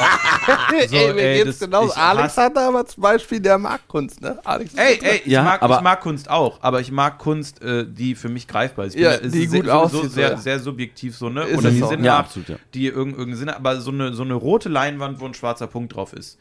so, so ey, mir ey, geht's das- genauso. ich Alex hasse- hat aber zum Beispiel, der mag Kunst, ne? Alex ist Ey, so- ey, ich, Ja, mag, aber- ich mag Kunst auch, aber ich mag Kunst, äh, die für mich greifbar ist. Ich Ja, bin da- es die ist gut sehr, aussieht, So, so, sehr, ja. sehr subjektiv so, ne? Ist Oder es die auch. Sinn Ja, macht, absolut, ja. die irgendeinen irgendeinen Sinn hat, aber so eine, so eine rote Leinwand, wo ein schwarzer Punkt drauf ist.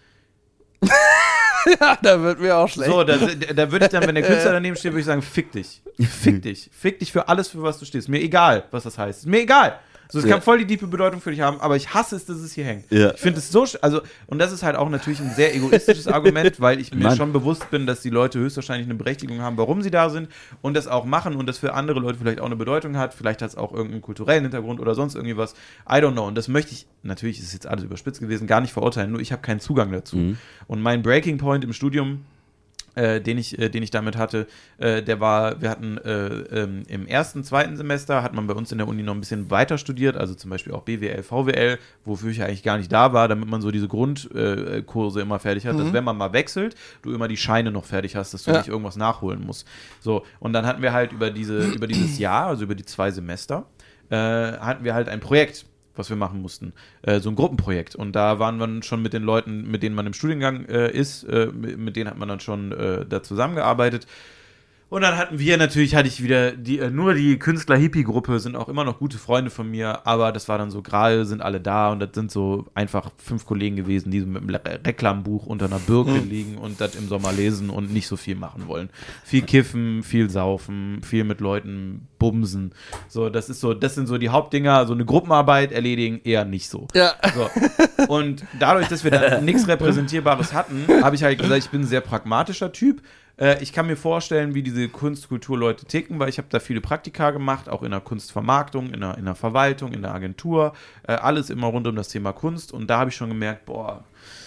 ja, da wird mir auch schlecht. So, da, da würde ich dann, wenn der Künstler daneben steht, würde ich sagen, fick dich. Fick dich. Fick dich für alles, für was du stehst. Mir egal, was das heißt. Ist mir egal. So, es Ja. kann voll die tiefe Bedeutung für dich haben, aber ich hasse es, dass es hier hängt. Ja. Ich finde es so, sch- also, und das ist halt auch natürlich ein sehr egoistisches Argument, weil ich mir Nein. schon bewusst bin, dass die Leute höchstwahrscheinlich eine Berechtigung haben, warum sie da sind und das auch machen und das für andere Leute vielleicht auch eine Bedeutung hat. Vielleicht hat es auch irgendeinen kulturellen Hintergrund oder sonst irgendwie was. I don't know. Und das möchte ich, natürlich ist es jetzt alles überspitzt gewesen, gar nicht verurteilen, nur ich habe keinen Zugang dazu. Mhm. Und mein Breaking Point im Studium Äh, den ich, äh, den ich damit hatte, äh, der war, wir hatten äh, ähm, im ersten, zweiten Semester hat man bei uns in der Uni noch ein bisschen weiter studiert, also zum Beispiel auch B W L, V W L, wofür ich ja eigentlich gar nicht da war, damit man so diese Grundkurse äh, immer fertig hat, mhm. dass wenn man mal wechselt, du immer die Scheine noch fertig hast, dass du ja. nicht irgendwas nachholen musst. So, und dann hatten wir halt über diese, über dieses Jahr, also über die zwei Semester, äh, hatten wir halt ein Projekt, was wir machen mussten. Äh, so ein Gruppenprojekt. Und da waren wir schon mit den Leuten, mit denen man im Studiengang äh, ist, äh, mit, mit denen hat man dann schon äh, da zusammengearbeitet. Und dann hatten wir natürlich, hatte ich wieder die, äh, nur die Künstler-Hippie-Gruppe, sind auch immer noch gute Freunde von mir, aber das war dann so, gerade sind alle da und das sind so einfach fünf Kollegen gewesen, die so mit einem Re- Reklambuch unter einer Birke mhm. liegen und das im Sommer lesen und nicht so viel machen wollen. Viel kiffen, viel saufen, viel mit Leuten bumsen. So, das ist so, das sind so die Hauptdinger, so eine Gruppenarbeit erledigen, eher nicht so. Ja. So. Und dadurch, dass wir dann nichts Repräsentierbares hatten, habe ich halt gesagt, ich bin ein sehr pragmatischer Typ. Ich kann mir vorstellen, wie diese Kunst-Kultur-Leute ticken, weil ich habe da viele Praktika gemacht, auch in der Kunstvermarktung, in der, in der Verwaltung, in der Agentur, äh, alles immer rund um das Thema Kunst. Und da habe ich schon gemerkt, boah,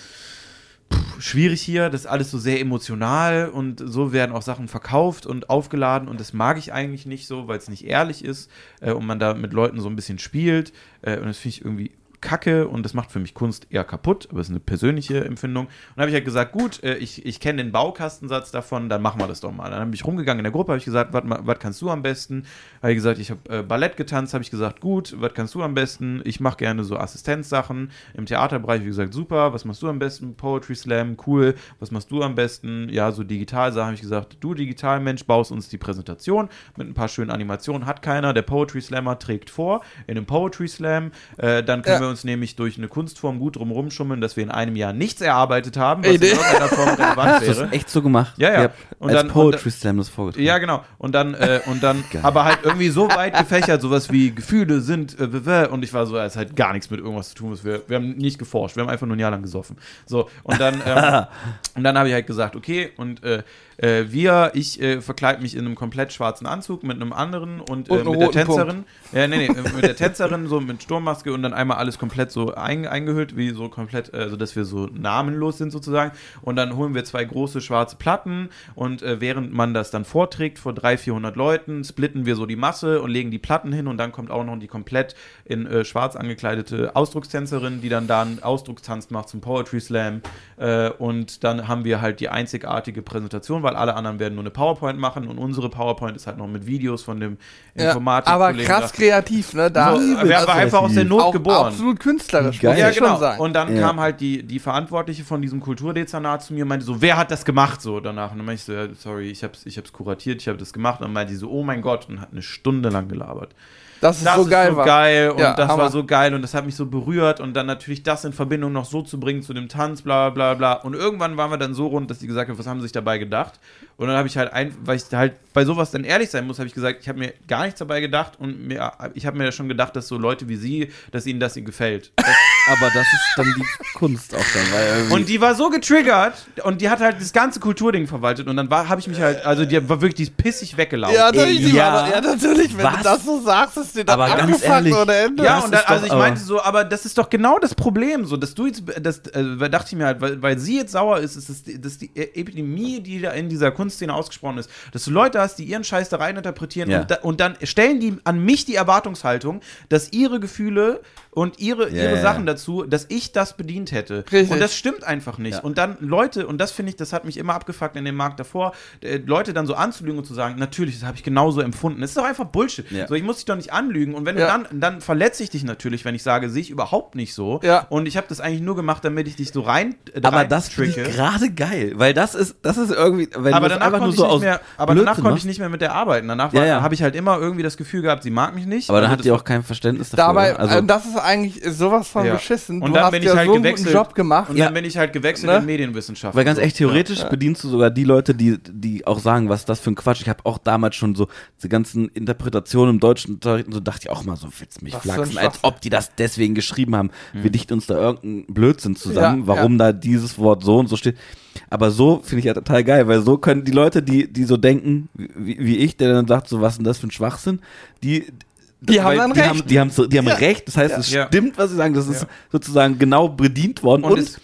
pff, schwierig hier, das ist alles so sehr emotional und so werden auch Sachen verkauft und aufgeladen und das mag ich eigentlich nicht so, weil es nicht ehrlich ist äh, und man da mit Leuten so ein bisschen spielt äh, und das finde ich irgendwie Kacke und das macht für mich Kunst eher kaputt, aber es ist eine persönliche Empfindung. Und dann habe ich halt gesagt, gut, äh, ich, ich kenne den Baukastensatz davon, dann machen wir das doch mal. Dann habe ich rumgegangen in der Gruppe, habe ich gesagt, was kannst du am besten? Habe ich gesagt, ich habe äh, Ballett getanzt, habe ich gesagt, gut, was kannst du am besten? Ich mache gerne so Assistenzsachen im Theaterbereich, wie gesagt, super, was machst du am besten? Poetry Slam, cool, was machst du am besten? Ja, so Digitalsachen, habe ich gesagt, du Digitalmensch, baust uns die Präsentation mit ein paar schönen Animationen, hat keiner, der Poetry Slammer trägt vor in einem Poetry Slam, äh, dann können ja. wir uns nämlich durch eine Kunstform gut drumherum schummeln, dass wir in einem Jahr nichts erarbeitet haben, was Ey, in irgendeiner Form relevant wäre. Hast du das echt so gemacht? Ja, ja. Und als dann, Poetry Slam das vorgetragen. Ja, genau. Und dann, äh, und dann aber halt irgendwie so weit gefächert, sowas wie Gefühle sind, äh, und ich war so, es hat gar nichts mit irgendwas zu tun, was wir, wir haben nicht geforscht, wir haben einfach nur ein Jahr lang gesoffen. So, und dann, ähm, und dann habe ich halt gesagt, okay, und äh, äh, wir, ich äh, verkleide mich in einem komplett schwarzen Anzug mit einem anderen und, äh, und mit der Tänzerin, ja, nee, nee, mit der Tänzerin so mit Sturmmaske und dann einmal alles komplett so ein, eingehüllt, wie so komplett, also dass wir so namenlos sind sozusagen und dann holen wir zwei große schwarze Platten und äh, während man das dann vorträgt vor dreihundert, vierhundert Leuten, splitten wir so die Masse und legen die Platten hin und dann kommt auch noch die komplett in äh, schwarz angekleidete Ausdruckstänzerin, die dann da einen Ausdruckstanz macht zum Poetry Slam äh, und dann haben wir halt die einzigartige Präsentation, weil alle anderen werden nur eine PowerPoint machen und unsere PowerPoint ist halt noch mit Videos von dem Informatik. Ja, aber krass da. kreativ, ne? Da so, wir haben einfach aus der Not auch geboren. Absolut künstlerisch, muss ja, ich genau. schon sagen. Und dann ja. kam halt die, die Verantwortliche von diesem Kulturdezernat zu mir und meinte so, wer hat das gemacht? So danach. Und dann meinte ich so, ja, sorry, ich hab's, ich hab's kuratiert, ich habe das gemacht. Und dann meinte die so, oh mein Gott, und hat eine Stunde lang gelabert. Das ist das so ist geil so war. geil und ja, das Hammer. war so geil und das hat mich so berührt und dann natürlich das in Verbindung noch so zu bringen zu dem Tanz, bla bla bla. Und irgendwann waren wir dann so rund, dass die gesagt haben, was haben sie sich dabei gedacht? Und dann habe ich halt, ein, weil ich halt bei sowas dann ehrlich sein muss, habe ich gesagt, ich habe mir gar nichts dabei gedacht und mir, ich habe mir schon gedacht, dass so Leute wie sie, dass ihnen das gefällt. Das, aber das ist dann die Kunst auch dann. Weil und die war so getriggert und die hat halt das ganze Kulturding verwaltet und dann habe ich mich halt, also die war wirklich, die ist pissig weggelaufen. Ja, natürlich, Ey, ja. War, ja, natürlich wenn was? du das so sagst, ist dir dann aber ganz abgefuckt oder Ende. Ja, und dann, also doch, ich meinte so, aber das ist doch genau das Problem, so, dass du jetzt, das äh, dachte ich mir halt, weil, weil sie jetzt sauer ist, ist das, das ist die Epidemie, die da in dieser Kunstszene ausgesprochen ist, dass du Leute hast, die ihren Scheiß da rein interpretieren ja. und, da, und dann stellen die an mich die Erwartungshaltung, dass ihre Gefühle und ihre, yeah, ihre Sachen yeah. dazu, dass ich das bedient hätte. Richtig. Und das stimmt einfach nicht. Ja. Und dann Leute, und das finde ich, das hat mich immer abgefuckt in dem Markt davor, äh, Leute dann so anzulügen und zu sagen, natürlich, das habe ich genauso empfunden. Das ist doch einfach Bullshit. Ja. So, ich muss dich doch nicht anlügen. Und wenn ja. du dann, dann verletze ich dich natürlich, wenn ich sage, sehe ich überhaupt nicht so. Ja. Und ich habe das eigentlich nur gemacht, damit ich dich so rein äh, Aber rein das finde tricke. ich gerade geil, weil das ist, das ist irgendwie, wenn aber du danach einfach nur konnte so ich nicht aus mehr, aber Blödsinn danach konnte machst. ich nicht mehr mit der arbeiten. Danach Ja, ja. habe ich halt immer irgendwie das Gefühl gehabt, sie mag mich nicht. Aber dann also hat die auch kein Verständnis dafür. Dabei, also, äh, das ist eigentlich sowas von Ja. beschissen. Und du dann hast bin ich ja halt so einen gewechselt. guten Job gemacht. Und ja. dann bin ich halt gewechselt Ne? in Medienwissenschaften. Weil ganz echt so. theoretisch ja. bedienst du sogar die Leute, die, die auch sagen, was ist das für ein Quatsch. Ich habe auch damals schon so diese ganzen Interpretationen im Deutschen Unterricht und so dachte ich auch mal so, willst mich Was für ein flachsen, als ob die das deswegen geschrieben haben. Mhm. Wir dichten uns da irgendeinen Blödsinn zusammen, Ja, warum ja. da dieses Wort so und so steht. Aber so finde ich ja total geil, weil so können die Leute, die, die so denken, wie, wie ich, der dann sagt, so was ist denn das für ein Schwachsinn, die Die haben dann die recht. Haben, die haben, so, die haben Ja. recht, das heißt, Ja. es Ja. stimmt, was sie sagen, das ist Ja. sozusagen genau bedient worden Und und, es-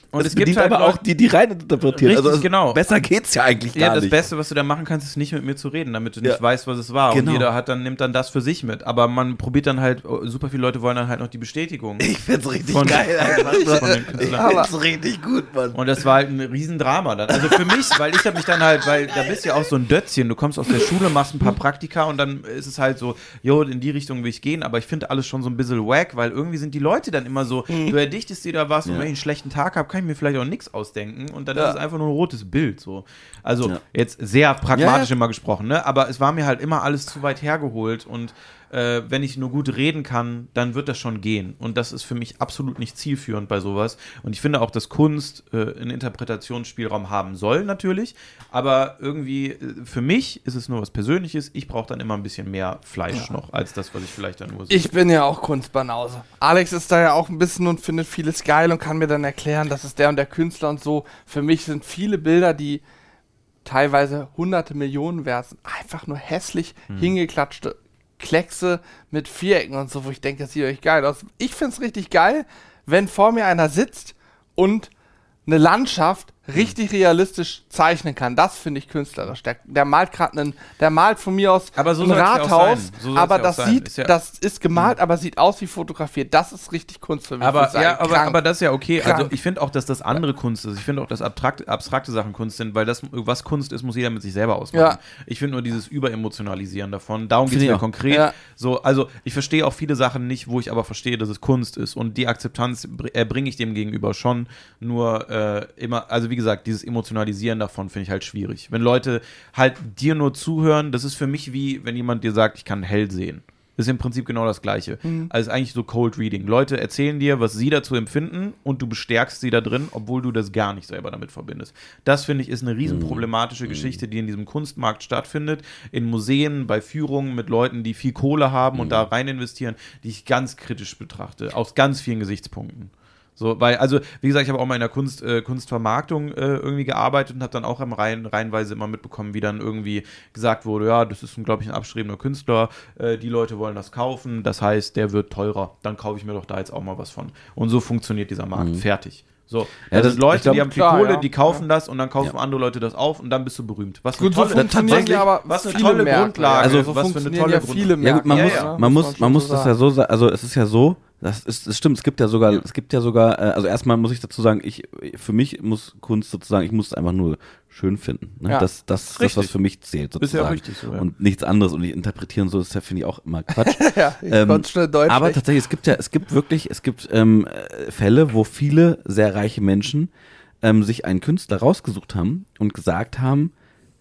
Und es es gibt bedient halt aber Leute- auch die, die rein interpretieren. Richtig, also es, genau. Besser geht's ja eigentlich gar Ja, das nicht. Beste, was du da machen kannst, ist nicht mit mir zu reden, damit du nicht Ja. weißt, was es war. Genau. Und jeder hat dann, nimmt dann das für sich mit. Aber man probiert dann halt, super viele Leute wollen dann halt noch die Bestätigung. Ich find's richtig Von- geil einfach. von den Ich Künstlern. find's richtig gut, Mann. Und das war halt ein Riesendrama dann. Also für mich, weil ich habe mich dann halt, weil da bist du ja auch so ein Dötzchen, du kommst aus der Schule, machst ein paar Praktika und dann ist es halt so, jo, in die Richtung will ich gehen, aber ich finde alles schon so ein bisschen wack, weil irgendwie sind die Leute dann immer so, du erdichtest dir da was und Ja. wenn ich einen schlechten Tag habe, kann ich mir vielleicht auch nichts ausdenken und dann Ja. ist es einfach nur ein rotes Bild so. Also Ja. jetzt sehr pragmatisch Ja, ja. immer gesprochen, ne? Aber es war mir halt immer alles zu weit hergeholt und äh, wenn ich nur gut reden kann, dann wird das schon gehen. Und das ist für mich absolut nicht zielführend bei sowas. Und ich finde auch, dass Kunst äh, einen Interpretationsspielraum haben soll, natürlich. Aber irgendwie, äh, für mich ist es nur was Persönliches. Ich brauche dann immer ein bisschen mehr Fleisch noch, als das, was ich vielleicht dann nur sehe. Ich bin ja auch Kunstbanause. Alex ist da ja auch ein bisschen und findet vieles geil und kann mir dann erklären, das ist der und der Künstler und so. Für mich sind viele Bilder, die teilweise hunderte Millionen wert sind, einfach nur hässlich hingeklatschte Kleckse mit Vierecken und so, wo ich denke, das sieht euch geil aus. Ich finde es richtig geil, wenn vor mir einer sitzt und eine Landschaft richtig realistisch zeichnen kann. Das finde ich künstlerisch. Der, der malt gerade einen, der malt von mir aus Aber so ein soll's ja auch Rathaus, sein. So soll's aber ja auch das sein. sieht, Ist ja- das ist gemalt, aber sieht aus wie fotografiert. Das ist richtig Kunst für mich. Aber, würde ich sagen. ja, aber, Krank. aber das ist ja okay. Krank. Also ich finde auch, dass das andere Kunst ist. Ich finde auch, dass abstrakte, abstrakte Sachen Kunst sind, weil das, was Kunst ist, muss jeder mit sich selber ausmachen. Ja. Ich finde nur dieses Überemotionalisieren davon. Darum geht es Finde ich mir auch. konkret. Ja. So, also ich verstehe auch viele Sachen nicht, wo ich aber verstehe, dass es Kunst ist. Und die Akzeptanz br- erbringe ich dem gegenüber schon. Nur äh, immer, also wie gesagt, dieses Emotionalisieren davon finde ich halt schwierig. Wenn Leute halt dir nur zuhören, das ist für mich wie, wenn jemand dir sagt, ich kann hell sehen. Das ist im Prinzip genau das Gleiche. Also eigentlich so Cold Reading. Leute erzählen dir, was sie dazu empfinden und du bestärkst sie da drin, obwohl du das gar nicht selber damit verbindest. Das, finde ich, ist eine riesen problematische Geschichte, die in diesem Kunstmarkt stattfindet. In Museen, bei Führungen mit Leuten, die viel Kohle haben und da rein investieren, die ich ganz kritisch betrachte. Aus ganz vielen Gesichtspunkten. So, weil, also, wie gesagt, ich habe auch mal in der Kunst, äh, Kunstvermarktung äh, irgendwie gearbeitet und habe dann auch im Reihen, reihenweise immer mitbekommen, wie dann irgendwie gesagt wurde, ja, das ist, glaube ich, ein abstrebender Künstler, äh, die Leute wollen das kaufen, das heißt, der wird teurer, dann kaufe ich mir doch da jetzt auch mal was von. Und so funktioniert dieser Markt, fertig. So, Ja, das, das- sind Leute, ich glaub, die haben viel klar, Kohle, ja. die kaufen das und dann kaufen andere Leute das auf und dann bist du berühmt. Was Gut, so eine tolle, funktionieren tatsächlich, ja aber was eine viele tolle Märkte. Grundlage, Also, so was für eine funktionieren tolle ja Grundlage. viele Ja Märkte. gut, man Ja, muss, ja. man muss, schon man muss so das sagen. ja so sagen, also es ist ja so, das ist, das stimmt, es gibt ja sogar, es gibt ja sogar, äh, also erstmal muss ich dazu sagen, ich, für mich muss Kunst sozusagen, ich muss es einfach nur schön finden. Ne? Ja. Das, das ist das, Richtig. was für mich zählt Ist ja sozusagen. richtig so, ja. Und nichts anderes und ich interpretieren so, das finde ich auch immer Quatsch. Ja, ich Ähm, konnte schnell Deutsch Aber nicht. tatsächlich, es gibt ja, es gibt wirklich, es gibt ähm, äh, Fälle, wo viele sehr reiche Menschen ähm, sich einen Künstler rausgesucht haben und gesagt haben,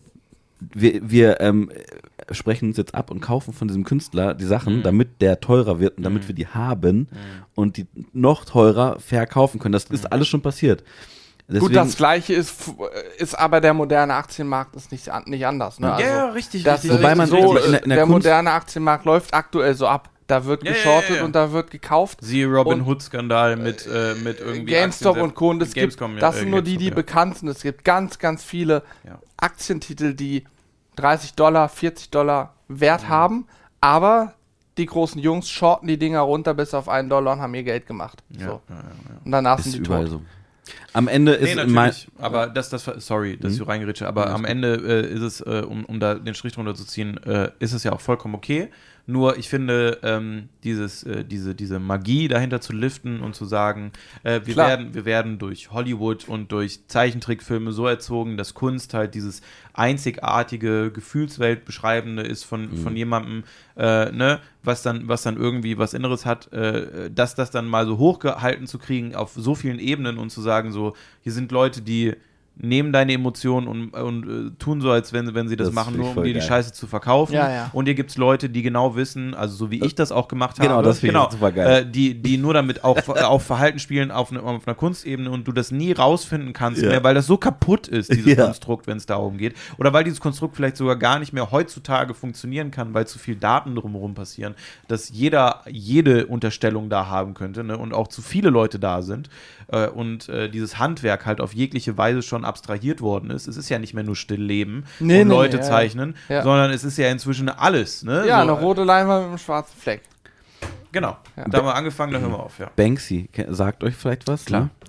wir, wir ähm, sprechen uns jetzt ab und kaufen von diesem Künstler die Sachen, Mhm. damit der teurer wird und damit wir die haben und die noch teurer verkaufen können. Das ist alles schon passiert. Deswegen, Gut, das Gleiche ist, f- ist aber der moderne Aktienmarkt ist nicht, an- nicht anders. Ne? Also, ja, richtig, das richtig. ist Wobei man so, richtig in der- in der der Kunst- moderne Aktienmarkt läuft aktuell so ab. Da wird Ja, ja, geschortet ja, ja. und da wird gekauft. Siehe Robin Und- Hood-Skandal mit, äh, mit irgendwie GameStop Aktien- und Co. Und es gibt, Gamescom, ja, das äh, sind nur die, GameStop, die ja. bekannt sind. Es gibt ganz, ganz viele Ja. Aktientitel, die dreißig Dollar, vierzig Dollar Wert Mhm. haben, aber die großen Jungs shorten die Dinger runter bis auf einen Dollar und haben ihr Geld gemacht. Ja, So. ja, ja, ja. Und danach ist sind die überall tot. so. Am Ende Nee, ist in mein, natürlich, aber das, das, sorry, dass Mhm. ich reingerätsche, aber Ja, am ist Ende äh, ist es, äh, um, um da den Strich drunter zu ziehen, äh, ist es ja auch vollkommen okay. Nur ich finde, ähm, dieses, äh, diese, diese Magie dahinter zu liften und zu sagen, äh, wir, Klar. werden, wir werden durch Hollywood und durch Zeichentrickfilme so erzogen, dass Kunst halt dieses einzigartige Gefühlswelt beschreibende ist von, von jemandem, äh, ne, was dann, was dann irgendwie was Inneres hat, äh, dass das dann mal so hochgehalten zu kriegen auf so vielen Ebenen und zu sagen, so, hier sind Leute, die nehmen deine Emotionen und, und äh, tun so, als wenn, wenn sie das, Das machen, finde ich nur um voll dir die geil. Scheiße zu verkaufen. Ja, ja. Und hier gibt es Leute, die genau wissen, also so wie ich das auch gemacht habe, Genau, das finde ich auch super geil. Äh, die, die nur damit auch äh, auf Verhalten spielen auf, ne, auf einer Kunstebene und du das nie rausfinden kannst Ja. mehr, weil das so kaputt ist, dieses Ja. Konstrukt, wenn es darum geht. Oder weil dieses Konstrukt vielleicht sogar gar nicht mehr heutzutage funktionieren kann, weil zu viel Daten drumherum passieren, dass jeder jede Unterstellung da haben könnte, ne, und auch zu viele Leute da sind äh, und äh, dieses Handwerk halt auf jegliche Weise schon abstrahiert worden ist. Es ist ja nicht mehr nur Stillleben Nee, und nee, Leute ja, ja. zeichnen, Ja. sondern es ist ja inzwischen alles. Ne? Ja, so, eine rote Leinwand mit einem schwarzen Fleck. Genau. Ja. Da haben wir angefangen, da hören wir auf, ja. Banksy, ke- sagt euch vielleicht was? Klar. Ne?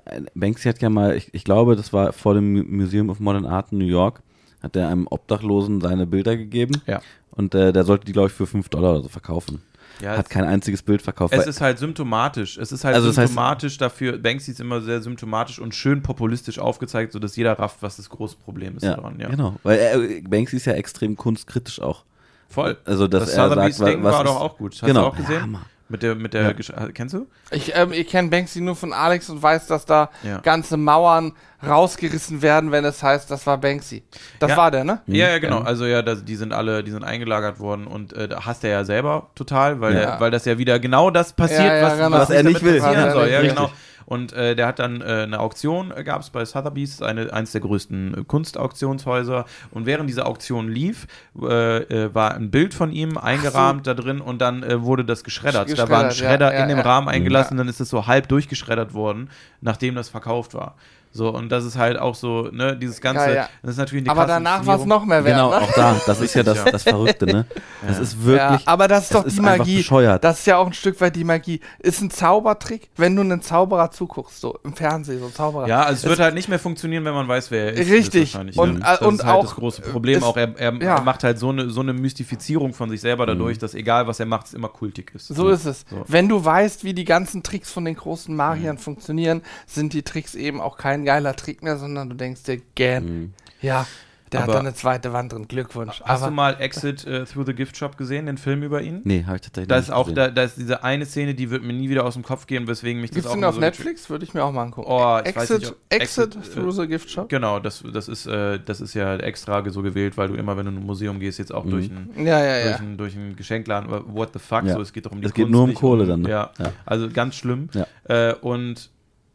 Banksy hat ja mal, ich, ich glaube, das war vor dem Museum of Modern Art in New York, hat er einem Obdachlosen seine Bilder gegeben. Ja. Und äh, der sollte die, glaube ich, für fünf Dollar oder so verkaufen. Ja, hat kein einziges Bild verkauft. Es ist halt symptomatisch. Es ist halt also symptomatisch das heißt, dafür, Banksy ist immer sehr symptomatisch und schön populistisch aufgezeigt, sodass jeder rafft, was das große Problem ist ja, daran. Ja, genau. Weil äh, Banksy ist ja extrem kunstkritisch auch. Voll. Also, dass das er Sotheby's sagt, Ding was war ist, doch auch gut. Hast genau. du auch gesehen? Ja, mit der, mit der, ja. Gesch- kennst du? Ich, ähm, ich kenne Banksy nur von Alex und weiß, dass da Ja. ganze Mauern rausgerissen werden, wenn es heißt, das war Banksy. Das Ja. war der, ne? Ja, ja, genau. Ja. Also ja, das, die sind alle, die sind eingelagert worden und äh, da hasst er ja selber total, weil, Ja. der, weil das ja wieder genau das passiert, Ja, ja, was, genau. was, Was er nicht will. passieren Was er soll. nicht Ja, will. genau. Und äh, der hat dann äh, eine Auktion, äh, gab es bei Sotheby's, eine, eines der größten äh, Kunstauktionshäuser. Und während diese Auktion lief, äh, äh, war ein Bild von ihm eingerahmt so. da drin und dann äh, wurde das geschreddert. Geschreddert, Da war ein Schredder ja, ja, in dem ja. Rahmen eingelassen, Ja. dann ist es so halb durchgeschreddert worden, nachdem das verkauft war. So, und das ist halt auch so, ne, dieses ganze, Geil, ja. das ist natürlich eine Aber krasse danach war es Inszenierung. noch mehr wert, Genau, ne? auch da. Das ist ja das, Ja. das Verrückte, ne? Das Ja. ist wirklich. Ja, aber das ist es doch ist die einfach Magie. bescheuert. Das ist ja auch ein Stück weit die Magie. Ist ein Zaubertrick, wenn du einen Zauberer zuguckst, so im Fernsehen, so ein Zauberer. Ja, also es wird halt nicht mehr funktionieren, wenn man weiß, wer er ist. Richtig. Wahrscheinlich, Und, ja. äh, das und ist halt auch, das große Problem. es- Auch er, er ja. macht halt so eine, so eine Mystifizierung von sich selber dadurch, dass egal, was er macht, es immer kultig ist. So ist es. So. Wenn du weißt, wie die ganzen Tricks von den großen Magiern funktionieren, sind die Tricks eben auch kein geiler Trick mehr, sondern du denkst dir, gern, Mhm. ja, der Aber- hat da eine zweite Wand drin. Glückwunsch. Hast Aber du mal Exit äh, Through the Gift Shop gesehen, den Film über ihn? Nee, habe ich tatsächlich Da nicht ist auch, gesehen. da, da ist diese eine Szene, die wird mir nie wieder aus dem Kopf gehen, weswegen mich das gibt's auch den immer auf so Netflix? Würde ich mir auch mal angucken. Oh, ich weiß Exit, nicht, ob- Exit, Exit, Through äh, the Gift Shop? Genau, das, das, ist, äh, das ist ja extra so gewählt, weil du immer, wenn du in ein Museum gehst, jetzt auch Mhm. durch ein Ja, ja, durch ja. einen durch einen Geschenkladen, aber what the fuck, Ja. so, es geht doch um die Es geht Kunst, nur um nicht Kohle dann, ne? Ja, Ja. also ganz schlimm. Ja. Äh, und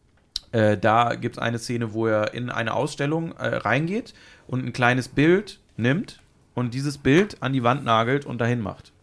äh, da gibt es eine Szene, wo er in eine Ausstellung äh, reingeht und ein kleines Bild nimmt und dieses Bild an die Wand nagelt und dahin macht.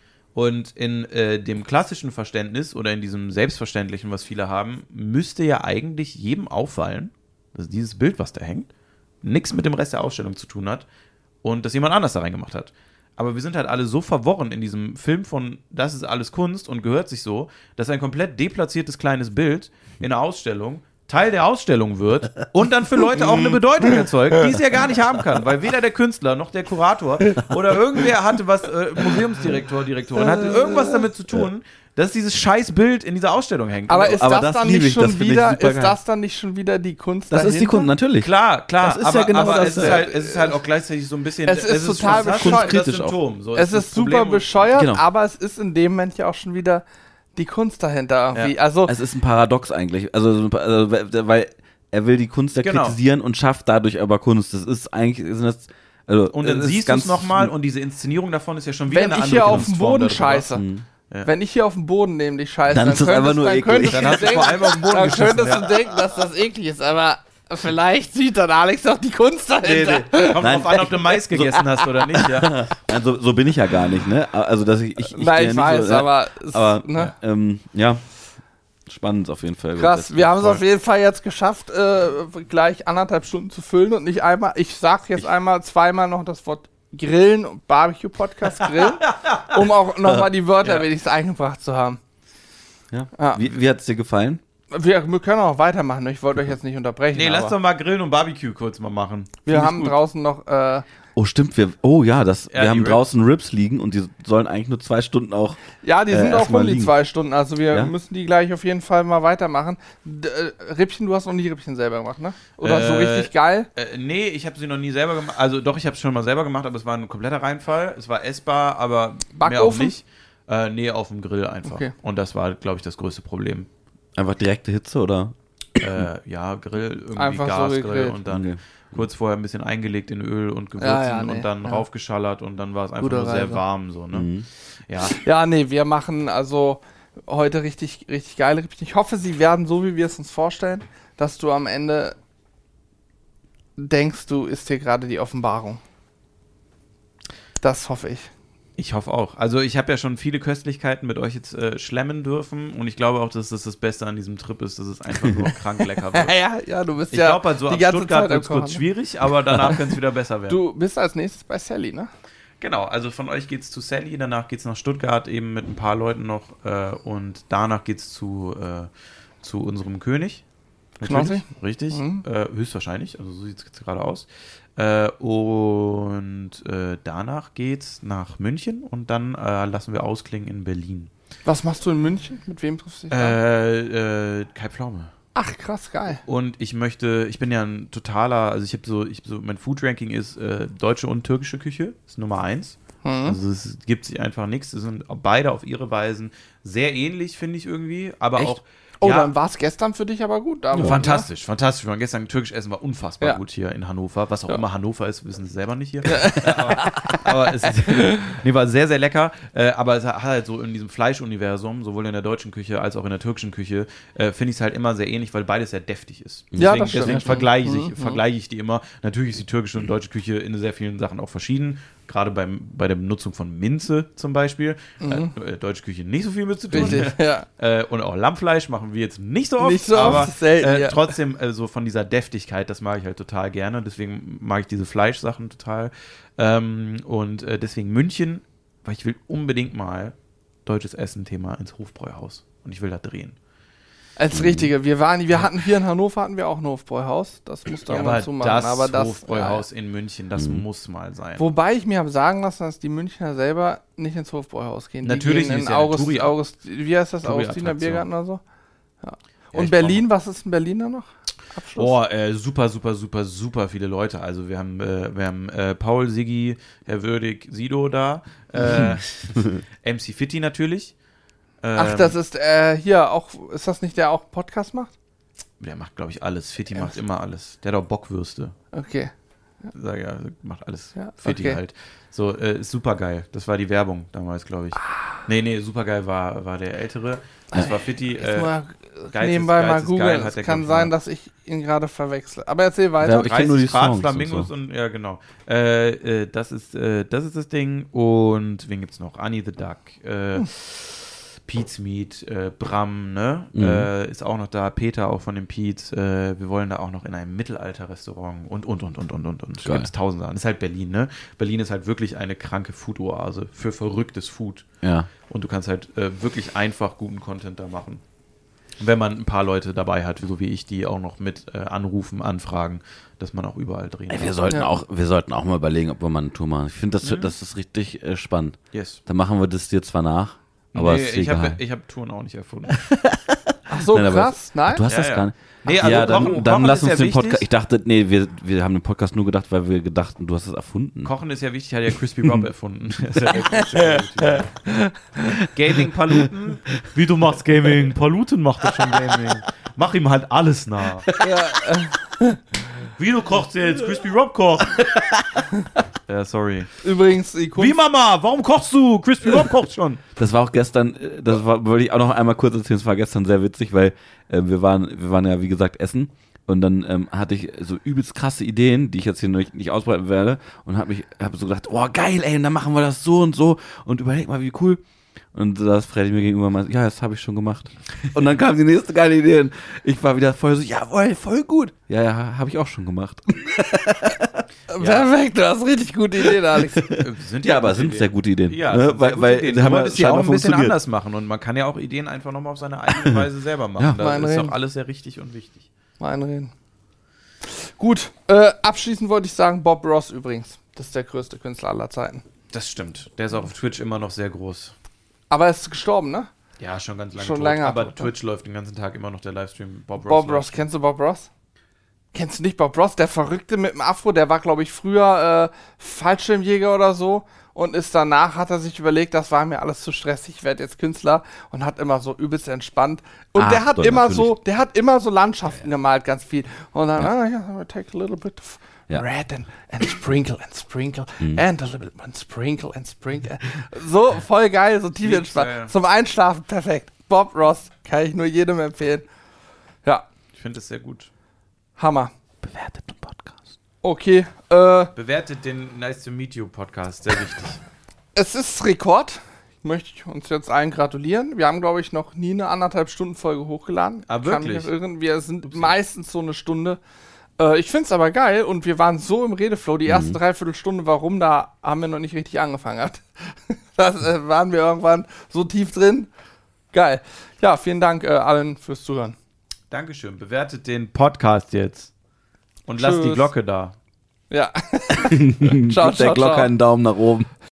Und in äh, dem klassischen Verständnis oder in diesem Selbstverständlichen, was viele haben, müsste ja eigentlich jedem auffallen, dass dieses Bild, was da hängt, nichts mit dem Rest der Ausstellung zu tun hat und dass jemand anders da reingemacht hat. Aber wir sind halt alle so verworren in diesem Film von das ist alles Kunst und gehört sich so, dass ein komplett deplatziertes kleines Bild in einer Ausstellung Teil der Ausstellung wird und dann für Leute auch eine Bedeutung erzeugt, die es ja gar nicht haben kann, weil weder der Künstler noch der Kurator oder irgendwer hatte was, äh, Museumsdirektor, Direktorin, hatte irgendwas damit zu tun, dass dieses scheiß Bild in dieser Ausstellung hängt. Aber Und- ist Aber das, das dann liebe nicht ich, das schon finde ich wieder, super ist geil. das dann nicht schon wieder die Kunst Das ist die dahinter? Kunst, natürlich. Klar, klar, Das ist aber, ja genau aber das, es, ist äh, halt, es ist halt auch gleichzeitig so ein bisschen, Es ist total fast bescheuert. das Kunstkritisch Symptom. So Es das ist super Problem. bescheuert, Genau. aber es ist in dem Moment ja auch schon wieder die Kunst dahinter irgendwie. Ja. Also, Es ist ein Paradox eigentlich. Also, so ein Pa- also weil er will die Kunst ja Genau. kritisieren und schafft dadurch aber Kunst. Das ist eigentlich, sind das, also, Und dann es ist siehst du es ganz- nochmal und diese Inszenierung davon ist ja schon wieder wenn eine ich andere hier auf dem Kunstform Boden darüber. scheiße, Mhm. Ja. wenn ich hier auf dem Boden nämlich scheiße, Dann dann, ist es könntest, einfach nur dann eklig. könntest Dann du hast du denken, vor allem auf den Boden dann geschissen, könntest ja. du denken, dass das eklig ist, aber vielleicht sieht dann Alex doch die Kunst Nee, dahinter. nee. Kommt Nein. drauf an, ob du Mais gegessen hast oder nicht. Ja. Nein, so, so bin ich ja gar nicht, ne? Also, dass ich, ich, ich Nein, bin ich ja nicht weiß, so, aber, es, aber ne? ähm, ja, spannend auf jeden Fall. Krass, wir haben es auf jeden Fall jetzt geschafft, äh, gleich anderthalb Stunden zu füllen und nicht einmal, ich sag jetzt einmal zweimal noch das Wort Grillen und Barbecue-Podcast Grillen, um auch nochmal die Wörter Ja. wenigstens eingebracht zu haben. Ja. Ja. Wie, wie hat es dir gefallen? Wir, wir können auch weitermachen, ich wollte euch jetzt nicht unterbrechen. Nee, lass aber doch mal Grillen und Barbecue kurz mal machen. wir Find ich haben gut. draußen noch, äh, Oh, stimmt, wir, oh ja, das, Ja, wir die haben Ribs. draußen Ribs liegen und die sollen eigentlich nur zwei Stunden auch. ja, die Äh, sind auch erst mal um die liegen. zwei Stunden, also wir Ja? müssen die gleich auf jeden Fall mal weitermachen. D äh, Rippchen, du hast noch nie Rippchen selber gemacht, ne? Oder so Äh, richtig geil? Äh, nee, ich habe sie noch nie selber gemacht. Also doch, ich habe es schon mal selber gemacht, aber es war ein kompletter Reinfall. Es war essbar, aber mehr auch Backofen? nicht. Äh, nee, auf dem Grill einfach. Okay. Und das war, glaube ich, das größte Problem. Einfach direkte Hitze oder? äh, ja, Grill, irgendwie Einfach so Gasgrill gegrillt. und dann Okay. kurz vorher ein bisschen eingelegt in Öl und Gewürzen Ja, ja, nee, und dann ja. raufgeschallert und dann war es einfach Gute nur sehr Reise. warm. So, ne? Mhm. Ja, Ja, nee, wir machen also heute richtig, richtig geile Rippchen. Ich hoffe, sie werden so, wie wir es uns vorstellen, dass du am Ende denkst, du isst hier gerade die Offenbarung. Das hoffe ich. ich hoffe auch. Also ich habe ja schon viele Köstlichkeiten mit euch jetzt äh, schlemmen dürfen und ich glaube auch, dass das das Beste an diesem Trip ist, dass es einfach nur krank lecker wird. ja, ja, du bist Ich ja glaube halt so die ab ganze Stuttgart Zeit am wird es kurz Kochen, ne? schwierig, aber danach kann es wieder besser werden. Du bist als nächstes bei Sally, ne? Genau, also von euch geht's zu Sally, danach geht's nach Stuttgart eben mit ein paar Leuten noch äh, und danach geht's zu, äh, zu unserem König. Natürlich, richtig. Mhm. Äh, höchstwahrscheinlich, also so sieht es jetzt gerade aus. Äh, und äh, danach geht's nach München und dann äh, lassen wir ausklingen in Berlin. Was machst du in München? Mit wem triffst du dich da? Äh, äh, Kai Pflaume. Ach, krass, geil. Und ich möchte, ich bin ja ein totaler, also ich habe so, ich so, mein Food-Ranking ist äh, deutsche und türkische Küche, ist Nummer eins. Mhm. Also es gibt sich einfach nichts. Es sind beide auf ihre Weisen sehr ähnlich, finde ich irgendwie, aber Echt? auch Oh, ja, dann war es gestern für dich aber gut. Aber, fantastisch, ja? fantastisch. Wir waren gestern türkisch essen, war unfassbar ja. gut hier in Hannover. Was auch ja. immer Hannover ist, wissen sie selber nicht hier. aber aber es ist, nee, war sehr, sehr lecker. Äh, aber es hat halt so in diesem Fleischuniversum, sowohl in der deutschen Küche als auch in der türkischen Küche, äh, finde ich es halt immer sehr ähnlich, weil beides sehr deftig ist. Deswegen, ja, das stimmt. deswegen vergleiche ich, mhm. vergleiche ich die immer. Natürlich ist die türkische und deutsche Küche in sehr vielen Sachen auch verschieden. Gerade beim, bei der Benutzung von Minze zum Beispiel. Mhm. Äh, deutsche Küche nicht so viel mit zu tun. Richtig, ja. äh, und auch Lammfleisch machen wir jetzt nicht so oft. Nicht so aber oft, selten, äh, ja. trotzdem äh, so von dieser Deftigkeit, das mag ich halt total gerne. Deswegen mag ich diese Fleischsachen total. Ähm, und äh, deswegen München, weil ich will unbedingt mal deutsches Essen-Thema ins Hofbräuhaus. Und ich will da drehen. Als Richtige. Wir waren, wir hatten hier in Hannover hatten wir auch ein Hofbräuhaus. Das musste ja, man aber zumachen. das aber das Hofbräuhaus ja. in München, das Mhm. muss mal sein. Wobei ich mir habe sagen lassen, dass die Münchner selber nicht ins Hofbräuhaus gehen. Die Natürlich gehen nicht. in Ja August, Touri- August, wie heißt das? Touri- Augustiner Attraktion. Biergarten oder so? Ja. Ja, Und ich Berlin, was ist in Berlin da noch? Abschluss? Oh, äh, super, super, super, super viele Leute. Also wir haben, äh, wir haben äh, Paul, Siggi, Herr Würdig, Sido da, äh, M C Fitti natürlich. Ähm, Ach, das ist äh, hier auch, ist das nicht der auch Podcast macht? Der macht, glaube ich, alles. Fitti Ja. macht immer alles. Der hat auch Bockwürste. Okay. Sag ja, macht alles. Ja, Fitti okay. halt. So, äh, ist super geil. Das war die Werbung damals, glaube ich. Ah. Nee, nee, super geil war, war der Ältere. Das war Fitti. Ich Äh, mal Geiz nebenbei ist- mal Geiz ist googeln. geil, hat Es der kann Kopf sein, gemacht. dass ich ihn gerade verwechsle. Aber erzähl weiter. Ja, ich kenn nur die dreißig Grad Songs und Flamingos so. und, ja, genau. Äh, äh, das, ist, äh, das ist das Ding. Und wen gibt's noch? Annie the Duck. Äh, Hm. Pete's Meat, äh, Bram, ne? Mhm. Äh, ist auch noch da. Peter auch von den Pete's. Äh, wir wollen da auch noch in einem Mittelalter-Restaurant und, und, und, und, und, und, und. Da Geil. gibt's tausend Sachen. Das ist halt Berlin, ne? Berlin ist halt wirklich eine kranke Food-Oase für verrücktes Food. Ja. Und du kannst halt äh, wirklich einfach guten Content da machen. Wenn man ein paar Leute dabei hat, so wie ich, die auch noch mit äh, anrufen, anfragen, dass man auch überall drehen Ey, wir darf. sollten Ja. auch, wir sollten auch mal überlegen, ob wir mal eine Tour machen. Ich finde, das, Ja. das ist richtig äh, spannend. Yes. Dann machen wir das dir zwar nach, aber nee, es ist ich egal. habe ich hab Touren auch nicht erfunden. Ach so, Nein, aber krass. Nein? Du hast Ja, das ja. gar nicht. Nee, Ach, also ja, dann, Kochen- dann Kochen lass ist uns ja den wichtig. Podcast. Ich dachte, nee, wir, wir haben den Podcast nur gedacht, weil wir gedachten, du hast es erfunden. Kochen ist ja wichtig, hat ja Crispy Rob erfunden. Das ist ja echt sehr gut. Gaming Paluten? Wie du machst Gaming? Paluten macht doch schon Gaming. Mach ihm halt alles nach. Ja, Wie du kochst jetzt? Crispy Rob kocht. Ja, sorry. übrigens, die Kunst. Wie Mama? Warum kochst du? Crispy Rob kocht schon. Das war auch gestern, äh, das war, wollte ich auch noch einmal kurz erzählen, das war gestern sehr witzig, weil äh, wir waren, wir waren ja wie gesagt essen und dann ähm, hatte ich so übelst krasse Ideen, die ich jetzt hier nicht, nicht ausbreiten werde und habe mich, habe so gedacht, oh geil, ey, und dann machen wir das so und so und überleg mal, wie cool. Und da ist Freddy mir gegenüber meinte, ja, das habe ich schon gemacht. Und dann kam die nächste geile Idee und ich war wieder voll so, jawohl, voll gut. Ja, ja, habe ich auch schon gemacht. Perfekt, du hast richtig gute Ideen, Alex. Sind Ja, aber es sind sehr gute Ideen. Ja, ne? sind sehr weil, gute weil Ideen. die haben Du ja wolltest ja auch scheinbar ein bisschen funktioniert. anders machen und man kann ja auch Ideen einfach nochmal auf seine eigene Weise selber machen. Ja. Da Mein ist Reden. doch alles sehr richtig und wichtig. Mal einreden. Gut, äh, abschließend wollte ich sagen, Bob Ross übrigens. Das ist der größte Künstler aller Zeiten. Das stimmt. Der ist auch auf Twitch immer noch sehr groß. Aber er ist gestorben, ne? Ja, schon ganz lange Schon tot. länger aber tot, ne? Twitch läuft den ganzen Tag immer noch der Livestream. Bob Ross. Bob Ross, kennst du Bob Ross? Kennst du nicht Bob Ross? Der Verrückte mit dem Afro, der war, glaube ich, früher äh, Fallschirmjäger oder so und ist danach, hat er sich überlegt, das war mir alles zu stressig, ich werde jetzt Künstler und hat immer so übelst entspannt. Und Ach, der hat doch, immer natürlich. so, der hat immer so Landschaften gemalt, ganz viel. Und dann, ah, ja, take a little bit of Ja. red and, and sprinkle and sprinkle and a little bit and sprinkle and sprinkle. So voll geil, so tief Lieb's, entspannt. ja, ja. Zum Einschlafen perfekt. Bob Ross, kann ich nur jedem empfehlen. Ja, Ich finde das sehr gut. Hammer. Bewertet den Podcast. Okay, äh, Bewertet den Nice to Meet You Podcast, sehr wichtig. es ist Rekord. Möchte ich uns jetzt allen gratulieren. Wir haben, glaube ich, noch nie eine anderthalb Stunden Folge hochgeladen. Ah, Kann wirklich? mich nicht irren. Wir sind Upsi. meistens so eine Stunde. Äh, ich finde es aber geil und wir waren so im Redeflow. Die erste Dreiviertelstunde, warum, da haben wir noch nicht richtig angefangen. Hat. Da äh, waren wir irgendwann so tief drin. Geil. Ja, vielen Dank äh, allen fürs Zuhören. Dankeschön. Bewertet den Podcast jetzt. Und lasst die Tschüss. Glocke da. Ja. Ciao, ciao, Gib der ciao, Glocke ciao. einen Daumen nach oben.